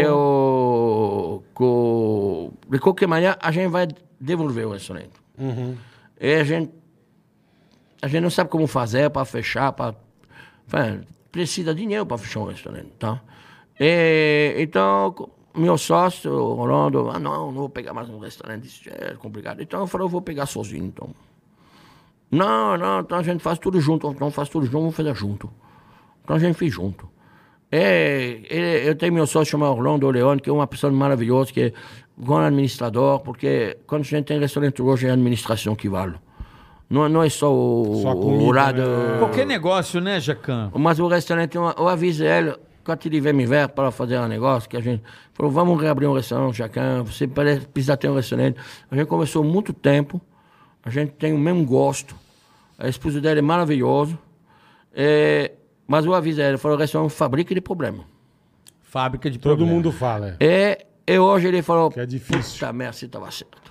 de qualquer maneira, a gente vai devolver o restaurante. E a gente não sabe como fazer para fechar, precisa de dinheiro para fechar o restaurante, tá? Então, meu sócio, o Rolando, não vou pegar mais um restaurante, isso é complicado. Então eu falei, eu vou pegar sozinho, então. Não, então a gente faz tudo junto, vamos fazer junto. Então a gente fez junto. Eu tenho meu sócio chamado Orlando Leone, que é uma pessoa maravilhosa, que é bom administrador, porque quando a gente tem restaurante hoje é a administração que vale. Não é só o lado... né? Qualquer negócio, né, Jacan? Mas o restaurante, eu avisei ele, quando ele veio me ver para fazer um negócio, que a gente falou, vamos reabrir um restaurante, Jacan, você precisa ter um restaurante. A gente conversou muito tempo, a gente tem o mesmo gosto, a esposa dele é maravilhosa, mas eu avisei ele, falou, o restaurante é uma fábrica de problema. Fábrica de Todo problema. mundo fala. E hoje ele falou, Que é difícil. puta merda, você estava certo.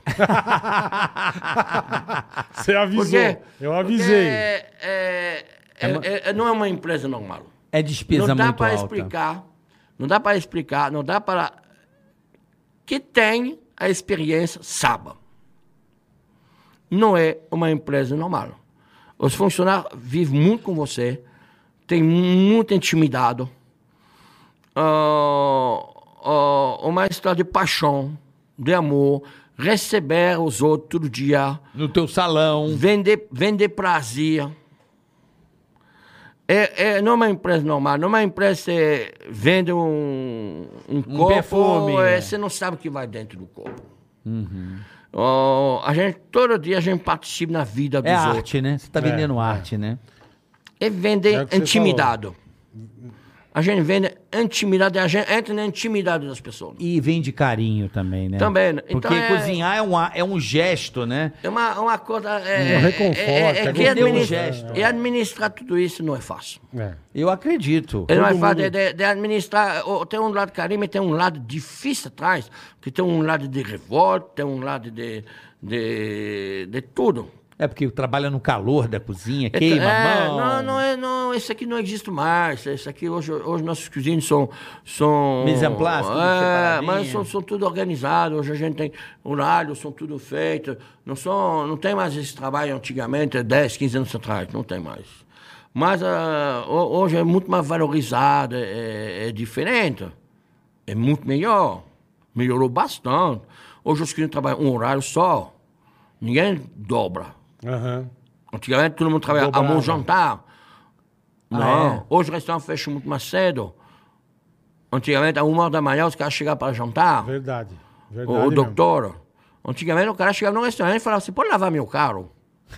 Você avisou. Porque- Eu avisei. Não é uma empresa normal. É despesa Não dá muito para alta. explicar, não dá para... Que tem a experiência, sabe. Não é uma empresa normal. Os funcionários vivem muito com você, tem muita intimidade, uma história de paixão, de amor, receber os outros todo dia, No teu salão. vender prazer. Não é uma empresa normal, não é uma empresa que você vende um copo, perfume. Você não sabe o que vai dentro do copo. Todo dia a gente participa na vida dos É outros. arte, né? Você tá vendendo arte, né? É vender É o que você intimidade. A gente vende intimidade, a gente entra na intimidade das pessoas. E vende carinho também, né? Também. Porque Então cozinhar é um gesto, né? É uma coisa... Um reconforto, que é um administrar, gesto. e administrar tudo isso não é fácil. Eu acredito. Ele vai Todo fazer mundo- de administrar. Tem um lado carinho, mas tem um lado difícil atrás. Que tem um lado de revolta, tem um lado de tudo. É porque trabalha no calor da cozinha, queima a mão. Não, esse aqui não existe mais. Esse aqui, hoje nossos cozinhos são Mise en place, tudo separadinho. mas são tudo organizados. Hoje a gente tem horários, são tudo feitos. Não tem mais esse trabalho antigamente, 10, 15 anos atrás, não tem mais. Mas hoje é muito mais valorizado, é diferente. É muito melhor. Melhorou bastante. Hoje os clientes trabalham um horário só. Ninguém dobra. Aham. Antigamente todo mundo trabalhava Dobrava. almoço, jantar. Não. é? Hoje o restaurante fecha muito mais cedo. Antigamente, às 1h da manhã, os caras chegavam para jantar. Verdade. O mesmo. doutor. Antigamente o cara chegava no restaurante e falava assim, pode lavar meu carro?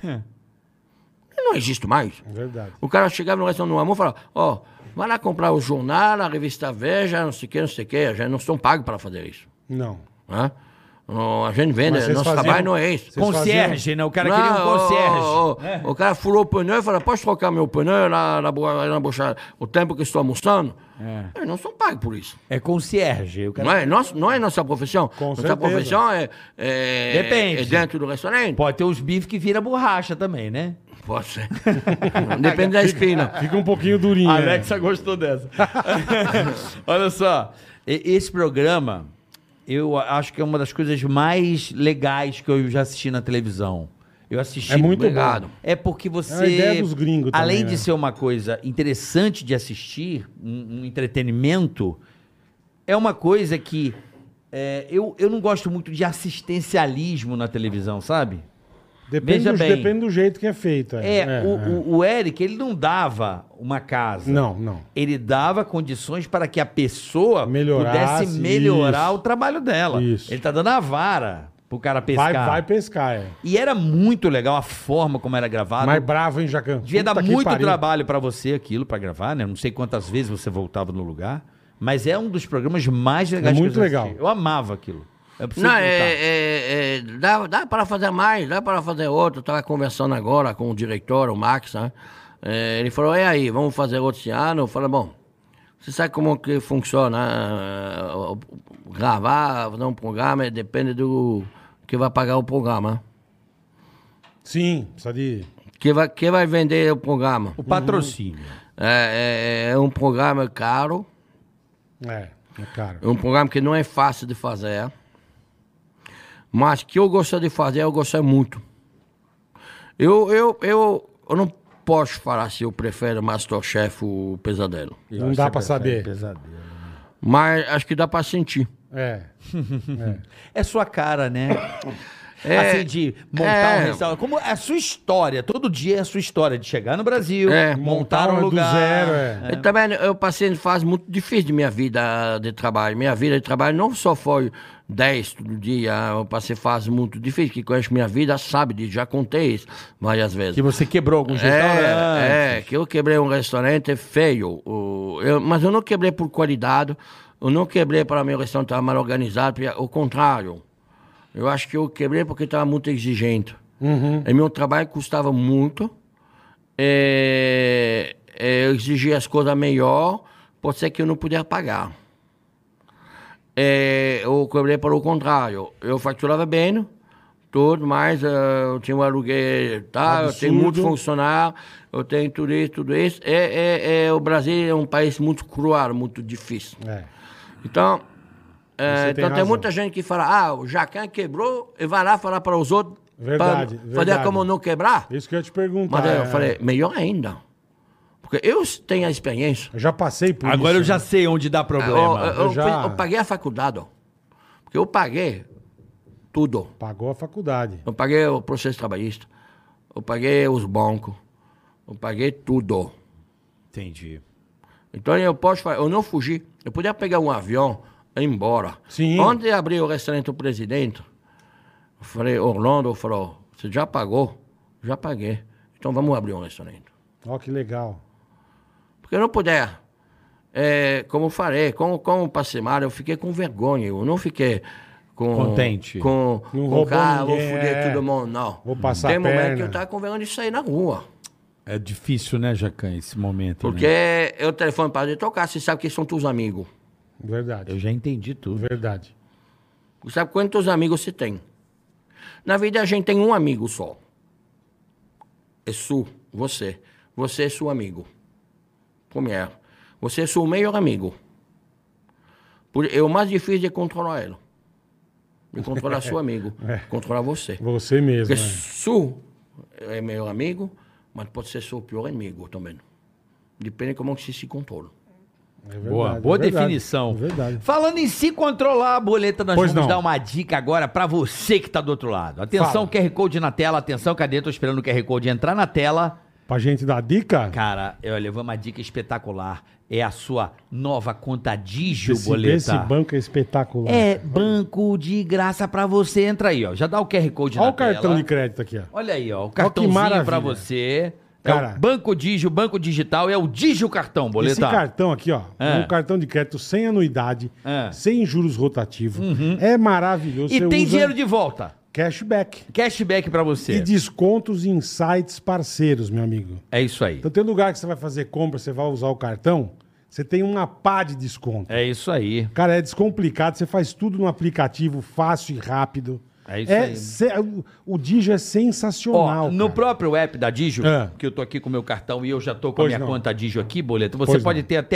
Não existe mais. Verdade. O cara chegava no restaurante no almoço e falava, vai lá comprar o jornal, a revista Veja, não sei o que. A gente não são pagos para fazer isso. Não. Né? A gente vende, Mas vocês nosso faziam- trabalho não é esse. Vocês Concierge, né? O cara queria um concierge. O cara furou o pneu e falou, pode trocar meu pneu na buchada o tempo que estou almoçando? Eles não são pagos por isso. É concierge. O cara Não é nossa profissão. Com Nossa certeza. profissão Depende. é dentro do restaurante. pode ter uns bifes que vira borracha também, né? Pode ser. Depende da espina. Fica um pouquinho durinho. A né? Alexa gostou dessa. Olha só, esse programa, eu acho que é uma das coisas mais legais que eu já assisti na televisão. Eu assisti. É muito Obrigado. bom. É porque você, É a ideia dos gringos também, além né? de ser uma coisa interessante de assistir, um entretenimento, é uma coisa que eu não gosto muito de assistencialismo na televisão, sabe? Veja bem. Depende do jeito que é feito. O Eric, ele não dava uma casa. Não. Ele dava condições para que a pessoa Melhorasse, pudesse melhorar isso. o trabalho dela. Isso. Ele tá dando a vara pro cara pescar. Vai pescar, E era muito legal a forma como era gravado. Mais bravo, hein, Jacão? Devia dar Puta que muito pariu. trabalho para você aquilo, para gravar, né? Não sei quantas vezes você voltava no lugar. Mas é um dos programas mais legais muito que eu já legal. assisti. Eu amava aquilo. Eu preciso Não, voltar. dá para fazer mais, dá para fazer outro. Eu estava conversando agora com o diretor, o Max, né? Ele falou, e aí, vamos fazer outro esse ano? Eu falei, bom, você sabe como que funciona? Gravar, fazer um programa, depende do que vai pagar o programa. Sim, precisa de... Que vai vender o programa? O patrocínio. É um programa caro, É caro. é um programa que não é fácil de fazer, mas que eu gosto de fazer, eu gosto muito. Eu não posso falar se eu prefiro Masterchef ou Pesadelo, Não dá pra saber. Pesadelo. mas acho que dá para sentir. É sua cara, né? É, assim, de montar um restaurante. Como é a sua história. Todo dia é a sua história de chegar no Brasil, montar um do lugar. zero, Eu também eu passei em fase muito difícil de minha vida de trabalho. Minha vida de trabalho não só foi 10 todo dia, eu passei fase muito difícil. Quem conhece minha vida sabe disso, já contei isso várias vezes. Que você quebrou alguns restaurantes. Que eu quebrei um restaurante feio. Mas eu não quebrei por qualidade, eu não quebrei para meu restaurante estar mal organizado, ao contrário. Eu acho que eu quebrei porque estava muito exigente. E meu trabalho custava muito. Eu exigia as coisas melhor, pode ser que eu não pudesse pagar. Eu quebrei para o contrário. Eu faturava bem, tudo, mas eu tinha um aluguel, tá? Eu tenho muito funcionário, eu tenho tudo isso. O Brasil é um país muito cruel, muito difícil. Então... tem muita gente que fala, o Jacan quebrou e vai lá falar para os outros fazer como não quebrar. Isso que eu ia te perguntar. Mas eu falei, melhor ainda. Porque eu tenho a experiência. Eu já passei por Agora isso. eu já sei onde dá problema. Eu paguei a faculdade. Porque eu paguei tudo. Pagou a faculdade. Eu paguei o processo trabalhista. Eu paguei os bancos. Eu paguei tudo. Entendi. Então eu não fugi. Eu podia pegar um avião ir embora. Sim. Ontem abri o restaurante do presidente, eu falei, Orlando falou, você já pagou? Já paguei. Então vamos abrir um restaurante. Ó, que legal. Porque eu não puder. Como eu falei, como passei mal, eu fiquei com vergonha. Eu não fiquei contente. Com cara, vou foder todo mundo, não. Vou passar Tem a momento perna. que eu tava com vergonha de sair na rua. É difícil, né, Jacan, esse momento. Porque né? eu telefone para ele tocar, você sabe que são teus amigos. Verdade. Eu já entendi tudo. Verdade. Você sabe quantos amigos você tem? Na vida a gente tem um amigo só. é seu, você. Você é seu amigo. Primeiro. Você é seu melhor amigo. É o mais difícil de controlar ele. De controlar seu amigo. Controlar você. Você mesmo. Porque seu é melhor amigo, mas pode ser seu pior inimigo também. Depende de como você se controla. É verdade, Boa é verdade, definição. é verdade. Falando em se controlar, Boleta, nós Pois vamos não. dar uma dica agora pra você que tá do outro lado. Atenção, Fala. QR Code na tela. Atenção, cadê? Tô esperando o QR Code entrar na tela. Pra gente dar dica, Cara, eu levei uma dica espetacular. É a sua nova conta Digio, esse Boleta. banco é espetacular. É banco de graça pra você. Entra aí, ó. Já dá o QR Code Olha na o cartão tela. de crédito aqui, ó. Olha aí, ó. O que cartãozinho maravilha. pra você. Cara. É o Banco Digio, Banco Digital. É o Digio Cartão, Boleta. Esse cartão aqui, ó, é É. um cartão de crédito sem anuidade, É. sem juros rotativos. É maravilhoso. E Você tem usa dinheiro de volta. cashback. Cashback pra você. E descontos em sites parceiros, meu amigo. É isso aí. Então tem lugar que você vai fazer compra, você vai usar o cartão, você tem uma pá de desconto. É isso aí. Cara, é descomplicado, você faz tudo no aplicativo, fácil e rápido. É isso aí. O Digio é sensacional. Ó, no cara. próprio app da Digio, É. que eu tô aqui com o meu cartão e eu já tô com a Pois minha não. conta Digio aqui, Boleta, você Pois pode não. ter até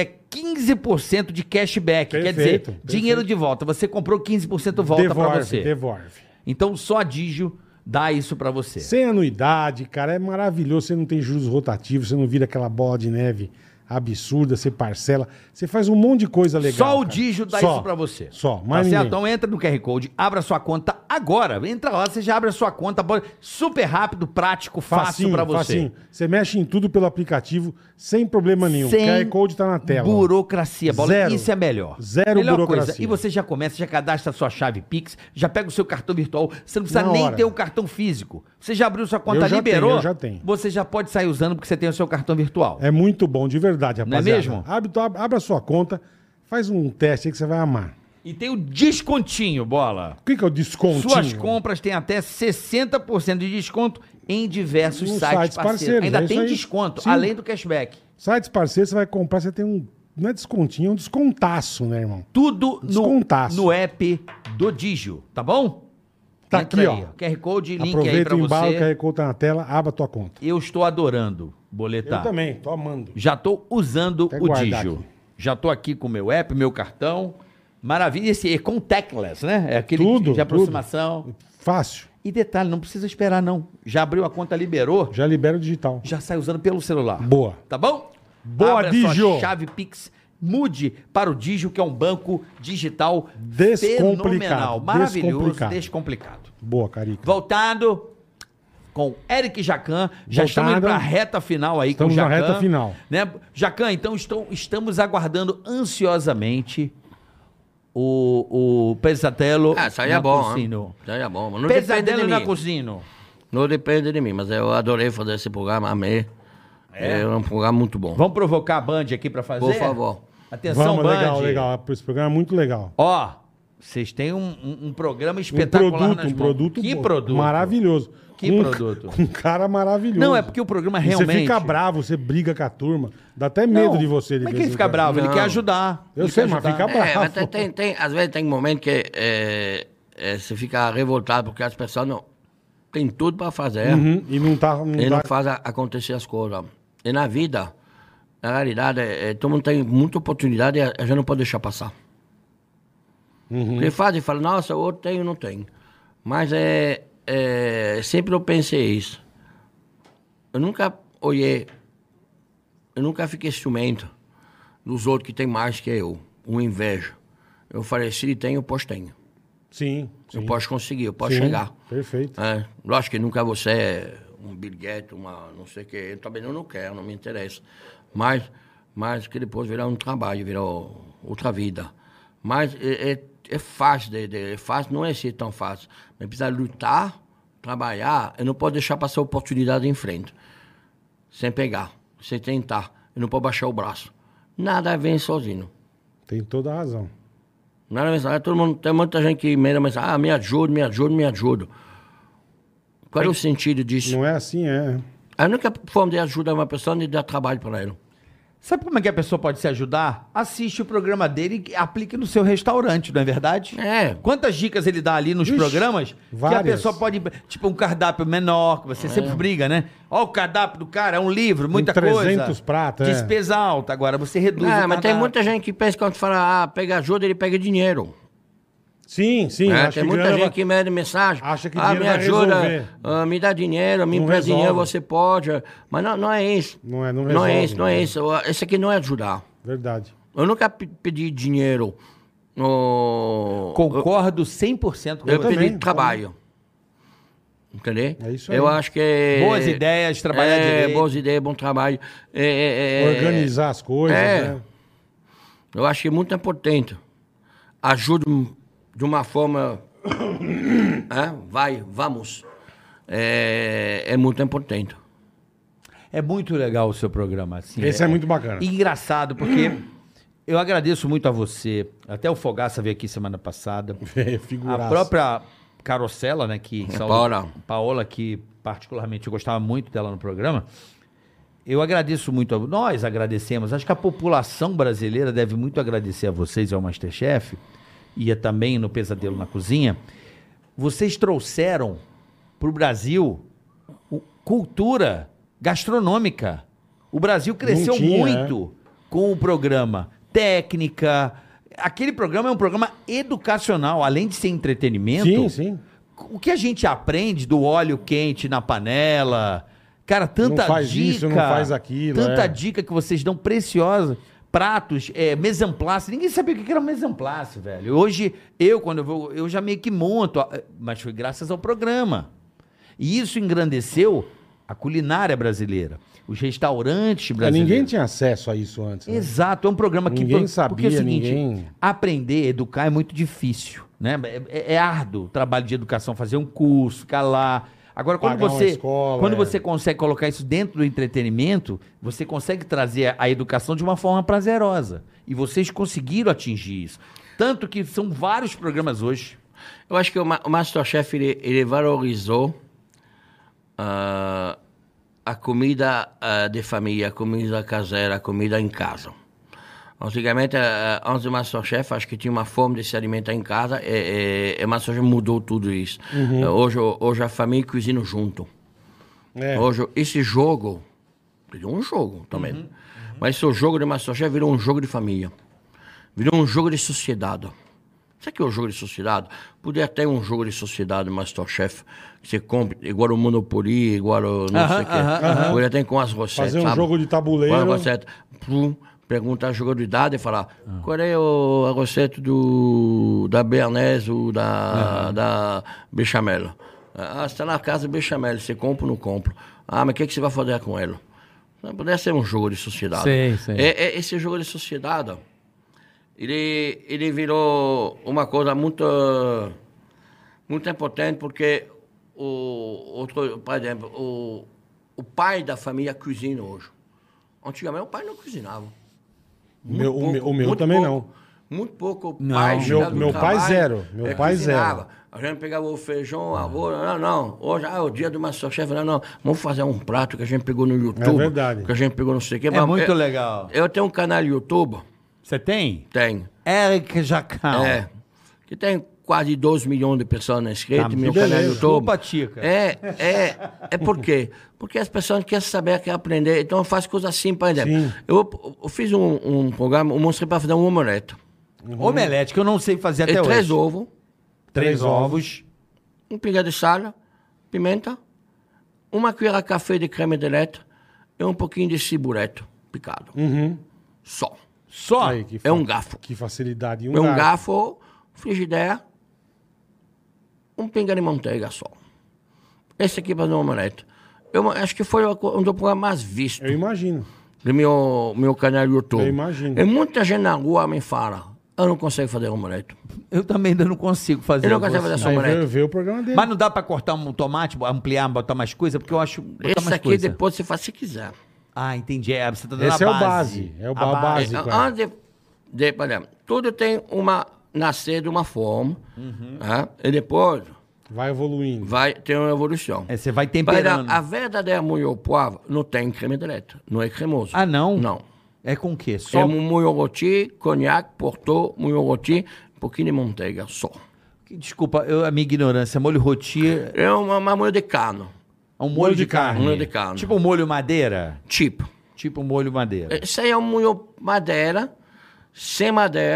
15% de cashback. Quer dizer, Perfeito, dinheiro perfeito. de volta. Você comprou 15% volta pra você. Devolve. Então só a Digio dá isso pra você. Sem anuidade, cara, é maravilhoso. Você não tem juros rotativos, você não vira aquela bola de neve absurda, você parcela. Você faz um monte de coisa legal. Só o cara. Digio dá Só, isso pra você. Só, Tá mais certo? ninguém. Então entra no QR Code, abra sua conta agora. Entra lá, você já abre a sua conta. Super rápido, prático, fácil pra você. Facinho. Você mexe em tudo pelo aplicativo, sem problema nenhum. Sem O QR Code tá na tela. burocracia, Bola. Zero. Isso é melhor. Zero melhor burocracia. Coisa. E você já começa, já cadastra a sua chave Pix, já pega o seu cartão virtual. Você não precisa Na nem hora. ter o cartão físico. Você já abriu sua conta, Eu já liberou. tenho, eu já tenho. Você já pode sair usando porque você tem o seu cartão virtual. É muito bom, de verdade, Não é rapaziada. mesmo? Abre a sua conta, faz um teste aí que você vai amar. E tem o descontinho, Bola. O que é o descontinho? Suas compras têm até 60% de desconto em diversos Nos sites sites parceiros. parceiros, Ainda é tem isso aí. desconto, Sim. além do cashback. Sites parceiros, você vai comprar, você tem um... Não é descontinho, é um descontaço, né, irmão? Tudo Descontaço. no app do Digio, tá bom? Tá Entra aqui, aí, ó. QR Code, link aí Aproveita pra o embalo, o você. QR Code tá na tela, abra a tua conta. Eu estou adorando, Boletar. Eu também, tô amando. Já tô usando Até o guardar Digio. aqui. Já tô aqui com o meu app, meu cartão. Maravilha. Esse é contactless, né? É aquele Tudo, de aproximação. Fácil. E detalhe, não precisa esperar, não. Já abriu a conta, liberou, Já libera o digital. já sai usando pelo celular. Boa. Tá bom? Boa, Abra Digio. sua chave Pix. Mude para o Digio, que é um banco digital Descomplicado. fenomenal. Maravilhoso, Descomplicado. descomplicado. Boa, Carica. Voltado com Eric Jacan. Já estamos indo Voltado. para a reta final aí Estamos com o na Jacan. reta final. Né? Jacan, então estamos aguardando ansiosamente o Pesadelo Ah, isso aí é bom, Cusino. hein? Isso aí é bom, mas não depende Pesadelo de na mim. Cusino. Não depende de mim, mas eu adorei fazer esse programa, amei. É um programa muito bom. Vamos provocar a Band aqui para fazer? Por favor. Atenção, Vamos, Band. legal, legal. Esse programa é muito legal. Ó, vocês têm um programa espetacular nas mãos. Que bom, produto. maravilhoso. Que produto. Um cara maravilhoso. Não, é porque o programa E realmente... Você fica bravo, você briga com a turma. Dá até medo Não, de você. De Como é que vez ele em fica quando. bravo? Ele Não. quer ajudar. Eu Ele sei, quer mas ajudar. fica bravo. Mas às vezes tem momentos que você fica revoltado porque as pessoas não têm tudo para fazer Uhum, e não tá... Não e tá... não fazem acontecer as coisas. E na vida, na realidade, todo mundo tem muita oportunidade e a gente não pode deixar passar. Porque faz e fala, nossa, o outro tem ou não tem. Mas sempre eu pensei isso. Eu nunca fiquei ciumento dos outros que tem mais que eu, um inveja. Eu falei, se ele tem, eu posso ter. Sim, sim. Eu posso conseguir, eu posso Sim, chegar. Perfeito. Lógico que nunca você é um Bill Gates, uma não sei o que, eu também não quero, não me interessa. Mas que depois virá um trabalho, virá outra vida. Mas é fácil, é fácil, não é ser tão fácil. Mas precisa lutar, trabalhar, eu não posso deixar passar a oportunidade em frente. Sem pegar, sem tentar. Eu não posso baixar o braço. Nada vem sozinho. Tem toda a razão. Nada vem sozinho. Todo mundo, tem muita gente que manda mensagem, me ajuda. Qual é o sentido disso? Não é assim, é. A única forma de ajudar uma pessoa é de dar trabalho para ela. Sabe como é que a pessoa pode se ajudar? Assiste o programa dele e aplique no seu restaurante, não é verdade? É. Quantas dicas ele dá ali nos Ixi, programas que a várias. pessoa pode... Tipo, um cardápio menor, que você sempre briga, né? Ó, o cardápio do cara é um livro, muita 300 coisa. pratos, Despesa alta. Agora você reduz o Ah, mas tem cardápio. muita gente que pensa que quando fala, pega ajuda, ele pega dinheiro. Sim. Né? Acho Tem que muita grana gente vai- que manda mensagem. Acha que me dinheiro vai ajuda, resolver. me dá dinheiro, me Não empresta dinheiro, resolve. você pode. Mas não é isso. Não é, não Não é resolve, isso, não é né? isso. Esse aqui não é ajudar. Verdade. Eu nunca pedi dinheiro. Concordo 100% com Eu você. pedi também. trabalho. Entendeu? É isso aí. Eu acho que é... Boas ideias, trabalhar direito. boas ideias, bom trabalho. Organizar as coisas, né? Eu acho que é muito importante. Ajuda de uma forma... vamos. É muito importante. É muito legal o seu programa. Assim, Esse é muito bacana. E engraçado, porque eu agradeço muito a você. Até o Fogaça veio aqui semana passada. Figuraça. A própria Carosella, né, que Paola. que particularmente eu gostava muito dela no programa. Eu agradeço muito, nós agradecemos. Acho que a população brasileira deve muito agradecer a vocês e ao MasterChef, e também no Pesadelo na Cozinha. Vocês trouxeram para o Brasil cultura gastronômica. O Brasil cresceu Não tinha, muito com o programa. Técnica. Aquele programa é um programa educacional, além de ser entretenimento. Sim. O que a gente aprende do óleo quente na panela, cara, tanta Não faz dica, isso, não faz aquilo, tanta dica que vocês dão preciosa, pratos, mise en place, ninguém sabia o que era mise en place, velho. Hoje, quando eu vou, eu já meio que monto, mas foi graças ao programa. E isso engrandeceu a culinária brasileira, os restaurantes brasileiros. Ninguém tinha acesso a isso antes. Né? Exato, é um programa que... Ninguém porque sabia, é o seguinte, ninguém... aprender, educar é muito difícil, né? É árduo o trabalho de educação, fazer um curso, ficar lá. Agora, quando Pagar uma você, escola, quando você consegue colocar isso dentro do entretenimento, você consegue trazer a educação de uma forma prazerosa. E vocês conseguiram atingir isso. Tanto que são vários programas hoje. Eu acho que o MasterChef, ele valorizou a comida de família, a comida caseira, a comida em casa. Antigamente, antes do MasterChef, acho que tinha uma forma de se alimentar em casa e o MasterChef mudou tudo isso. Hoje a família cozinha junto. Hoje, esse jogo, virou um jogo também, mas esse jogo de MasterChef virou um jogo de família. Virou um jogo de sociedade. Sabe o que é o jogo de sociedade? Poderia ter um jogo de sociedade MasterChef, que você compra igual o Monopoly, igual o não sei o quê. Poderia ter com as receitas, Fazer um jogo de tabuleiro. Com as receitas. Perguntar a jogabilidade e falar qual é a receita da Béarnaise ou da bechamel. Você está na casa bechamel, você compra ou não compra? Mas o que você vai fazer com ela? Poderia ser um jogo de sociedade. Sim. Esse jogo de sociedade... Ele virou uma coisa muito importante porque, por exemplo, o pai da família cozinha hoje. Antigamente o pai não cozinhava. O meu também não. Muito pouco o Não. pai chegava do Meu pai trabalho, zero. Meu pai cozinhava. zero. A gente pegava o feijão, arroz, não. Hoje é o dia do MasterChef, não. Vamos fazer um prato que a gente pegou no YouTube. É verdade. Que a gente pegou não sei o quê. É muito legal. Eu tenho um canal no YouTube. Você tem? Tenho. Eric Jacão. Que tem quase 12 milhões de pessoas inscritas no meu beleza. canal no YouTube. Desculpa, Tica. É por quê? Porque as pessoas querem saber, querem aprender, então eu faço coisas assim, por exemplo. Sim. Eu fiz um programa, eu mostrei para fazer um omelete. Omelete, que eu não sei fazer até hoje. 3 ovos, 3 ovos. um pinga de sal, pimenta, uma colher a café de creme de leite e um pouquinho de cibureto picado. Só. Só? Aí, É um garfo. Que facilidade. É um garfo, frigideira, um pinga de manteiga só. Esse aqui para fazer um omelete. Eu acho que foi um dos programas mais vistos Eu imagino. do meu canal do YouTube. Eu imagino. E muita gente na rua me fala, eu não consigo fazer omelete. Eu também ainda não consigo fazer. Eu não consigo fazer Aí omelete. vê o programa dele. Mas não dá pra cortar um tomate, ampliar, botar mais coisa, porque eu acho... botar Esse mais aqui coisa. depois você faz se quiser. Ah, entendi. Você tá dando Esse a é o base. base. É o A base. Claro. Antes por exemplo, tudo tem nascer de uma forma, né? E depois Vai evoluindo. vai ter uma evolução. Você vai Por temperando. exemplo, a verdadeira mulher poivre não tem creme de leite, não é cremoso. Ah, não? Não. É com o quê? Só... É molho rôti, conhaque, porto, molho rôti, um pouquinho de manteiga, só. Desculpa, a minha ignorância. Molho roti É uma molho de carne. é um molho de carne. Molho de carne. Tipo um molho madeira? Tipo. Tipo um molho madeira. Esse aí é um molho madeira, sem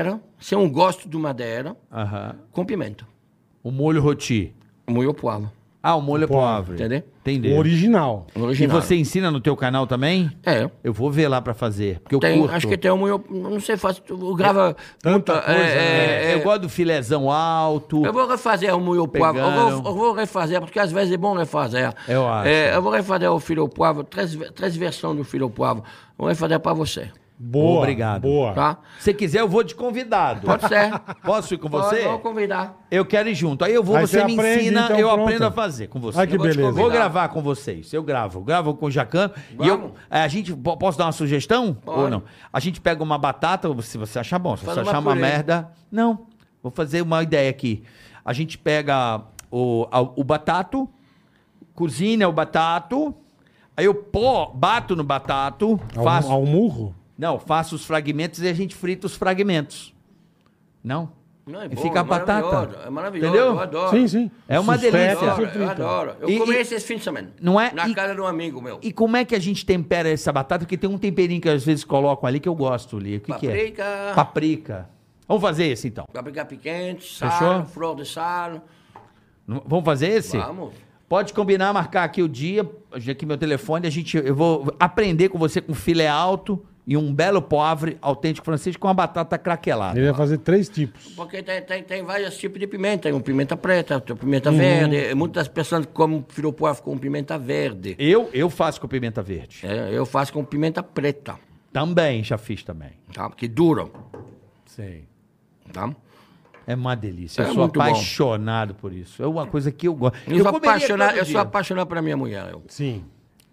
um gosto de madeira, Aham. com pimenta. O molho roti. Molho poivre, Ah, o molho Poivre. poivre. entendeu? Entendeu. O original. E Original. você ensina no teu canal também? É. Eu vou ver lá pra fazer, porque eu Tem, curto. acho que tem um molho, não sei, grava Tanta muita, coisa, né? Eu gosto do filézão alto. Eu vou refazer o molho poivre. Pegando. Eu vou refazer, porque às vezes é bom refazer. Eu acho. Eu vou refazer o filho poivre, três versões do filho poivre. Vou refazer para você, Boa. Obrigado. Boa. tá? Se quiser, eu vou de convidado. Pode ser. Posso ir com você? Vou convidar. Eu quero ir junto. Aí eu vou, Aí você você me aprende, ensina, então eu pronto. aprendo a fazer com você. Ai, que Eu vou te beleza. Vou convidar. gravar com vocês. Eu gravo com o Jacan. E Vamos. a gente, posso dar uma sugestão? Pode. Ou não? A gente pega uma batata, se você achar bom. Se Faz você uma achar uma purê. merda... Não. Vou fazer uma ideia aqui. A gente pega o batato, cozinha o batato, aí eu bato no batato, faço... Ao murro? Não, faço os fragmentos e a gente frita os fragmentos. Não? Não, é E bom, fica a é maravilhoso, batata. É maravilhoso, Entendeu? eu adoro. Sim, sim. É uma Sustenta, delícia. Eu você adoro, eu frita. adoro. Eu E- comi e- esse fim de semana. Não é? Na E- casa de um amigo meu. E como é que a gente tempera essa batata? Porque tem um temperinho que às vezes colocam ali que eu gosto, Li. O que que é? Paprika. Paprika. Vamos fazer esse então. Paprika picante, sal, Fechou? flor de sal. Vamos fazer esse? Vamos. Pode combinar, marcar aqui o dia, aqui meu telefone, eu vou aprender com você com filé alto e um belo poivre autêntico francês com a batata craquelada. Ele vai fazer 3 tipos. Porque tem vários tipos de pimenta. Tem pimenta preta, tem pimenta verde. Muitas pessoas comem filho poivre com pimenta verde. Eu faço com pimenta verde. Eu faço com pimenta preta, Também, já fiz também. tá? Porque dura, Sei. tá? É uma delícia. É Eu sou muito bom. apaixonado por isso. É uma coisa que eu gosto. Eu sou comeria apaixonado, todo eu dia. sou apaixonado pela minha mulher. Eu. Sim.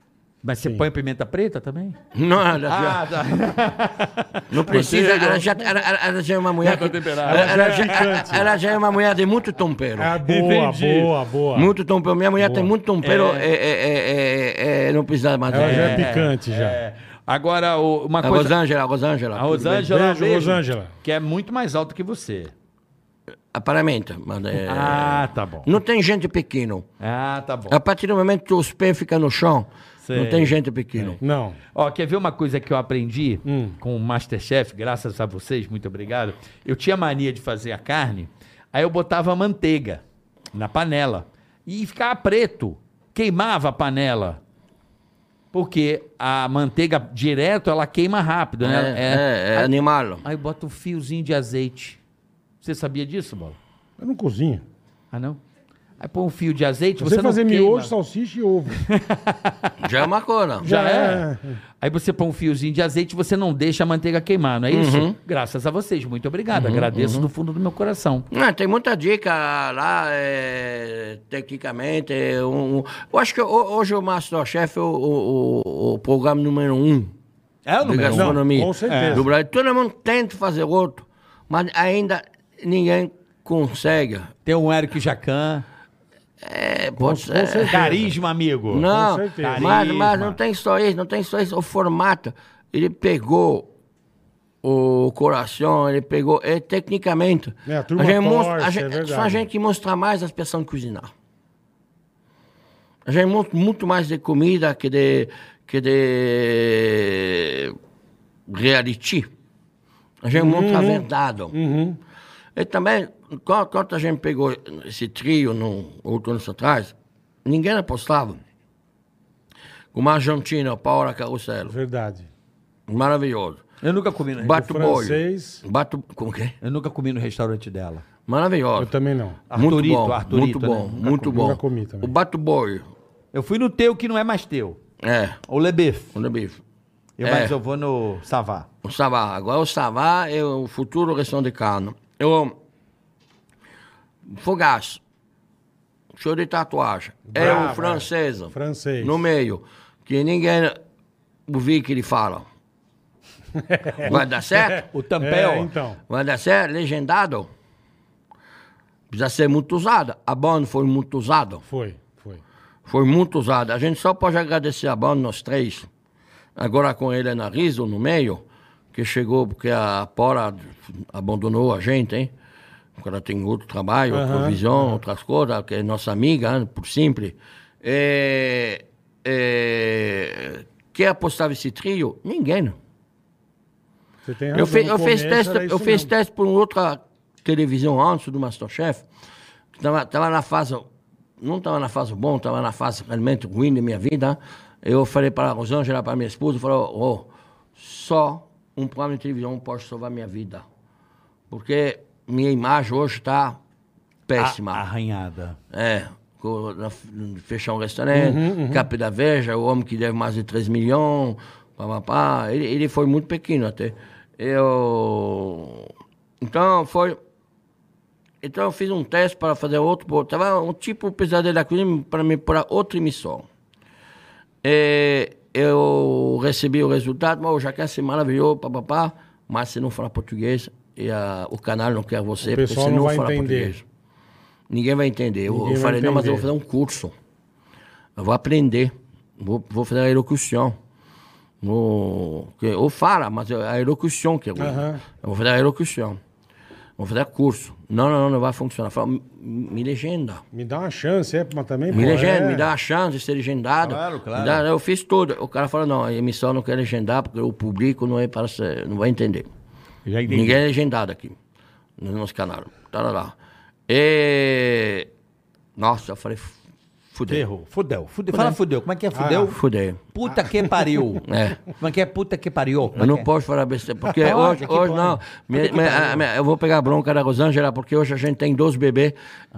Mas você põe pimenta preta também? Não, Tá. não precisa. Ela já é uma mulher. Ela já é uma mulher de muito tompeiro. Ah, boa, Entendi. boa. Muito tompeiro. Minha mulher tem muito tompeiro. É. Não precisa mais. Ela já é picante, já. É. Agora, uma A coisa... Rosângela. A Rosângela, Beijo, beijo, Rosângela. que é muito mais alta que você. Aparentemente. Mas Tá bom. não tem gente pequeno. Tá bom. A partir do momento que os pés ficam no chão, Sei. não tem gente pequeno. Não. Ó, quer ver uma coisa que eu aprendi com o Masterchef, graças a vocês, muito obrigado. Eu tinha mania de fazer a carne, aí eu botava manteiga na panela e ficava preto, queimava a panela. Porque a manteiga direto, ela queima rápido, né? É animal. Aí bota um fiozinho de azeite. Você sabia disso, Bola? Eu não cozinho. Ah, não? Aí põe um fio de azeite, Você você não fazer queima. miojo, salsicha e ovo. Já é uma coisa. Já é. Aí você põe um fiozinho de azeite e você não deixa a manteiga queimar, não é isso? Graças a vocês, muito obrigado. Agradeço do fundo do meu coração. Não, tem muita dica lá, tecnicamente. Eu acho que hoje o Masterchef é o programa número 1 É o de número um. gastronomia com certeza. do Brasil. Todo mundo tenta fazer outro, mas ainda ninguém consegue. Tem um Eric Jacan. Pode Com ser. certeza. Carisma, amigo. Não, Com certeza. mas Carisma. não tem só isso, não tem só isso. O formato, ele pegou o coração, ele pegou, tecnicamente. A turma torce, é verdade. só a gente que mostra mais as pessoas cozinhar. A gente mostra muito mais de comida que de reality. A gente mostra a verdade. E também, quando a gente pegou esse trio, 8 anos atrás, ninguém apostava. Como a Argentina, Paola Carrossel. Verdade. Maravilhoso. Eu nunca comi no Bato boi. francês. Como que é? Eu nunca comi no restaurante dela. Maravilhoso. Eu também não. Arturito, muito bom, Arturito, muito né? bom, Nunca muito comi. bom. Nunca comi também. O bato boi. Eu fui no teu que não é mais teu. O Le Beef. O bife. Mas eu vou no Savá. O Savá. Agora o Savá é o futuro restaurante de carne. Fogaço. Show de tatuagem. Bravo, O francês. Francês. No meio. Que ninguém ouviu que ele fala. Vai dar certo? O Tampel. Então. Vai dar certo? Legendado. Precisa ser muito usada. A banda foi muito usada. Foi. Foi muito usada. A gente só pode agradecer a banda, nós três. Agora com ele na Riso, no meio. que chegou porque a Pora abandonou a gente, hein? Porque ela tem outro trabalho, outra visão, outras coisas, que é nossa amiga, hein? Por simples. Quer apostar esse trio? Ninguém. Você tem razão, Eu fiz teste por outra televisão antes do Masterchef, que tava na fase, não estava na fase bom, estava na fase realmente ruim da minha vida. Eu falei para a Rosângela, para minha esposa, só um programa de televisão pode salvar minha vida. Porque minha imagem hoje está péssima. Arranhada. Fechar um restaurante, Cap da Veja, o homem que deve mais de 3 milhões, ele foi muito pequeno até. Então eu fiz um teste para fazer outro, estava um tipo Pesadelo da Cozinha para me pôr outra emissão. Eu recebi o resultado, mas o Jacquin é maravilhoso, mas se não falar português, o canal não quer você, porque você não fala português. Ninguém vai entender. Eu falei, não, mas eu vou fazer um curso. Eu vou aprender. Vou fazer a elocução. Ou fala, mas a elocução que é ruim. Eu vou fazer a elocução. Vou fazer curso. Não vai funcionar. Fala, me legenda. Me dá uma chance, mas também... Me legenda, me dá a chance de ser legendado. Claro. Eu fiz tudo. O cara falou, não, a emissão não quer legendar, porque o público não vai entender. Ninguém é legendado aqui, no nosso canal. Tá lá. Nossa, eu falei, fudeu. Fala fudeu. Como é que é fudeu? Fudeu. Puta que pariu. Como é que é puta que pariu? Eu não posso falar besteira, porque hoje não. Eu vou pegar a bronca da Rosângela, porque hoje a gente tem 2 bebês.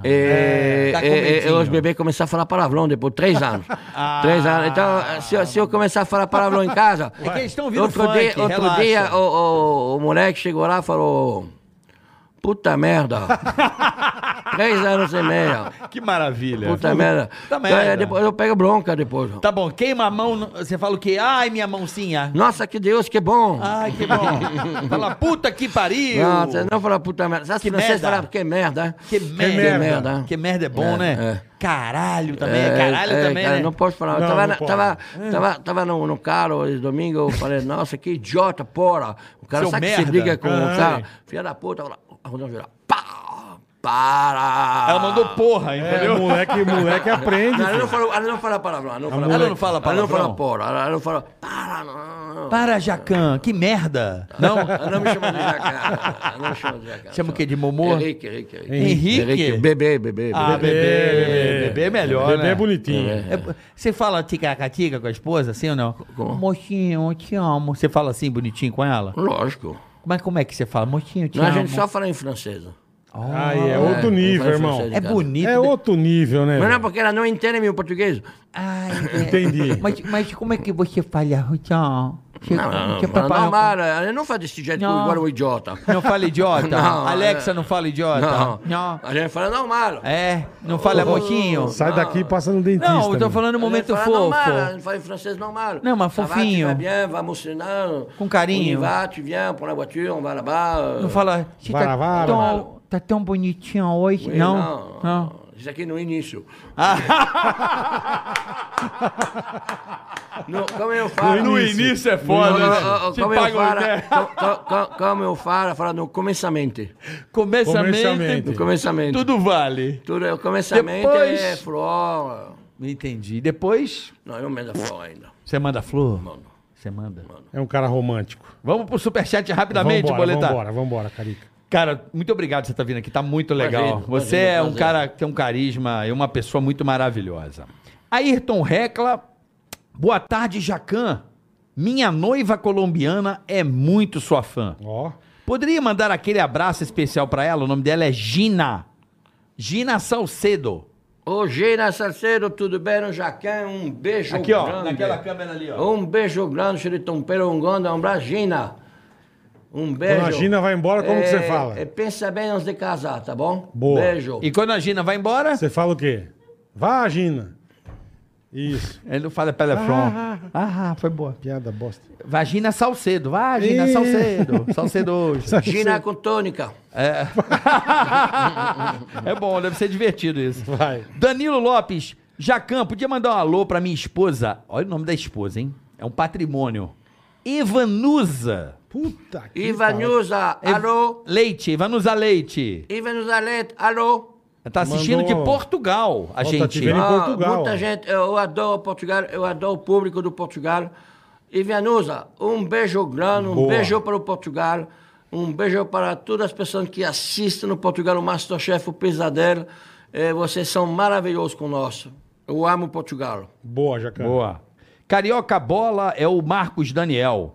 Os bebês começaram a falar palavrão depois de 3 anos. 3 anos. Então, se eu começar a falar palavrão em casa... É que eles estão ouvindo outro dia, o moleque chegou lá e falou... Puta merda. 3 anos e meio. Que maravilha. Puta merda. Depois eu pego bronca depois. Tá bom, queima a mão, você fala o quê? Ai, minha mãozinha. Nossa, que Deus, que bom. Ai, que bom. Fala, puta que pariu. Não, você não fala puta merda. Sabe que vocês falam que merda? Que merda. Que merda é bom, né? Caralho também, também, cara, né? Não posso falar. Tava no carro esse domingo, eu falei, nossa, que idiota, porra. O cara Seu sabe merda. que se liga com o cara. Filha da puta, a Rosângela, para! Ela mandou porra, entendeu? Moleque aprende. Ela não fala palavrão. Ela não fala palavrão? Ela não fala porra. Ela não fala, para, não. Para, Jacquin, que merda. Não? Ela não me chama de Jacquin. Chama o quê? De Momô? Henrique. Bebê. Bebê é melhor, Bebê né? é bonitinho. Você fala ticaracatica com a esposa, assim ou não? Como? Mocinho, eu te amo. Você fala assim, bonitinho com ela? Lógico. Mas como é que você fala? Mocinho, eu te Não, amo. a gente só fala em francês. É outro nível, irmão. É bonito. É outro nível, né? Mas não é porque ela não entende meu português. Entendi. Mas como é que você fala? Não, normal. Ela não faz desse jeito igual o idiota. Não fala idiota? Não, Alexa não fala idiota? Não. A gente fala normal. Não fala mocinho? Sai daqui e passa no dentista. Não, eu tô falando no momento fofo. Normal, a gente fala em francês normal. Não, mas fofinho. Ça va, tu vas bien, vamos treinar. Com carinho. On y va, tu viens, prends la voiture, on va là-bas. Não fala, você tá tão bonitinho hoje. Oui, não. Isso aqui no início. Como eu falo... No início é foda, né? Como eu falo no começamento. Começamento. No começamento. Tudo vale. O começamento é flor. Entendi. Depois... Não, eu não mando flor ainda. Você manda flor? Mano. Você manda? É um cara romântico. Vamos pro superchat rapidamente, Boleta. Vambora, Carica. Cara, muito obrigado por você estar vindo aqui, tá muito legal. Você é um cara que tem um carisma e uma pessoa muito maravilhosa. Ayrton Recla, boa tarde, Jacquin. Minha noiva colombiana é muito sua fã. Poderia mandar aquele abraço especial pra ela? O nome dela é Gina. Gina Salcedo. Ô, Gina Salcedo, tudo bem, no Jacquin? Um beijo aqui, ó, grande. naquela câmera ali, ó. Um beijo grande, Xeriton Peronganda, um abraço, Gina. Um beijo. Quando a Gina vai embora, como que você fala? Pensa bem antes de casar, tá bom? Boa. Beijo. E quando a Gina vai embora? Você fala o quê? Vá, Gina. Isso. Ele não fala telefone. Foi boa. Piada bosta. Vagina Salcedo. Vagina Salcedo. Salcedo hoje. Gina com tônica. É bom, deve ser divertido isso. Vai. Danilo Lopes. Jacquin, podia mandar um alô pra minha esposa? Olha o nome da esposa, hein? É um patrimônio. Evanusa. Puta que Ivanusa, alô? Leite, Vanusa Leite. Ivanusa Leite, alô? Tá assistindo Mandou- de Portugal, a Ó, tá gente. te vendo em Portugal. Muita ó. gente, eu adoro Portugal, eu adoro o público do Portugal. Ivanusa, um beijo grande, um Boa. beijo para o Portugal, um beijo para todas as pessoas que assistem no Portugal, o Masterchef, o Pesadelo. Vocês são maravilhosos conosco. Eu amo Portugal. Boa, Jacan. Boa. Carioca Bola é o Marcos Daniel.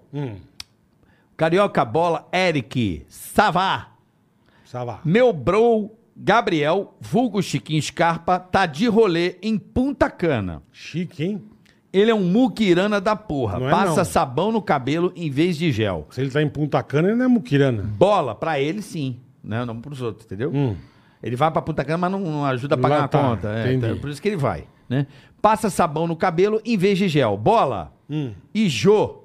Carioca Bola, Eric Savá. Savá. Meu bro, Gabriel, vulgo Chiquinho Scarpa, tá de rolê em Punta Cana. Chique, hein? Ele é um muquirana da porra. Não é Passa não. sabão no cabelo em vez de gel. Se ele tá em Punta Cana, ele não é muquirana. Bola, pra ele sim. Né? Não pros outros, entendeu? Ele vai pra Punta Cana, mas não ajuda a pagar Lá a tá, conta. entendi. É por isso que ele vai. Né? Passa sabão no cabelo em vez de gel. Bola. E Jô.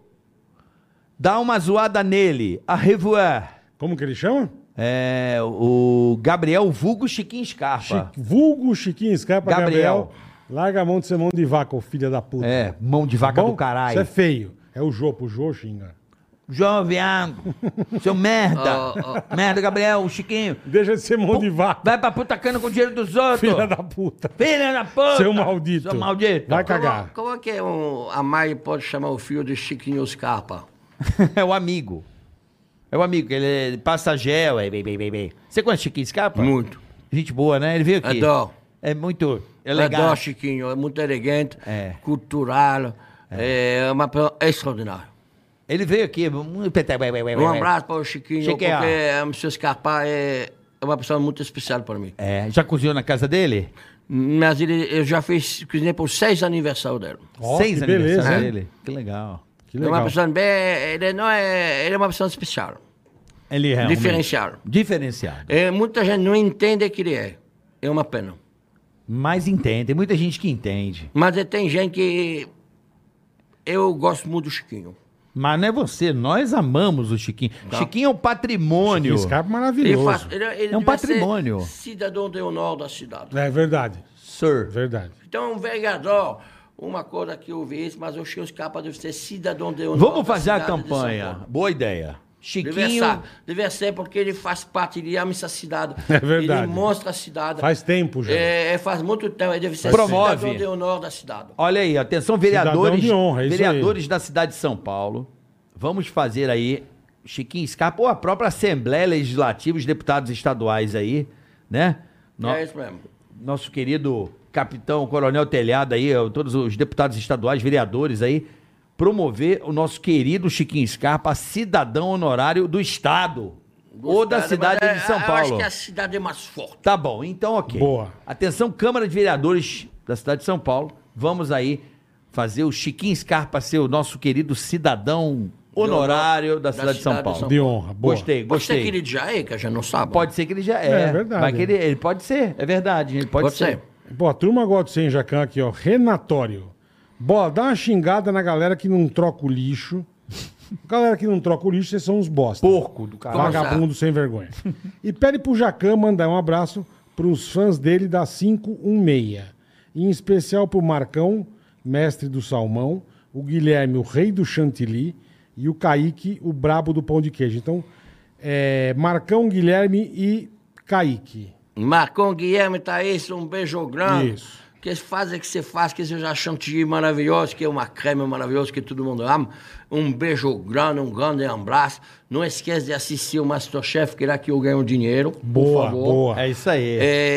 Dá uma zoada nele. A revoar. Como que ele chama? É o Gabriel vulgo Chiquinho Scarpa. Vulgo Chiquinho Scarpa, Gabriel. Gabriel. Larga a mão de ser mão de vaca, ô filha da puta. É, mão de vaca Bom, do caralho. Isso é feio. É o Jô, pro Jô xinga. João viado. Seu merda. Merda, Gabriel, o Chiquinho. Deixa de ser mão de vaca, Vai pra Punta Cana com o dinheiro dos outros. filha da puta. Filha da puta. Seu maldito. Seu maldito. Vai cagar. Como é que a mãe pode chamar o filho de Chiquinho Scarpa? É o amigo. É o amigo, ele passa gel. Você conhece Chiquinho Scarpa? Muito. Gente boa, né? Ele veio aqui. Adoro. É muito Eu legal. adoro Chiquinho, é muito elegante, É. cultural, é uma pessoa extraordinária. Ele veio aqui. Um abraço para o Chiquinho, Chiquinho. porque o Sr. Scarpa é uma pessoa muito especial para mim. É, já cozinhou na casa dele? Mas eu já cozinhei por 6 aniversários dele. Ó, 6 que beleza, aniversários hein? dele. Que legal. Que É uma legal. pessoa bem, ele é uma pessoa especial, Ele é diferenciado. Diferenciado. Muita gente não entende que ele é. É uma pena. Mas entende. Tem muita gente que entende. Mas tem gente que... Eu gosto muito do Chiquinho. Mas não é você. Nós amamos o Chiquinho. Chiquinho é um patrimônio. Chiquinho Scarpa Ele, maravilhoso. ele É um deve ser patrimônio. cidadão de honor da cidade. É verdade. Sir. Verdade. Então, um vereador, uma coisa que eu vi, mas o Chiquinho Scarpa deve ser cidadão de honor Vamos da fazer a cidade de São campanha. Paulo. Boa ideia. Deve Chiquinho. ser, deve ser porque ele faz parte, ele ama essa cidade. É verdade. Ele mostra a cidade. Faz tempo já. Faz muito tempo, ele deve ser Promove. cidadão de honor da cidade. Olha aí, atenção, vereadores. de honra, é isso vereadores da cidade de São Paulo. Vamos fazer aí Chiquinho Scarpa ou a própria Assembleia Legislativa, os deputados estaduais aí, né? É isso mesmo. Nosso querido capitão Coronel Telhado aí, todos os deputados estaduais, vereadores aí, promover o nosso querido Chiquinho Scarpa, cidadão honorário do Estado ou da cidade Mas de São Eu acho Paulo. que a cidade é mais forte. Tá bom, então ok. Boa. Atenção, Câmara de Vereadores da cidade de São Paulo, vamos aí fazer o Chiquinho Scarpa ser o nosso querido cidadão honorário da cidade de São Paulo. De honra. Boa. Gostei, Pode ser que gostei. ele já é, que a gente não sabe. Pode ser que ele já É é. verdade. Vai que ele pode ser, é verdade. Ele pode, Pode ser. Pô, a turma gosta de ser em Jacan aqui, ó. Renatório. Bola, dá uma xingada na galera que não troca o lixo. Galera que não troca o lixo, vocês são uns bosta. Porco do caralho. Vagabundo sem vergonha. E pede pro Jacan mandar um abraço pros fãs dele da 516. Em especial pro Marcão, mestre do salmão, o Guilherme, o rei do chantilly, e o Kaique, o brabo do pão de queijo. Então, Marcão, Guilherme e Kaique. Marcão, Guilherme, Thaís, um beijo grande. Isso. Que faz que você faz, que seja chantilly maravilhoso, que é uma creme maravilhosa que todo mundo ama. Um beijo grande, um grande abraço. Não esquece de assistir o Masterchef, que é lá que eu ganho dinheiro. Por Boa, favor. boa. É isso aí.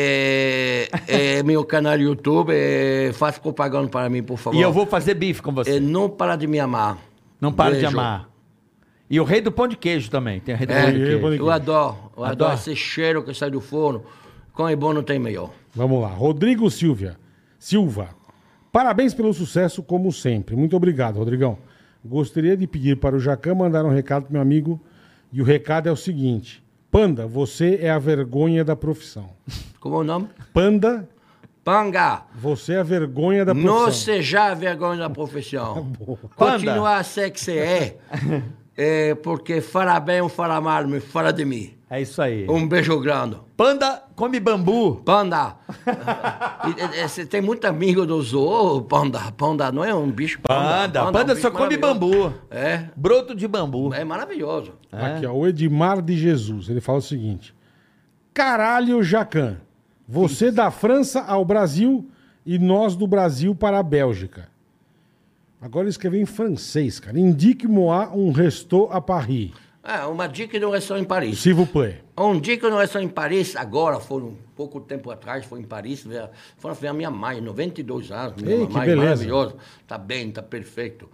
Meu canal no YouTube, faz propaganda para mim, por favor. E eu vou fazer bife com você. Não para de me amar. Não para de Beijo. amar. E o rei do pão de queijo também. Tem o rei do É, pão de eu queijo. vou- Eu adoro Adoro. esse cheiro que sai do forno. Com é bom, não tem melhor. Vamos lá. Rodrigo Silva. Parabéns pelo sucesso, como sempre. Muito obrigado, Rodrigão. Gostaria de pedir para o Jacan mandar um recado pro meu amigo. E o recado é o seguinte: Panda, você é a vergonha da profissão. Como é o nome? Panda, Panga. você é a vergonha da profissão. Não seja a vergonha da profissão. Panda. Continua a ser que você porque fala bem ou fala mal, me fala de mim. É isso aí. Um beijo grande. Panda come bambu. Panda. Você tem muito amigo do zoo, panda. Panda não é um bicho. Panda é um bicho só come maravilhoso. bambu. É. Broto de bambu. É maravilhoso. Aqui, ó, o Edmar de Jesus. Ele fala o seguinte: caralho, Jacan, você da França ao Brasil e nós do Brasil para a Bélgica. Agora ele escreveu em francês, cara. Indique-moi un resto à Paris. Uma dica de um restaurante em Paris. S'il vous plaît. Um dia que eu não estou em Paris, agora, pouco tempo atrás, foi em Paris, foram ver a minha mãe, 92 anos, minha Ei, que mãe, beleza. maravilhosa, tá bem, tá perfeito.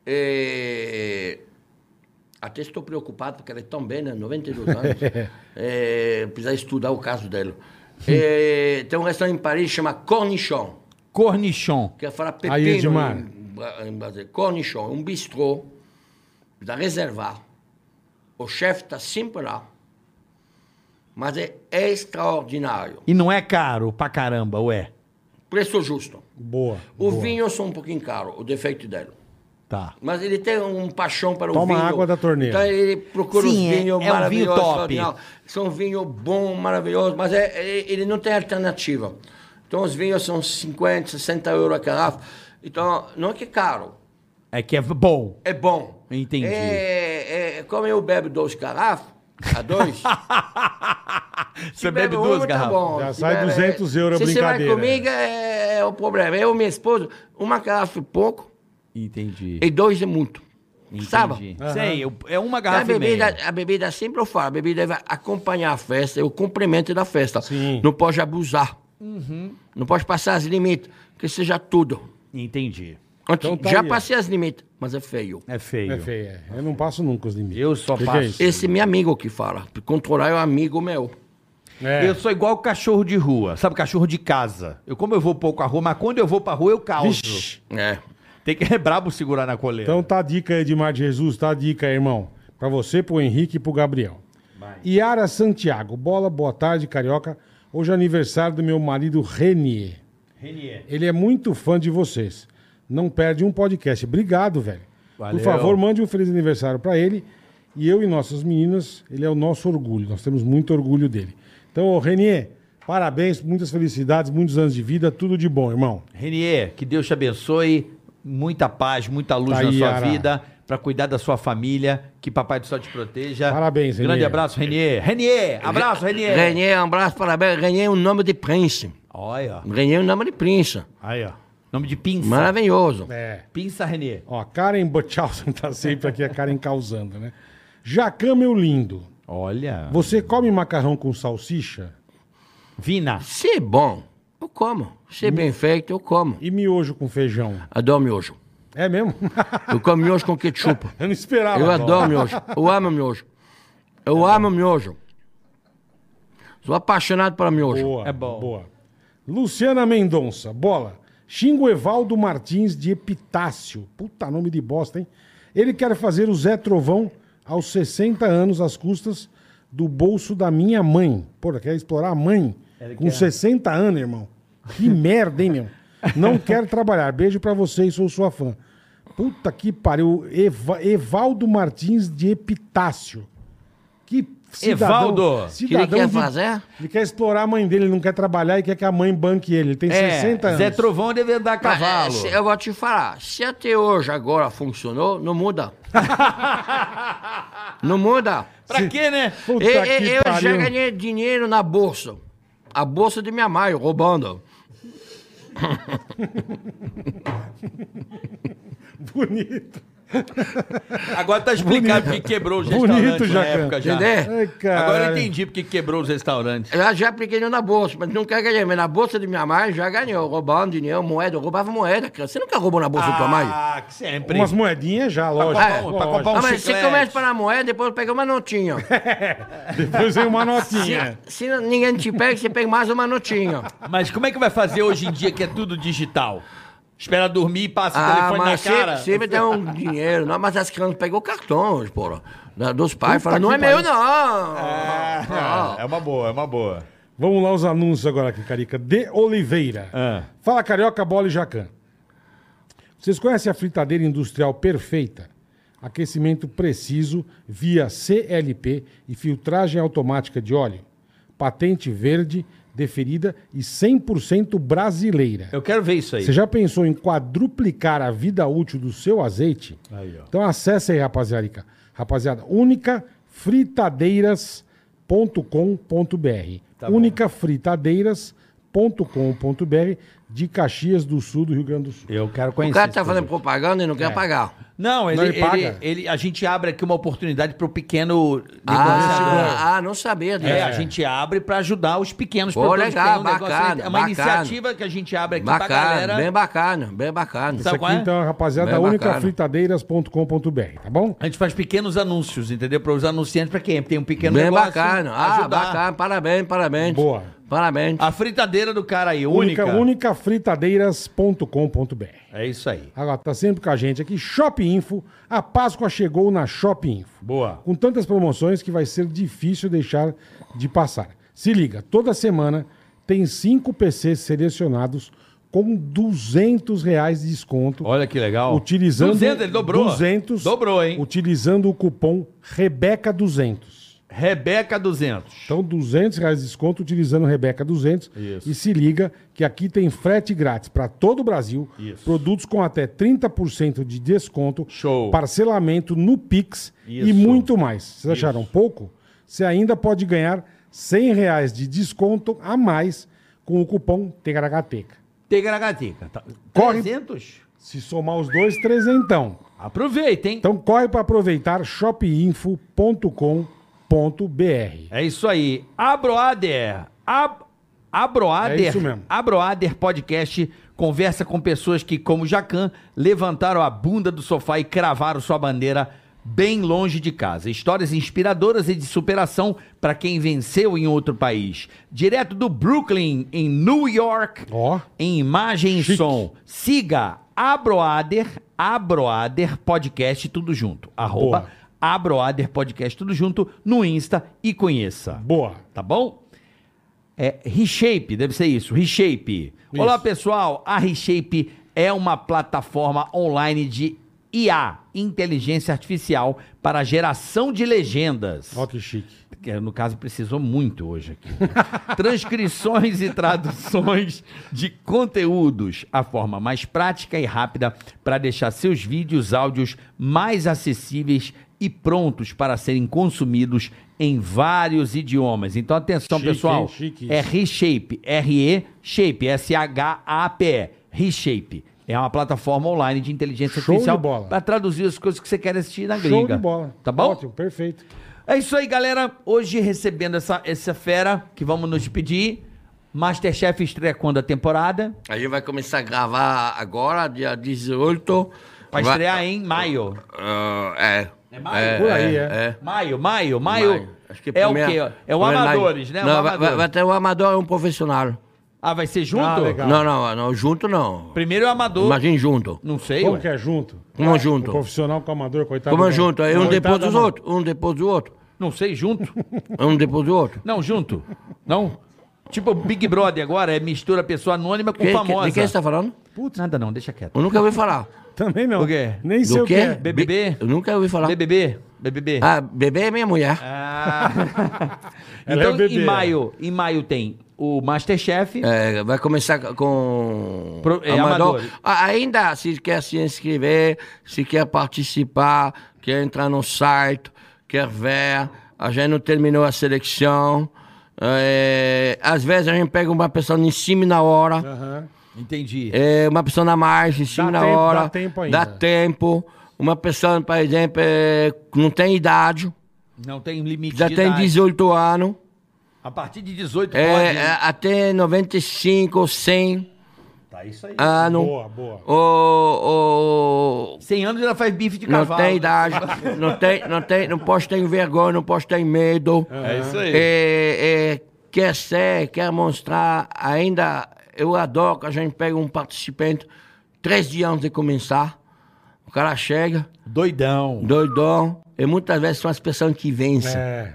Até estou preocupado, porque ela é tão bem, né, 92 anos, precisa estudar o caso dela. Tem um restaurante em Paris que chama Cornichon, Cornichon. que é falar Aí, pepino Edmar. em brasileiro. Cornichon, um bistrô, precisa reservar. O chefe está sempre lá. Mas é extraordinário. E não é caro pra caramba, ué. Preço justo. Boa. O boa. vinho são um pouquinho caro, o defeito dele. Tá. Mas ele tem um paixão para o Toma vinho. água da torneira. Então ele procura Sim, os vinhos é um vinho maravilhosos. top. extraordinários. São vinho bom, maravilhoso, mas ele não tem alternativa. Então os vinhos são 50, 60 euros a garrafa. Então não é que é caro, É que é bom. é bom. Entendi. Como eu bebo 2 garrafas, a 2... Você bebe uma, 2 tá garrafas. bom. Já Se sai bebe- 200 euros a Se você vai brincadeira. comigo, é o problema. Eu e minha esposa, uma garrafa é pouco Entendi. e 2 é muito. Sabe? Entendi. Sei, é uma A garrafa e meia. bebida, sempre eu falo, a bebida deve acompanhar a festa, é o complemento da festa. Sim. Não pode abusar. Uhum. Não pode passar as limites, que seja tudo. Entendi. Então tá Já aí, ó. passei as limites, mas é feio. É feio. É feio, é. Eu não passo nunca os limites. Eu só Que passo. é isso? Esse é meu amigo que fala. Controlar é um amigo meu. É. Eu sou igual cachorro de rua, sabe, cachorro de casa. Como eu vou pouco à rua, mas quando eu vou pra rua eu causo. Vixe. É. Tem que é brabo segurar na coleira. Então tá a dica aí, Edmar de Jesus, tá a dica aí, irmão. Pra você, pro Henrique e pro Gabriel. Yara Santiago, bola, boa tarde, carioca. Hoje é aniversário do meu marido Renier. Renier. Ele é muito fã de vocês. Não perde um podcast. Obrigado, velho. Valeu. Por favor, mande um feliz aniversário pra ele. E eu e nossas meninas, ele é o nosso orgulho. Nós temos muito orgulho dele. Então, ô, Renier, parabéns, muitas felicidades, muitos anos de vida, tudo de bom, irmão. Renier, que Deus te abençoe, muita paz, muita luz Tá na aí, sua Yara. vida, pra cuidar da sua família, que Papai do Céu te proteja. Parabéns, Renier. Grande abraço, Renier. Renier, abraço, Renier. Renier, um abraço, parabéns. Renier é um nome de príncipe. Olha, Renier é um nome de príncipe. aí, ó. Nome de pinça. Maravilhoso. É. Pinça, Renier. Ó, Karen Butchausen tá sempre aqui, a Karen causando, né? Jacan, meu lindo, Olha. você come macarrão com salsicha Vina. Se é bom, eu como. Se é bem feito, eu como. e miojo com feijão? Adoro miojo. É mesmo? Eu como miojo com ketchup. Eu não esperava. Eu adoro miojo. Eu amo miojo. Eu amo miojo. Sou apaixonado por miojo. Boa, É bom. boa. Luciana Mendonça, bola. Xingo Evaldo Martins de Epitácio. Puta nome de bosta, hein? Ele quer fazer o Zé Trovão aos 60 anos às custas do bolso da minha mãe. Porra, quer explorar a mãe? Com 60 anos, irmão. Que merda, hein, meu? Não quero trabalhar. Beijo pra vocês, sou sua fã. Puta que pariu. Evaldo Martins de Epitácio. Que Evaldo, O que ele quer fazer? Ele quer explorar a mãe dele, ele não quer trabalhar e quer que a mãe banque ele. Ele tem 60 anos. Zé Trovão deve andar a cavalo. Eu vou te falar, se até hoje agora funcionou, não muda. Não muda. Pra quê, né? Puta Eu, que eu já pariu. ganhei dinheiro na bolsa. A bolsa de minha mãe, roubando. Bonito. Agora tá explicado porque quebrou os restaurantes Bonito, na Jacan. época já. Entendeu? Ai, caralho. Agora eu entendi porque quebrou os restaurantes. Eu já apliquei na bolsa, mas nunca ganhei. Mas na bolsa de minha mãe já ganhou, roubando dinheiro, moeda. Eu roubava moeda, cara. Você nunca roubou na bolsa da tua mãe? Ah, que sempre. Umas moedinhas já, lógico. comprar pra comprar um Ah, mas você chiclete. começa para a moeda, depois pega uma notinha. Depois vem uma notinha. Se ninguém te pega, você pega mais uma notinha. Mas como é que vai fazer hoje em dia que é tudo digital? Espera dormir e passa o Ah, telefone na mas cara? sempre tem um dinheiro. Não, mas as crianças pegou cartões, porra. Dos pais, Puta falaram, não que é meu, pariu. não. É uma boa, é uma boa. Vamos lá os anúncios agora aqui, Carica. De Oliveira. Ah. Fala, Carioca, Bola e Jacan. Vocês conhecem a fritadeira industrial perfeita? Aquecimento preciso via CLP e filtragem automática de óleo? patente verde, deferida e 100% brasileira. Eu quero ver isso aí. Você já pensou em quadruplicar a vida útil do seu azeite? Aí, ó. Então acesse aí, rapaziada, unicafritadeiras.com.br. Tá bom. Unicafritadeiras.com.br, de Caxias do Sul, do Rio Grande do Sul. Eu quero O conhecer. cara esse tá fazendo produto. propaganda e não quer pagar. Não, Não, ele paga. a gente abre aqui uma oportunidade para o pequeno negociador. Não sabia disso. A gente abre para ajudar os pequenos Pô, produtores. legal, Tem um negócio bacana, aí, é uma bacana. iniciativa que a gente abre aqui para Bacana, galera. bem bacana, bem bacana. Isso Sabe aqui, qual é? então, rapaziada, Bem bacana. unicafritadeiras.com.br, tá bom? A gente faz pequenos anúncios, entendeu? Para os anunciantes, para quem tem um pequeno Bem negócio. bacana. Ajudar. Bacana. Parabéns. Boa. Parabéns. A fritadeira do cara aí, única. Unicafritadeiras.com.br. É isso aí. Agora, tá sempre com a gente aqui, Shop Info. A Páscoa chegou na Shop Info. Boa. Com tantas promoções que vai ser difícil deixar de passar. Se liga, toda semana tem 5 PCs selecionados com R$200 de desconto. Olha que legal. Utilizando 200, ele dobrou. 200, Dobrou, hein? Utilizando o cupom Rebeca200. Rebeca 200. Então, R$200 de desconto utilizando Rebeca 200. Isso. E se liga que aqui tem frete grátis para todo o Brasil. Isso. Produtos com até 30% de desconto. Show. Parcelamento no Pix Isso. e muito mais. Vocês acharam pouco? Você ainda pode ganhar R$100 de desconto a mais com o cupom Tegaracateca. Tegaragatica. Tá. Corre. 300? Se somar os dois, trezentão. Aproveita, hein? Então corre para aproveitar shopinfo.com.br. É isso aí. Abroader. Abroader. É isso mesmo. Abroader Podcast conversa com pessoas que, como Jacan, levantaram a bunda do sofá e cravaram sua bandeira bem longe de casa. Histórias inspiradoras e de superação para quem venceu em outro país. Direto do Brooklyn, em New York, Ó. em imagem e Chique. som. Siga Abroader Podcast, tudo junto. Boa. Abroader Podcast, tudo junto, no Insta e conheça. Boa. Tá bom? Reshape, deve ser isso, Reshape. Olá, pessoal, a Reshape é uma plataforma online de IA, inteligência artificial, para geração de legendas. Ó que chique. Que, no caso, precisou muito hoje aqui. Transcrições e traduções de conteúdos, a forma mais prática e rápida para deixar seus vídeos, áudios mais acessíveis e prontos para serem consumidos em vários idiomas. Então, atenção, Chique, pessoal. hein? Chique É isso. Reshape, R-E-Shape, S-H-A-P-E, Reshape. É uma plataforma online de inteligência Show artificial de bola. para traduzir as coisas que você quer assistir na Show gringa. de bola. Tá bom? Ótimo, perfeito. É isso aí, galera. Hoje recebendo essa fera que vamos nos despedir. Masterchef estreia quando a temporada? A gente vai começar a gravar agora, dia 18. Vai estrear em maio. É maio? Por aí, é. Maio. Acho que É o primeira- quê? É o primeira Amadores, live. né? Não, O Amadores. vai ter o Amador e um profissional. Ah, vai ser junto? Ah, legal. Não, junto não. Primeiro é o Amador. Imagina junto. Não sei, Como ué. que é junto? Como junto? O profissional com o amador, coitado. Como do- junto? É um Coitado depois da dos mão. outros. Um depois do outro. Não sei, junto? Um depois do outro. Não, junto. Não? Tipo Big Brother agora, mistura pessoa anônima com De famosa. quem você está falando? Putz, nada não, deixa quieto. Eu nunca ouvi falar. Também não. O quê? Nem sei Do o que quê? é. BBB? Eu nunca ouvi falar. BBB? Ah, bebê é minha mulher. Ah. Ela Então, é bebê. em maio tem o Masterchef. É, vai começar com Amador. Ainda, se quer se inscrever, se quer participar, quer entrar no site, quer ver, a gente não terminou a seleção. Às vezes a gente pega uma pessoa em cima na hora, Aham. Entendi. uma pessoa na margem, em cima na tempo, hora. dá tempo ainda. Dá tempo. Uma pessoa, por exemplo, não tem idade, Não tem limite já de tem idade. 18 anos. A partir de 18 pode. Até 95, 100 Tá isso aí. anos. Boa, boa. 100 anos ela faz bife de Não cavalo. tem idade, não pode ter vergonha, não pode ter medo. É isso aí. Quer mostrar, ainda, eu adoro que a gente pega um participante 3 dias antes de começar, o cara chega, Doidão. doidão, e muitas vezes são as pessoas que vencem.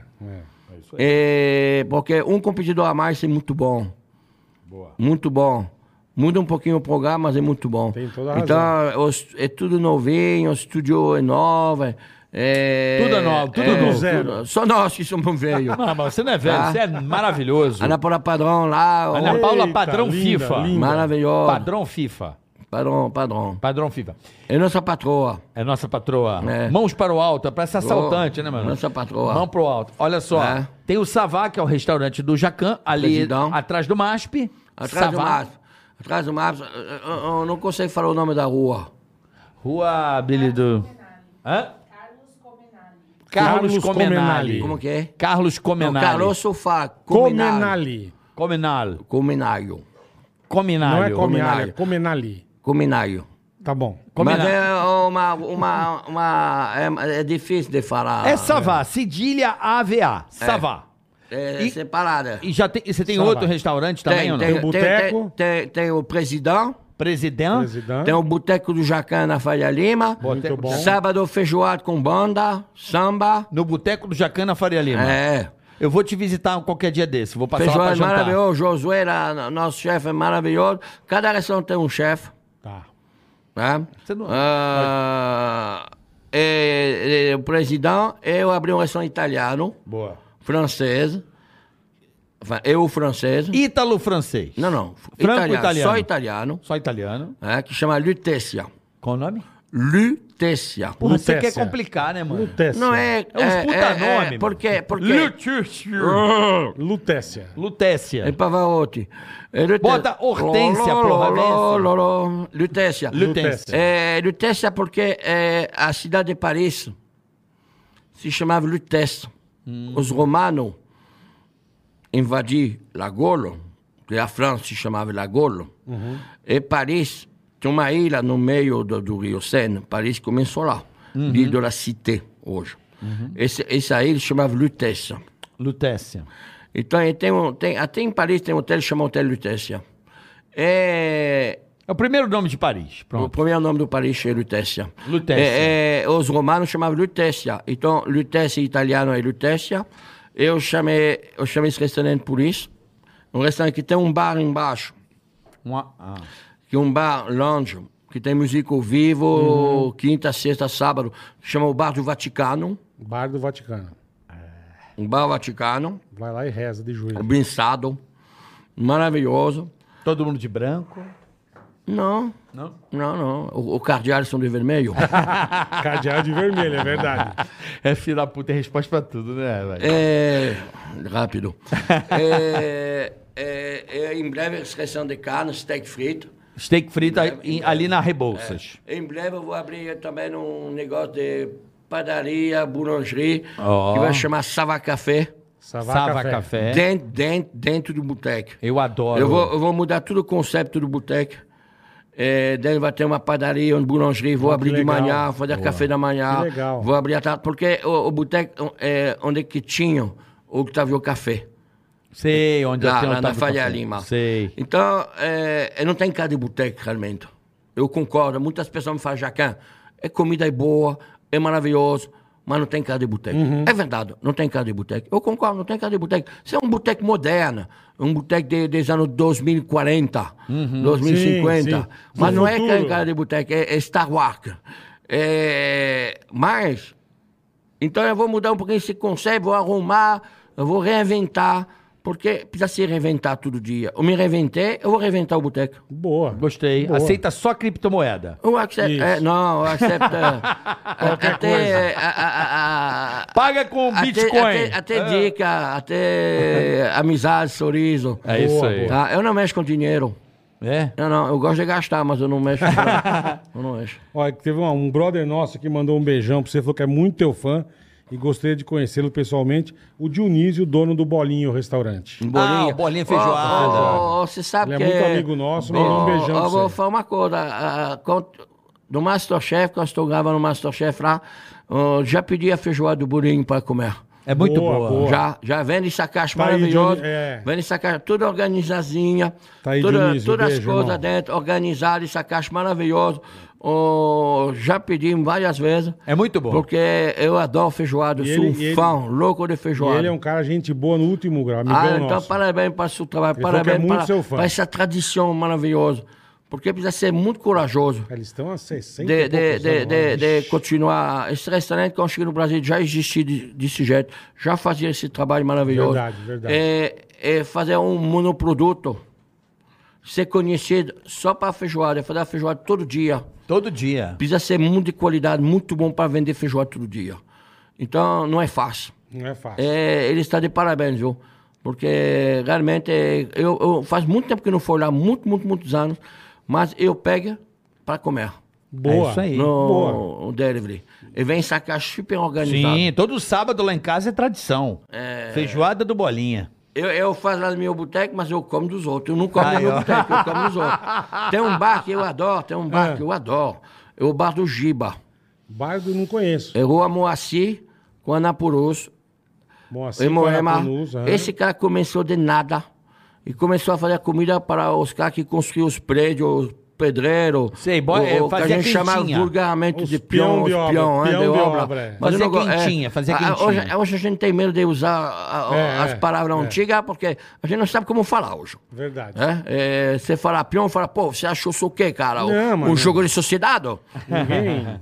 Porque um competidor a mais é muito bom. Boa. Muito bom. Muda um pouquinho o programa, mas é muito bom. Tem toda a razão. Então, é tudo novinho, o estúdio é novo, Tudo é novo, tudo do zero. Só nós que somos velhos. Não, mas você não é velho, Ah. você é maravilhoso. Ana Paula Padrão lá. Ana ó, Paula, Eita, padrão linda, FIFA. linda. maravilhoso. Padrão FIFA. Padrão. Padrão FIFA. É nossa patroa. É nossa patroa. É. Mãos para o alto, parece assaltante, né, mano? Nossa patroa. Mão pro alto. Olha só, É. tem o Savá, que é o restaurante do Jacan, ali Presidão. atrás do MASP. Atrás do Savá. mar. Atrás do mar. Eu não consigo falar o nome da rua. Rua Billy do... Hã? Carlos Comenali. Como que é? Carlos Não, Comenali. Carlos Sofá. Comenali. Comenal. Comenário. Comenalho. Não é Comenali, Comenali. é Comenali. Comenário. Tá bom. Comenal. Mas é difícil de falar. É Savá, cedilha AVA. Savá. É E- separada. E já tem, você tem Savá. outro restaurante também ou não? Tem o boteco. Tem o Presidente. Presidente. Presidente. Tem o Boteco do Jacan na Faria Lima. Muito bom. Sábado feijoado com banda, samba. No Boteco do Jacan, na Faria Lima. É. Eu vou te visitar qualquer dia desse. Vou passar lá pra Feijoado jantar. maravilhoso. Josué, nosso chefe, é maravilhoso. Cada restaurante tem um chefe. Tá. Né? Você não- O presidente, eu abri um restaurante italiano, Boa. francês. Eu francês. Ítalo-francês. Não. Franco-italiano. Só italiano. Só italiano. Que chama Lutetia. Qual o nome? Lutetia. Porra, você Lutécia. quer complicar, né, mano? Lutécia. Não é... É uns puta nome, meu. Porque... Lutécia. Lutécia. Lutécia. É Pavarotti. Bota Hortência, porra, Lutécia. Lutécia. Lutécia porque a cidade de Paris se chamava Lutécia. Os romanos invadiram la Gaule, que a França se chamava la Gaule, e Paris tinha uma ilha no meio do Rio Sena. Paris começou lá, l'île de la Cité, hoje. Essa ilha se chamava Lutécia. Lutécia. Então, até em Paris tem um hotel que chama Hotel Lutécia. É o primeiro nome de Paris. O Pronto. primeiro nome do Paris é Lutécia. Lutécia. Os romanos chamavam Lutécia. Então, Lutécia em italiano é Lutécia. Eu chamei esse restaurante por isso. Um restaurante que tem um bar embaixo, que é um bar lounge, que tem música ao vivo, quinta, sexta, sábado, que chama o Bar do Vaticano. Bar do Vaticano. Um bar Vaticano, Vai lá e reza de joelho. abençoado, maravilhoso. Todo mundo de branco. Não. O cardeal são de vermelho. Cadeado de vermelho, é verdade. É filho da puta, tem resposta pra tudo, né, velho? Rápido. Em breve, restrição de carne, steak frito. Steak frito ali na Rebouças. Em breve, eu vou abrir também um negócio de padaria, boulangerie, Ó. que vai chamar Sava Café, Sava Café. dentro do boteco. Eu adoro. Eu vou mudar todo o conceito do boteco. Daí vai ter uma padaria, uma boulangerie, vou abrir de legal. manhã, fazer café da manhã. Que legal. Vou abrir à tarde, porque o boteco é onde que tinha o Octavio Café. Sei, onde Lá, tem lá na Otávio Faria Café. Lima. Sei. Então, não tem cara de boteco, realmente. Eu concordo. Muitas pessoas me falam, Jacan, comida é boa, é maravilhoso, mas não tem cara de boteco. É verdade, não tem cara de boteco. Eu concordo, não tem cara de boteco. Isso é um boteco moderno, um boteco dos anos 2040, 2050. Sim, sim. Mas No não é futuro. cara de boteco, é Star Wars. Mas, então eu vou mudar um pouquinho esse conceito, vou arrumar, eu vou reinventar, porque precisa se reinventar todo dia. Eu me reinventei, eu vou reinventar o boteco. Boa. Gostei. Boa. Aceita só criptomoeda. Eu accepto. Isso. Não, eu accepto. Qualquer até, Paga com Bitcoin. até dica, até amizade, sorriso. É isso Boa, aí. boa. Tá? Eu não mexo com dinheiro. É? Eu gosto de gastar, mas eu não mexo. Eu não mexo. Olha, teve um brother nosso que mandou um beijão pra você, falou que é muito teu fã e gostaria de conhecê-lo pessoalmente. O Dionísio, dono do Bolinho Restaurante. Ah, o bolinha feijoada. Você sabe Ele é que... muito amigo nosso, mandou um beijão pra Eu vou você. falar uma coisa. Do Masterchef, quando eu estou gravando no Masterchef lá, já pedi a feijoada do Bolinho para comer. É muito Boa, boa. boa. Já vende essa caixa Tá aí, maravilhosa. Johnny, é. Vende essa caixa tudo organizadinha. Tá aí, todas Dionísio, as beijo, coisas irmão. dentro, organizada, essa caixa maravilhosa. Já pedi várias vezes. É muito bom. Porque eu adoro feijoada, eu E sou ele- um fã louco de E feijoada. ele é um cara gente boa no último grau, amigão Então nosso. parabéns para o seu trabalho, Ele falou que é parabéns muito seu fã. para essa tradição maravilhosa. porque precisa ser muito corajoso Eles estão a 60 de e poucos anos. de Ixi. continuar. Esse restaurante, quando eu cheguei no Brasil, já existia desse jeito, já fazia esse trabalho maravilhoso. Verdade. É fazer um monoproduto, ser conhecido só para feijoada, fazer a feijoada todo dia. Todo dia. Precisa ser muito de qualidade, muito bom para vender feijoada todo dia. Então, não é fácil. Não é fácil. Ele está de parabéns, viu? Porque realmente, eu faz muito tempo que não fui lá, muitos anos, mas eu pego para comer. Boa. É isso aí. No delivery. E vem sacar super organizado. Sim, todo sábado lá em casa é tradição. Feijoada do Bolinha. Eu faço lá no meu boteco, mas eu como dos outros. Eu não como no meu ó. boteco, eu como dos outros. Tem um bar que eu adoro, É o bar do Giba. Bardo não conheço. É Rua Moacir, com Anapurus. Bom, assim, Em Moema. Guarapunus, Esse cara começou de nada e começou a fazer comida para os caras que construíam os prédios, os pedreiros. Sei, o que a fazia gente chama quentinha. vulgarmente Os de peão, peão de obra, peão peão de de obra. obra, é. Mas eu não Fazia go- quentinha, fazia quentinha. Hoje a gente tem medo de usar as palavras antigas porque a gente não sabe como falar hoje. Verdade. Você fala peão, fala, pô, você achou isso o quê, cara? Não, mas Um não. jogo de sociedade? Ninguém...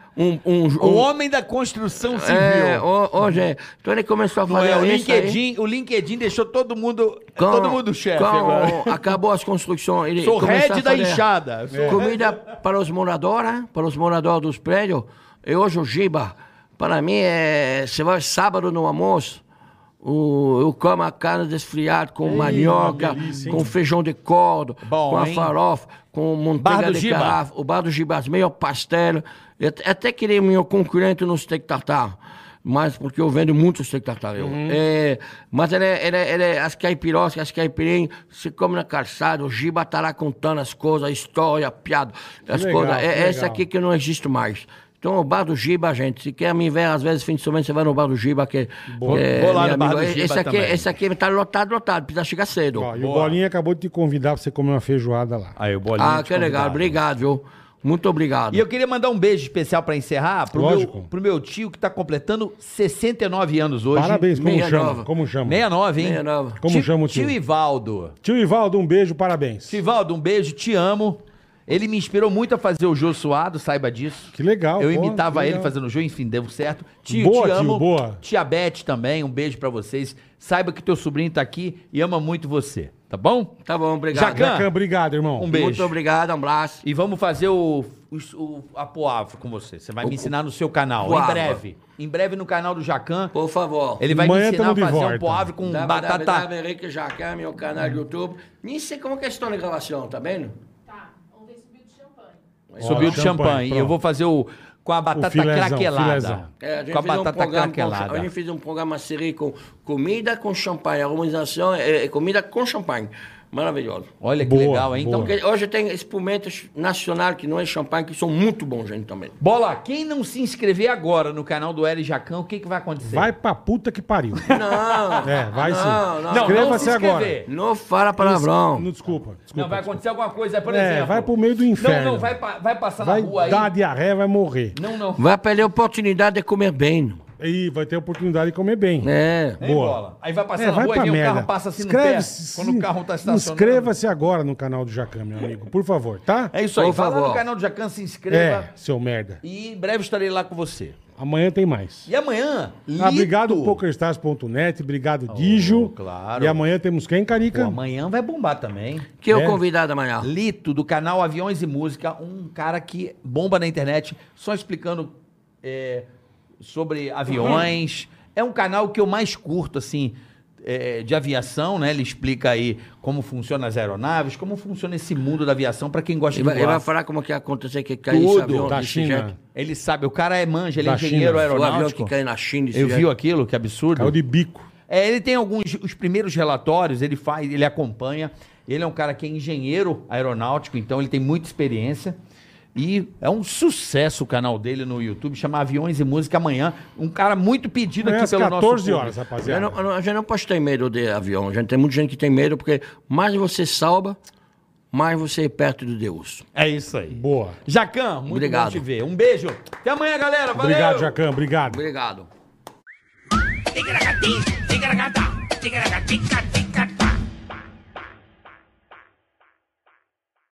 O homem da construção civil. Hoje, então ele começou a Não fazer é, isso aí. o LinkedIn deixou todo mundo chefe agora. Acabou as construções. Ele Sou começou head a da fazer enxada. Comida para os moradores dos prédios. E hoje o Giba, para mim, você vai sábado no almoço, eu como a carne desfiada com mandioca, delícia, hein? com feijão de cordo, Bom, com a hein? farofa, com Bar manteiga do de Giba. garrafa. O bar do Giba, meio pastel. Eu até queria meu concorrente no steak tartar. Mas porque eu vendo muito steak tartar. Mas as caipiroscas, as caipirinhas, você come na calçada, o Giba tá lá contando as coisas, a história, a piada, as legal, coisas. que Essa legal. aqui que não existe mais. Então, o bar do Giba, gente, se quer me ver, às vezes, fim de semana, você vai no bar do Giba, que Vou lá no meu bar amigo, do Giba esse também. aqui tá lotado, precisa chegar cedo. Ó, e o Bolinha acabou de te convidar pra você comer uma feijoada lá. Aí, o Bolinha. Ah, que legal, obrigado, viu? Muito obrigado. E eu queria mandar um beijo especial pra encerrar Lógico. pro meu tio que tá completando 69 anos hoje. Parabéns, como 69. chama? Como chama? 69, hein? 69. Como chama o tio? Tio Ivaldo. Tio Ivaldo, um beijo, parabéns. Tio Ivaldo, um beijo, te amo. Ele me inspirou muito a fazer o Jô Suado, saiba disso. Que legal. Eu pô, imitava que ele legal. fazendo o Jô, enfim, deu certo. Tio, Boa, te tio, amo. boa. Tia Beth também, um beijo pra vocês. Saiba que teu sobrinho tá aqui e ama muito você, tá bom? Tá bom, obrigado. Jacan, Jacan, obrigado, irmão. um beijo. Muito obrigado, um abraço. E vamos fazer a Poavro com você. Você vai me ensinar no seu canal, Poavro. em breve. Em breve no canal do Jacan. Por favor. Ele vai Amanhã me ensinar a tamo de fazer volta. um Poavro com batata... Henrique Jacan, meu canal do YouTube. Nem sei como que é a gravação, tá vendo? Tá, vamos ver se subiu de champanhe. Subiu de champanhe. champanhe, E eu pronto. vou fazer com a batata filezão, craquelada. filezão. A gente Com a fez batata programa craquelada. a gente fez um programa série com comida com champanhe. A harmonização é comida com champanhe. Maravilhoso. Olha que Boa, legal, hein? boa. Então, Porque hoje tem espumentos nacionais que não é champanhe, que são muito bons, gente, também. Bola, quem não se inscrever agora no canal do L Jacan, o que vai acontecer? Vai pra puta que pariu. Não. É, vai sim. Não, Inscreva-se se agora. inscrever. Não fala palavrão. Não, desculpa. Não, vai acontecer alguma coisa, por É, exemplo. vai pro meio do inferno. Não, vai passar Vai na rua aí. dar diarreia, vai morrer. Não. Vai perder a oportunidade de comer bem. E vai ter a oportunidade de comer bem. É. Hein, Boa. Bola? Aí vai passar É, na vai rua pra e vem merda. o carro passa assim no pé. Quando o carro tá estacionando. Inscreva-se agora no canal do Jacan, meu amigo. Por favor, tá? É isso aí. Por Vai lá favor. no canal do Jacan, se inscreva. É, seu merda. E em breve estarei lá com você. Amanhã tem mais. E amanhã, Lito. Obrigado, PokerStars.net. Obrigado, Dijo. claro. E amanhã temos quem, Carica? Pô, amanhã vai bombar também. Que é É. o convidado amanhã. Lito, do canal Aviões e Música, um cara que bomba na internet, só explicando sobre aviões. É um canal que eu mais curto, assim, de aviação, né? Ele explica aí como funcionam as aeronaves, como funciona esse mundo da aviação, para quem gosta Ele de vai, ele vai voar. falar como que aconteceu que caiu esse Tudo. avião Da desse China. jeito. Ele sabe, o cara é manja, ele é Da engenheiro China. O avião aeronáutico. que caiu na China desse Eu jeito. vi aquilo, que absurdo. Caiu de bico. Ele tem os primeiros relatórios, ele acompanha. Ele é um cara que é engenheiro aeronáutico, então ele tem muita experiência. E é um sucesso o canal dele no YouTube, chama Aviões e Música Amanhã. Um cara muito pedido Amanhã aqui às pelo nosso 14 público. horas, rapaziada. A gente não pode ter medo de avião. A gente tem muita gente que tem medo, porque mais você salva, mais você é perto de Deus. É isso aí. Boa. Jacan, muito Obrigado. bom te ver. Um beijo. Até amanhã, galera. Valeu. Obrigado, Jacan. Obrigado. Obrigado. Tigra-gati, tigra-gata, tigra-gatica,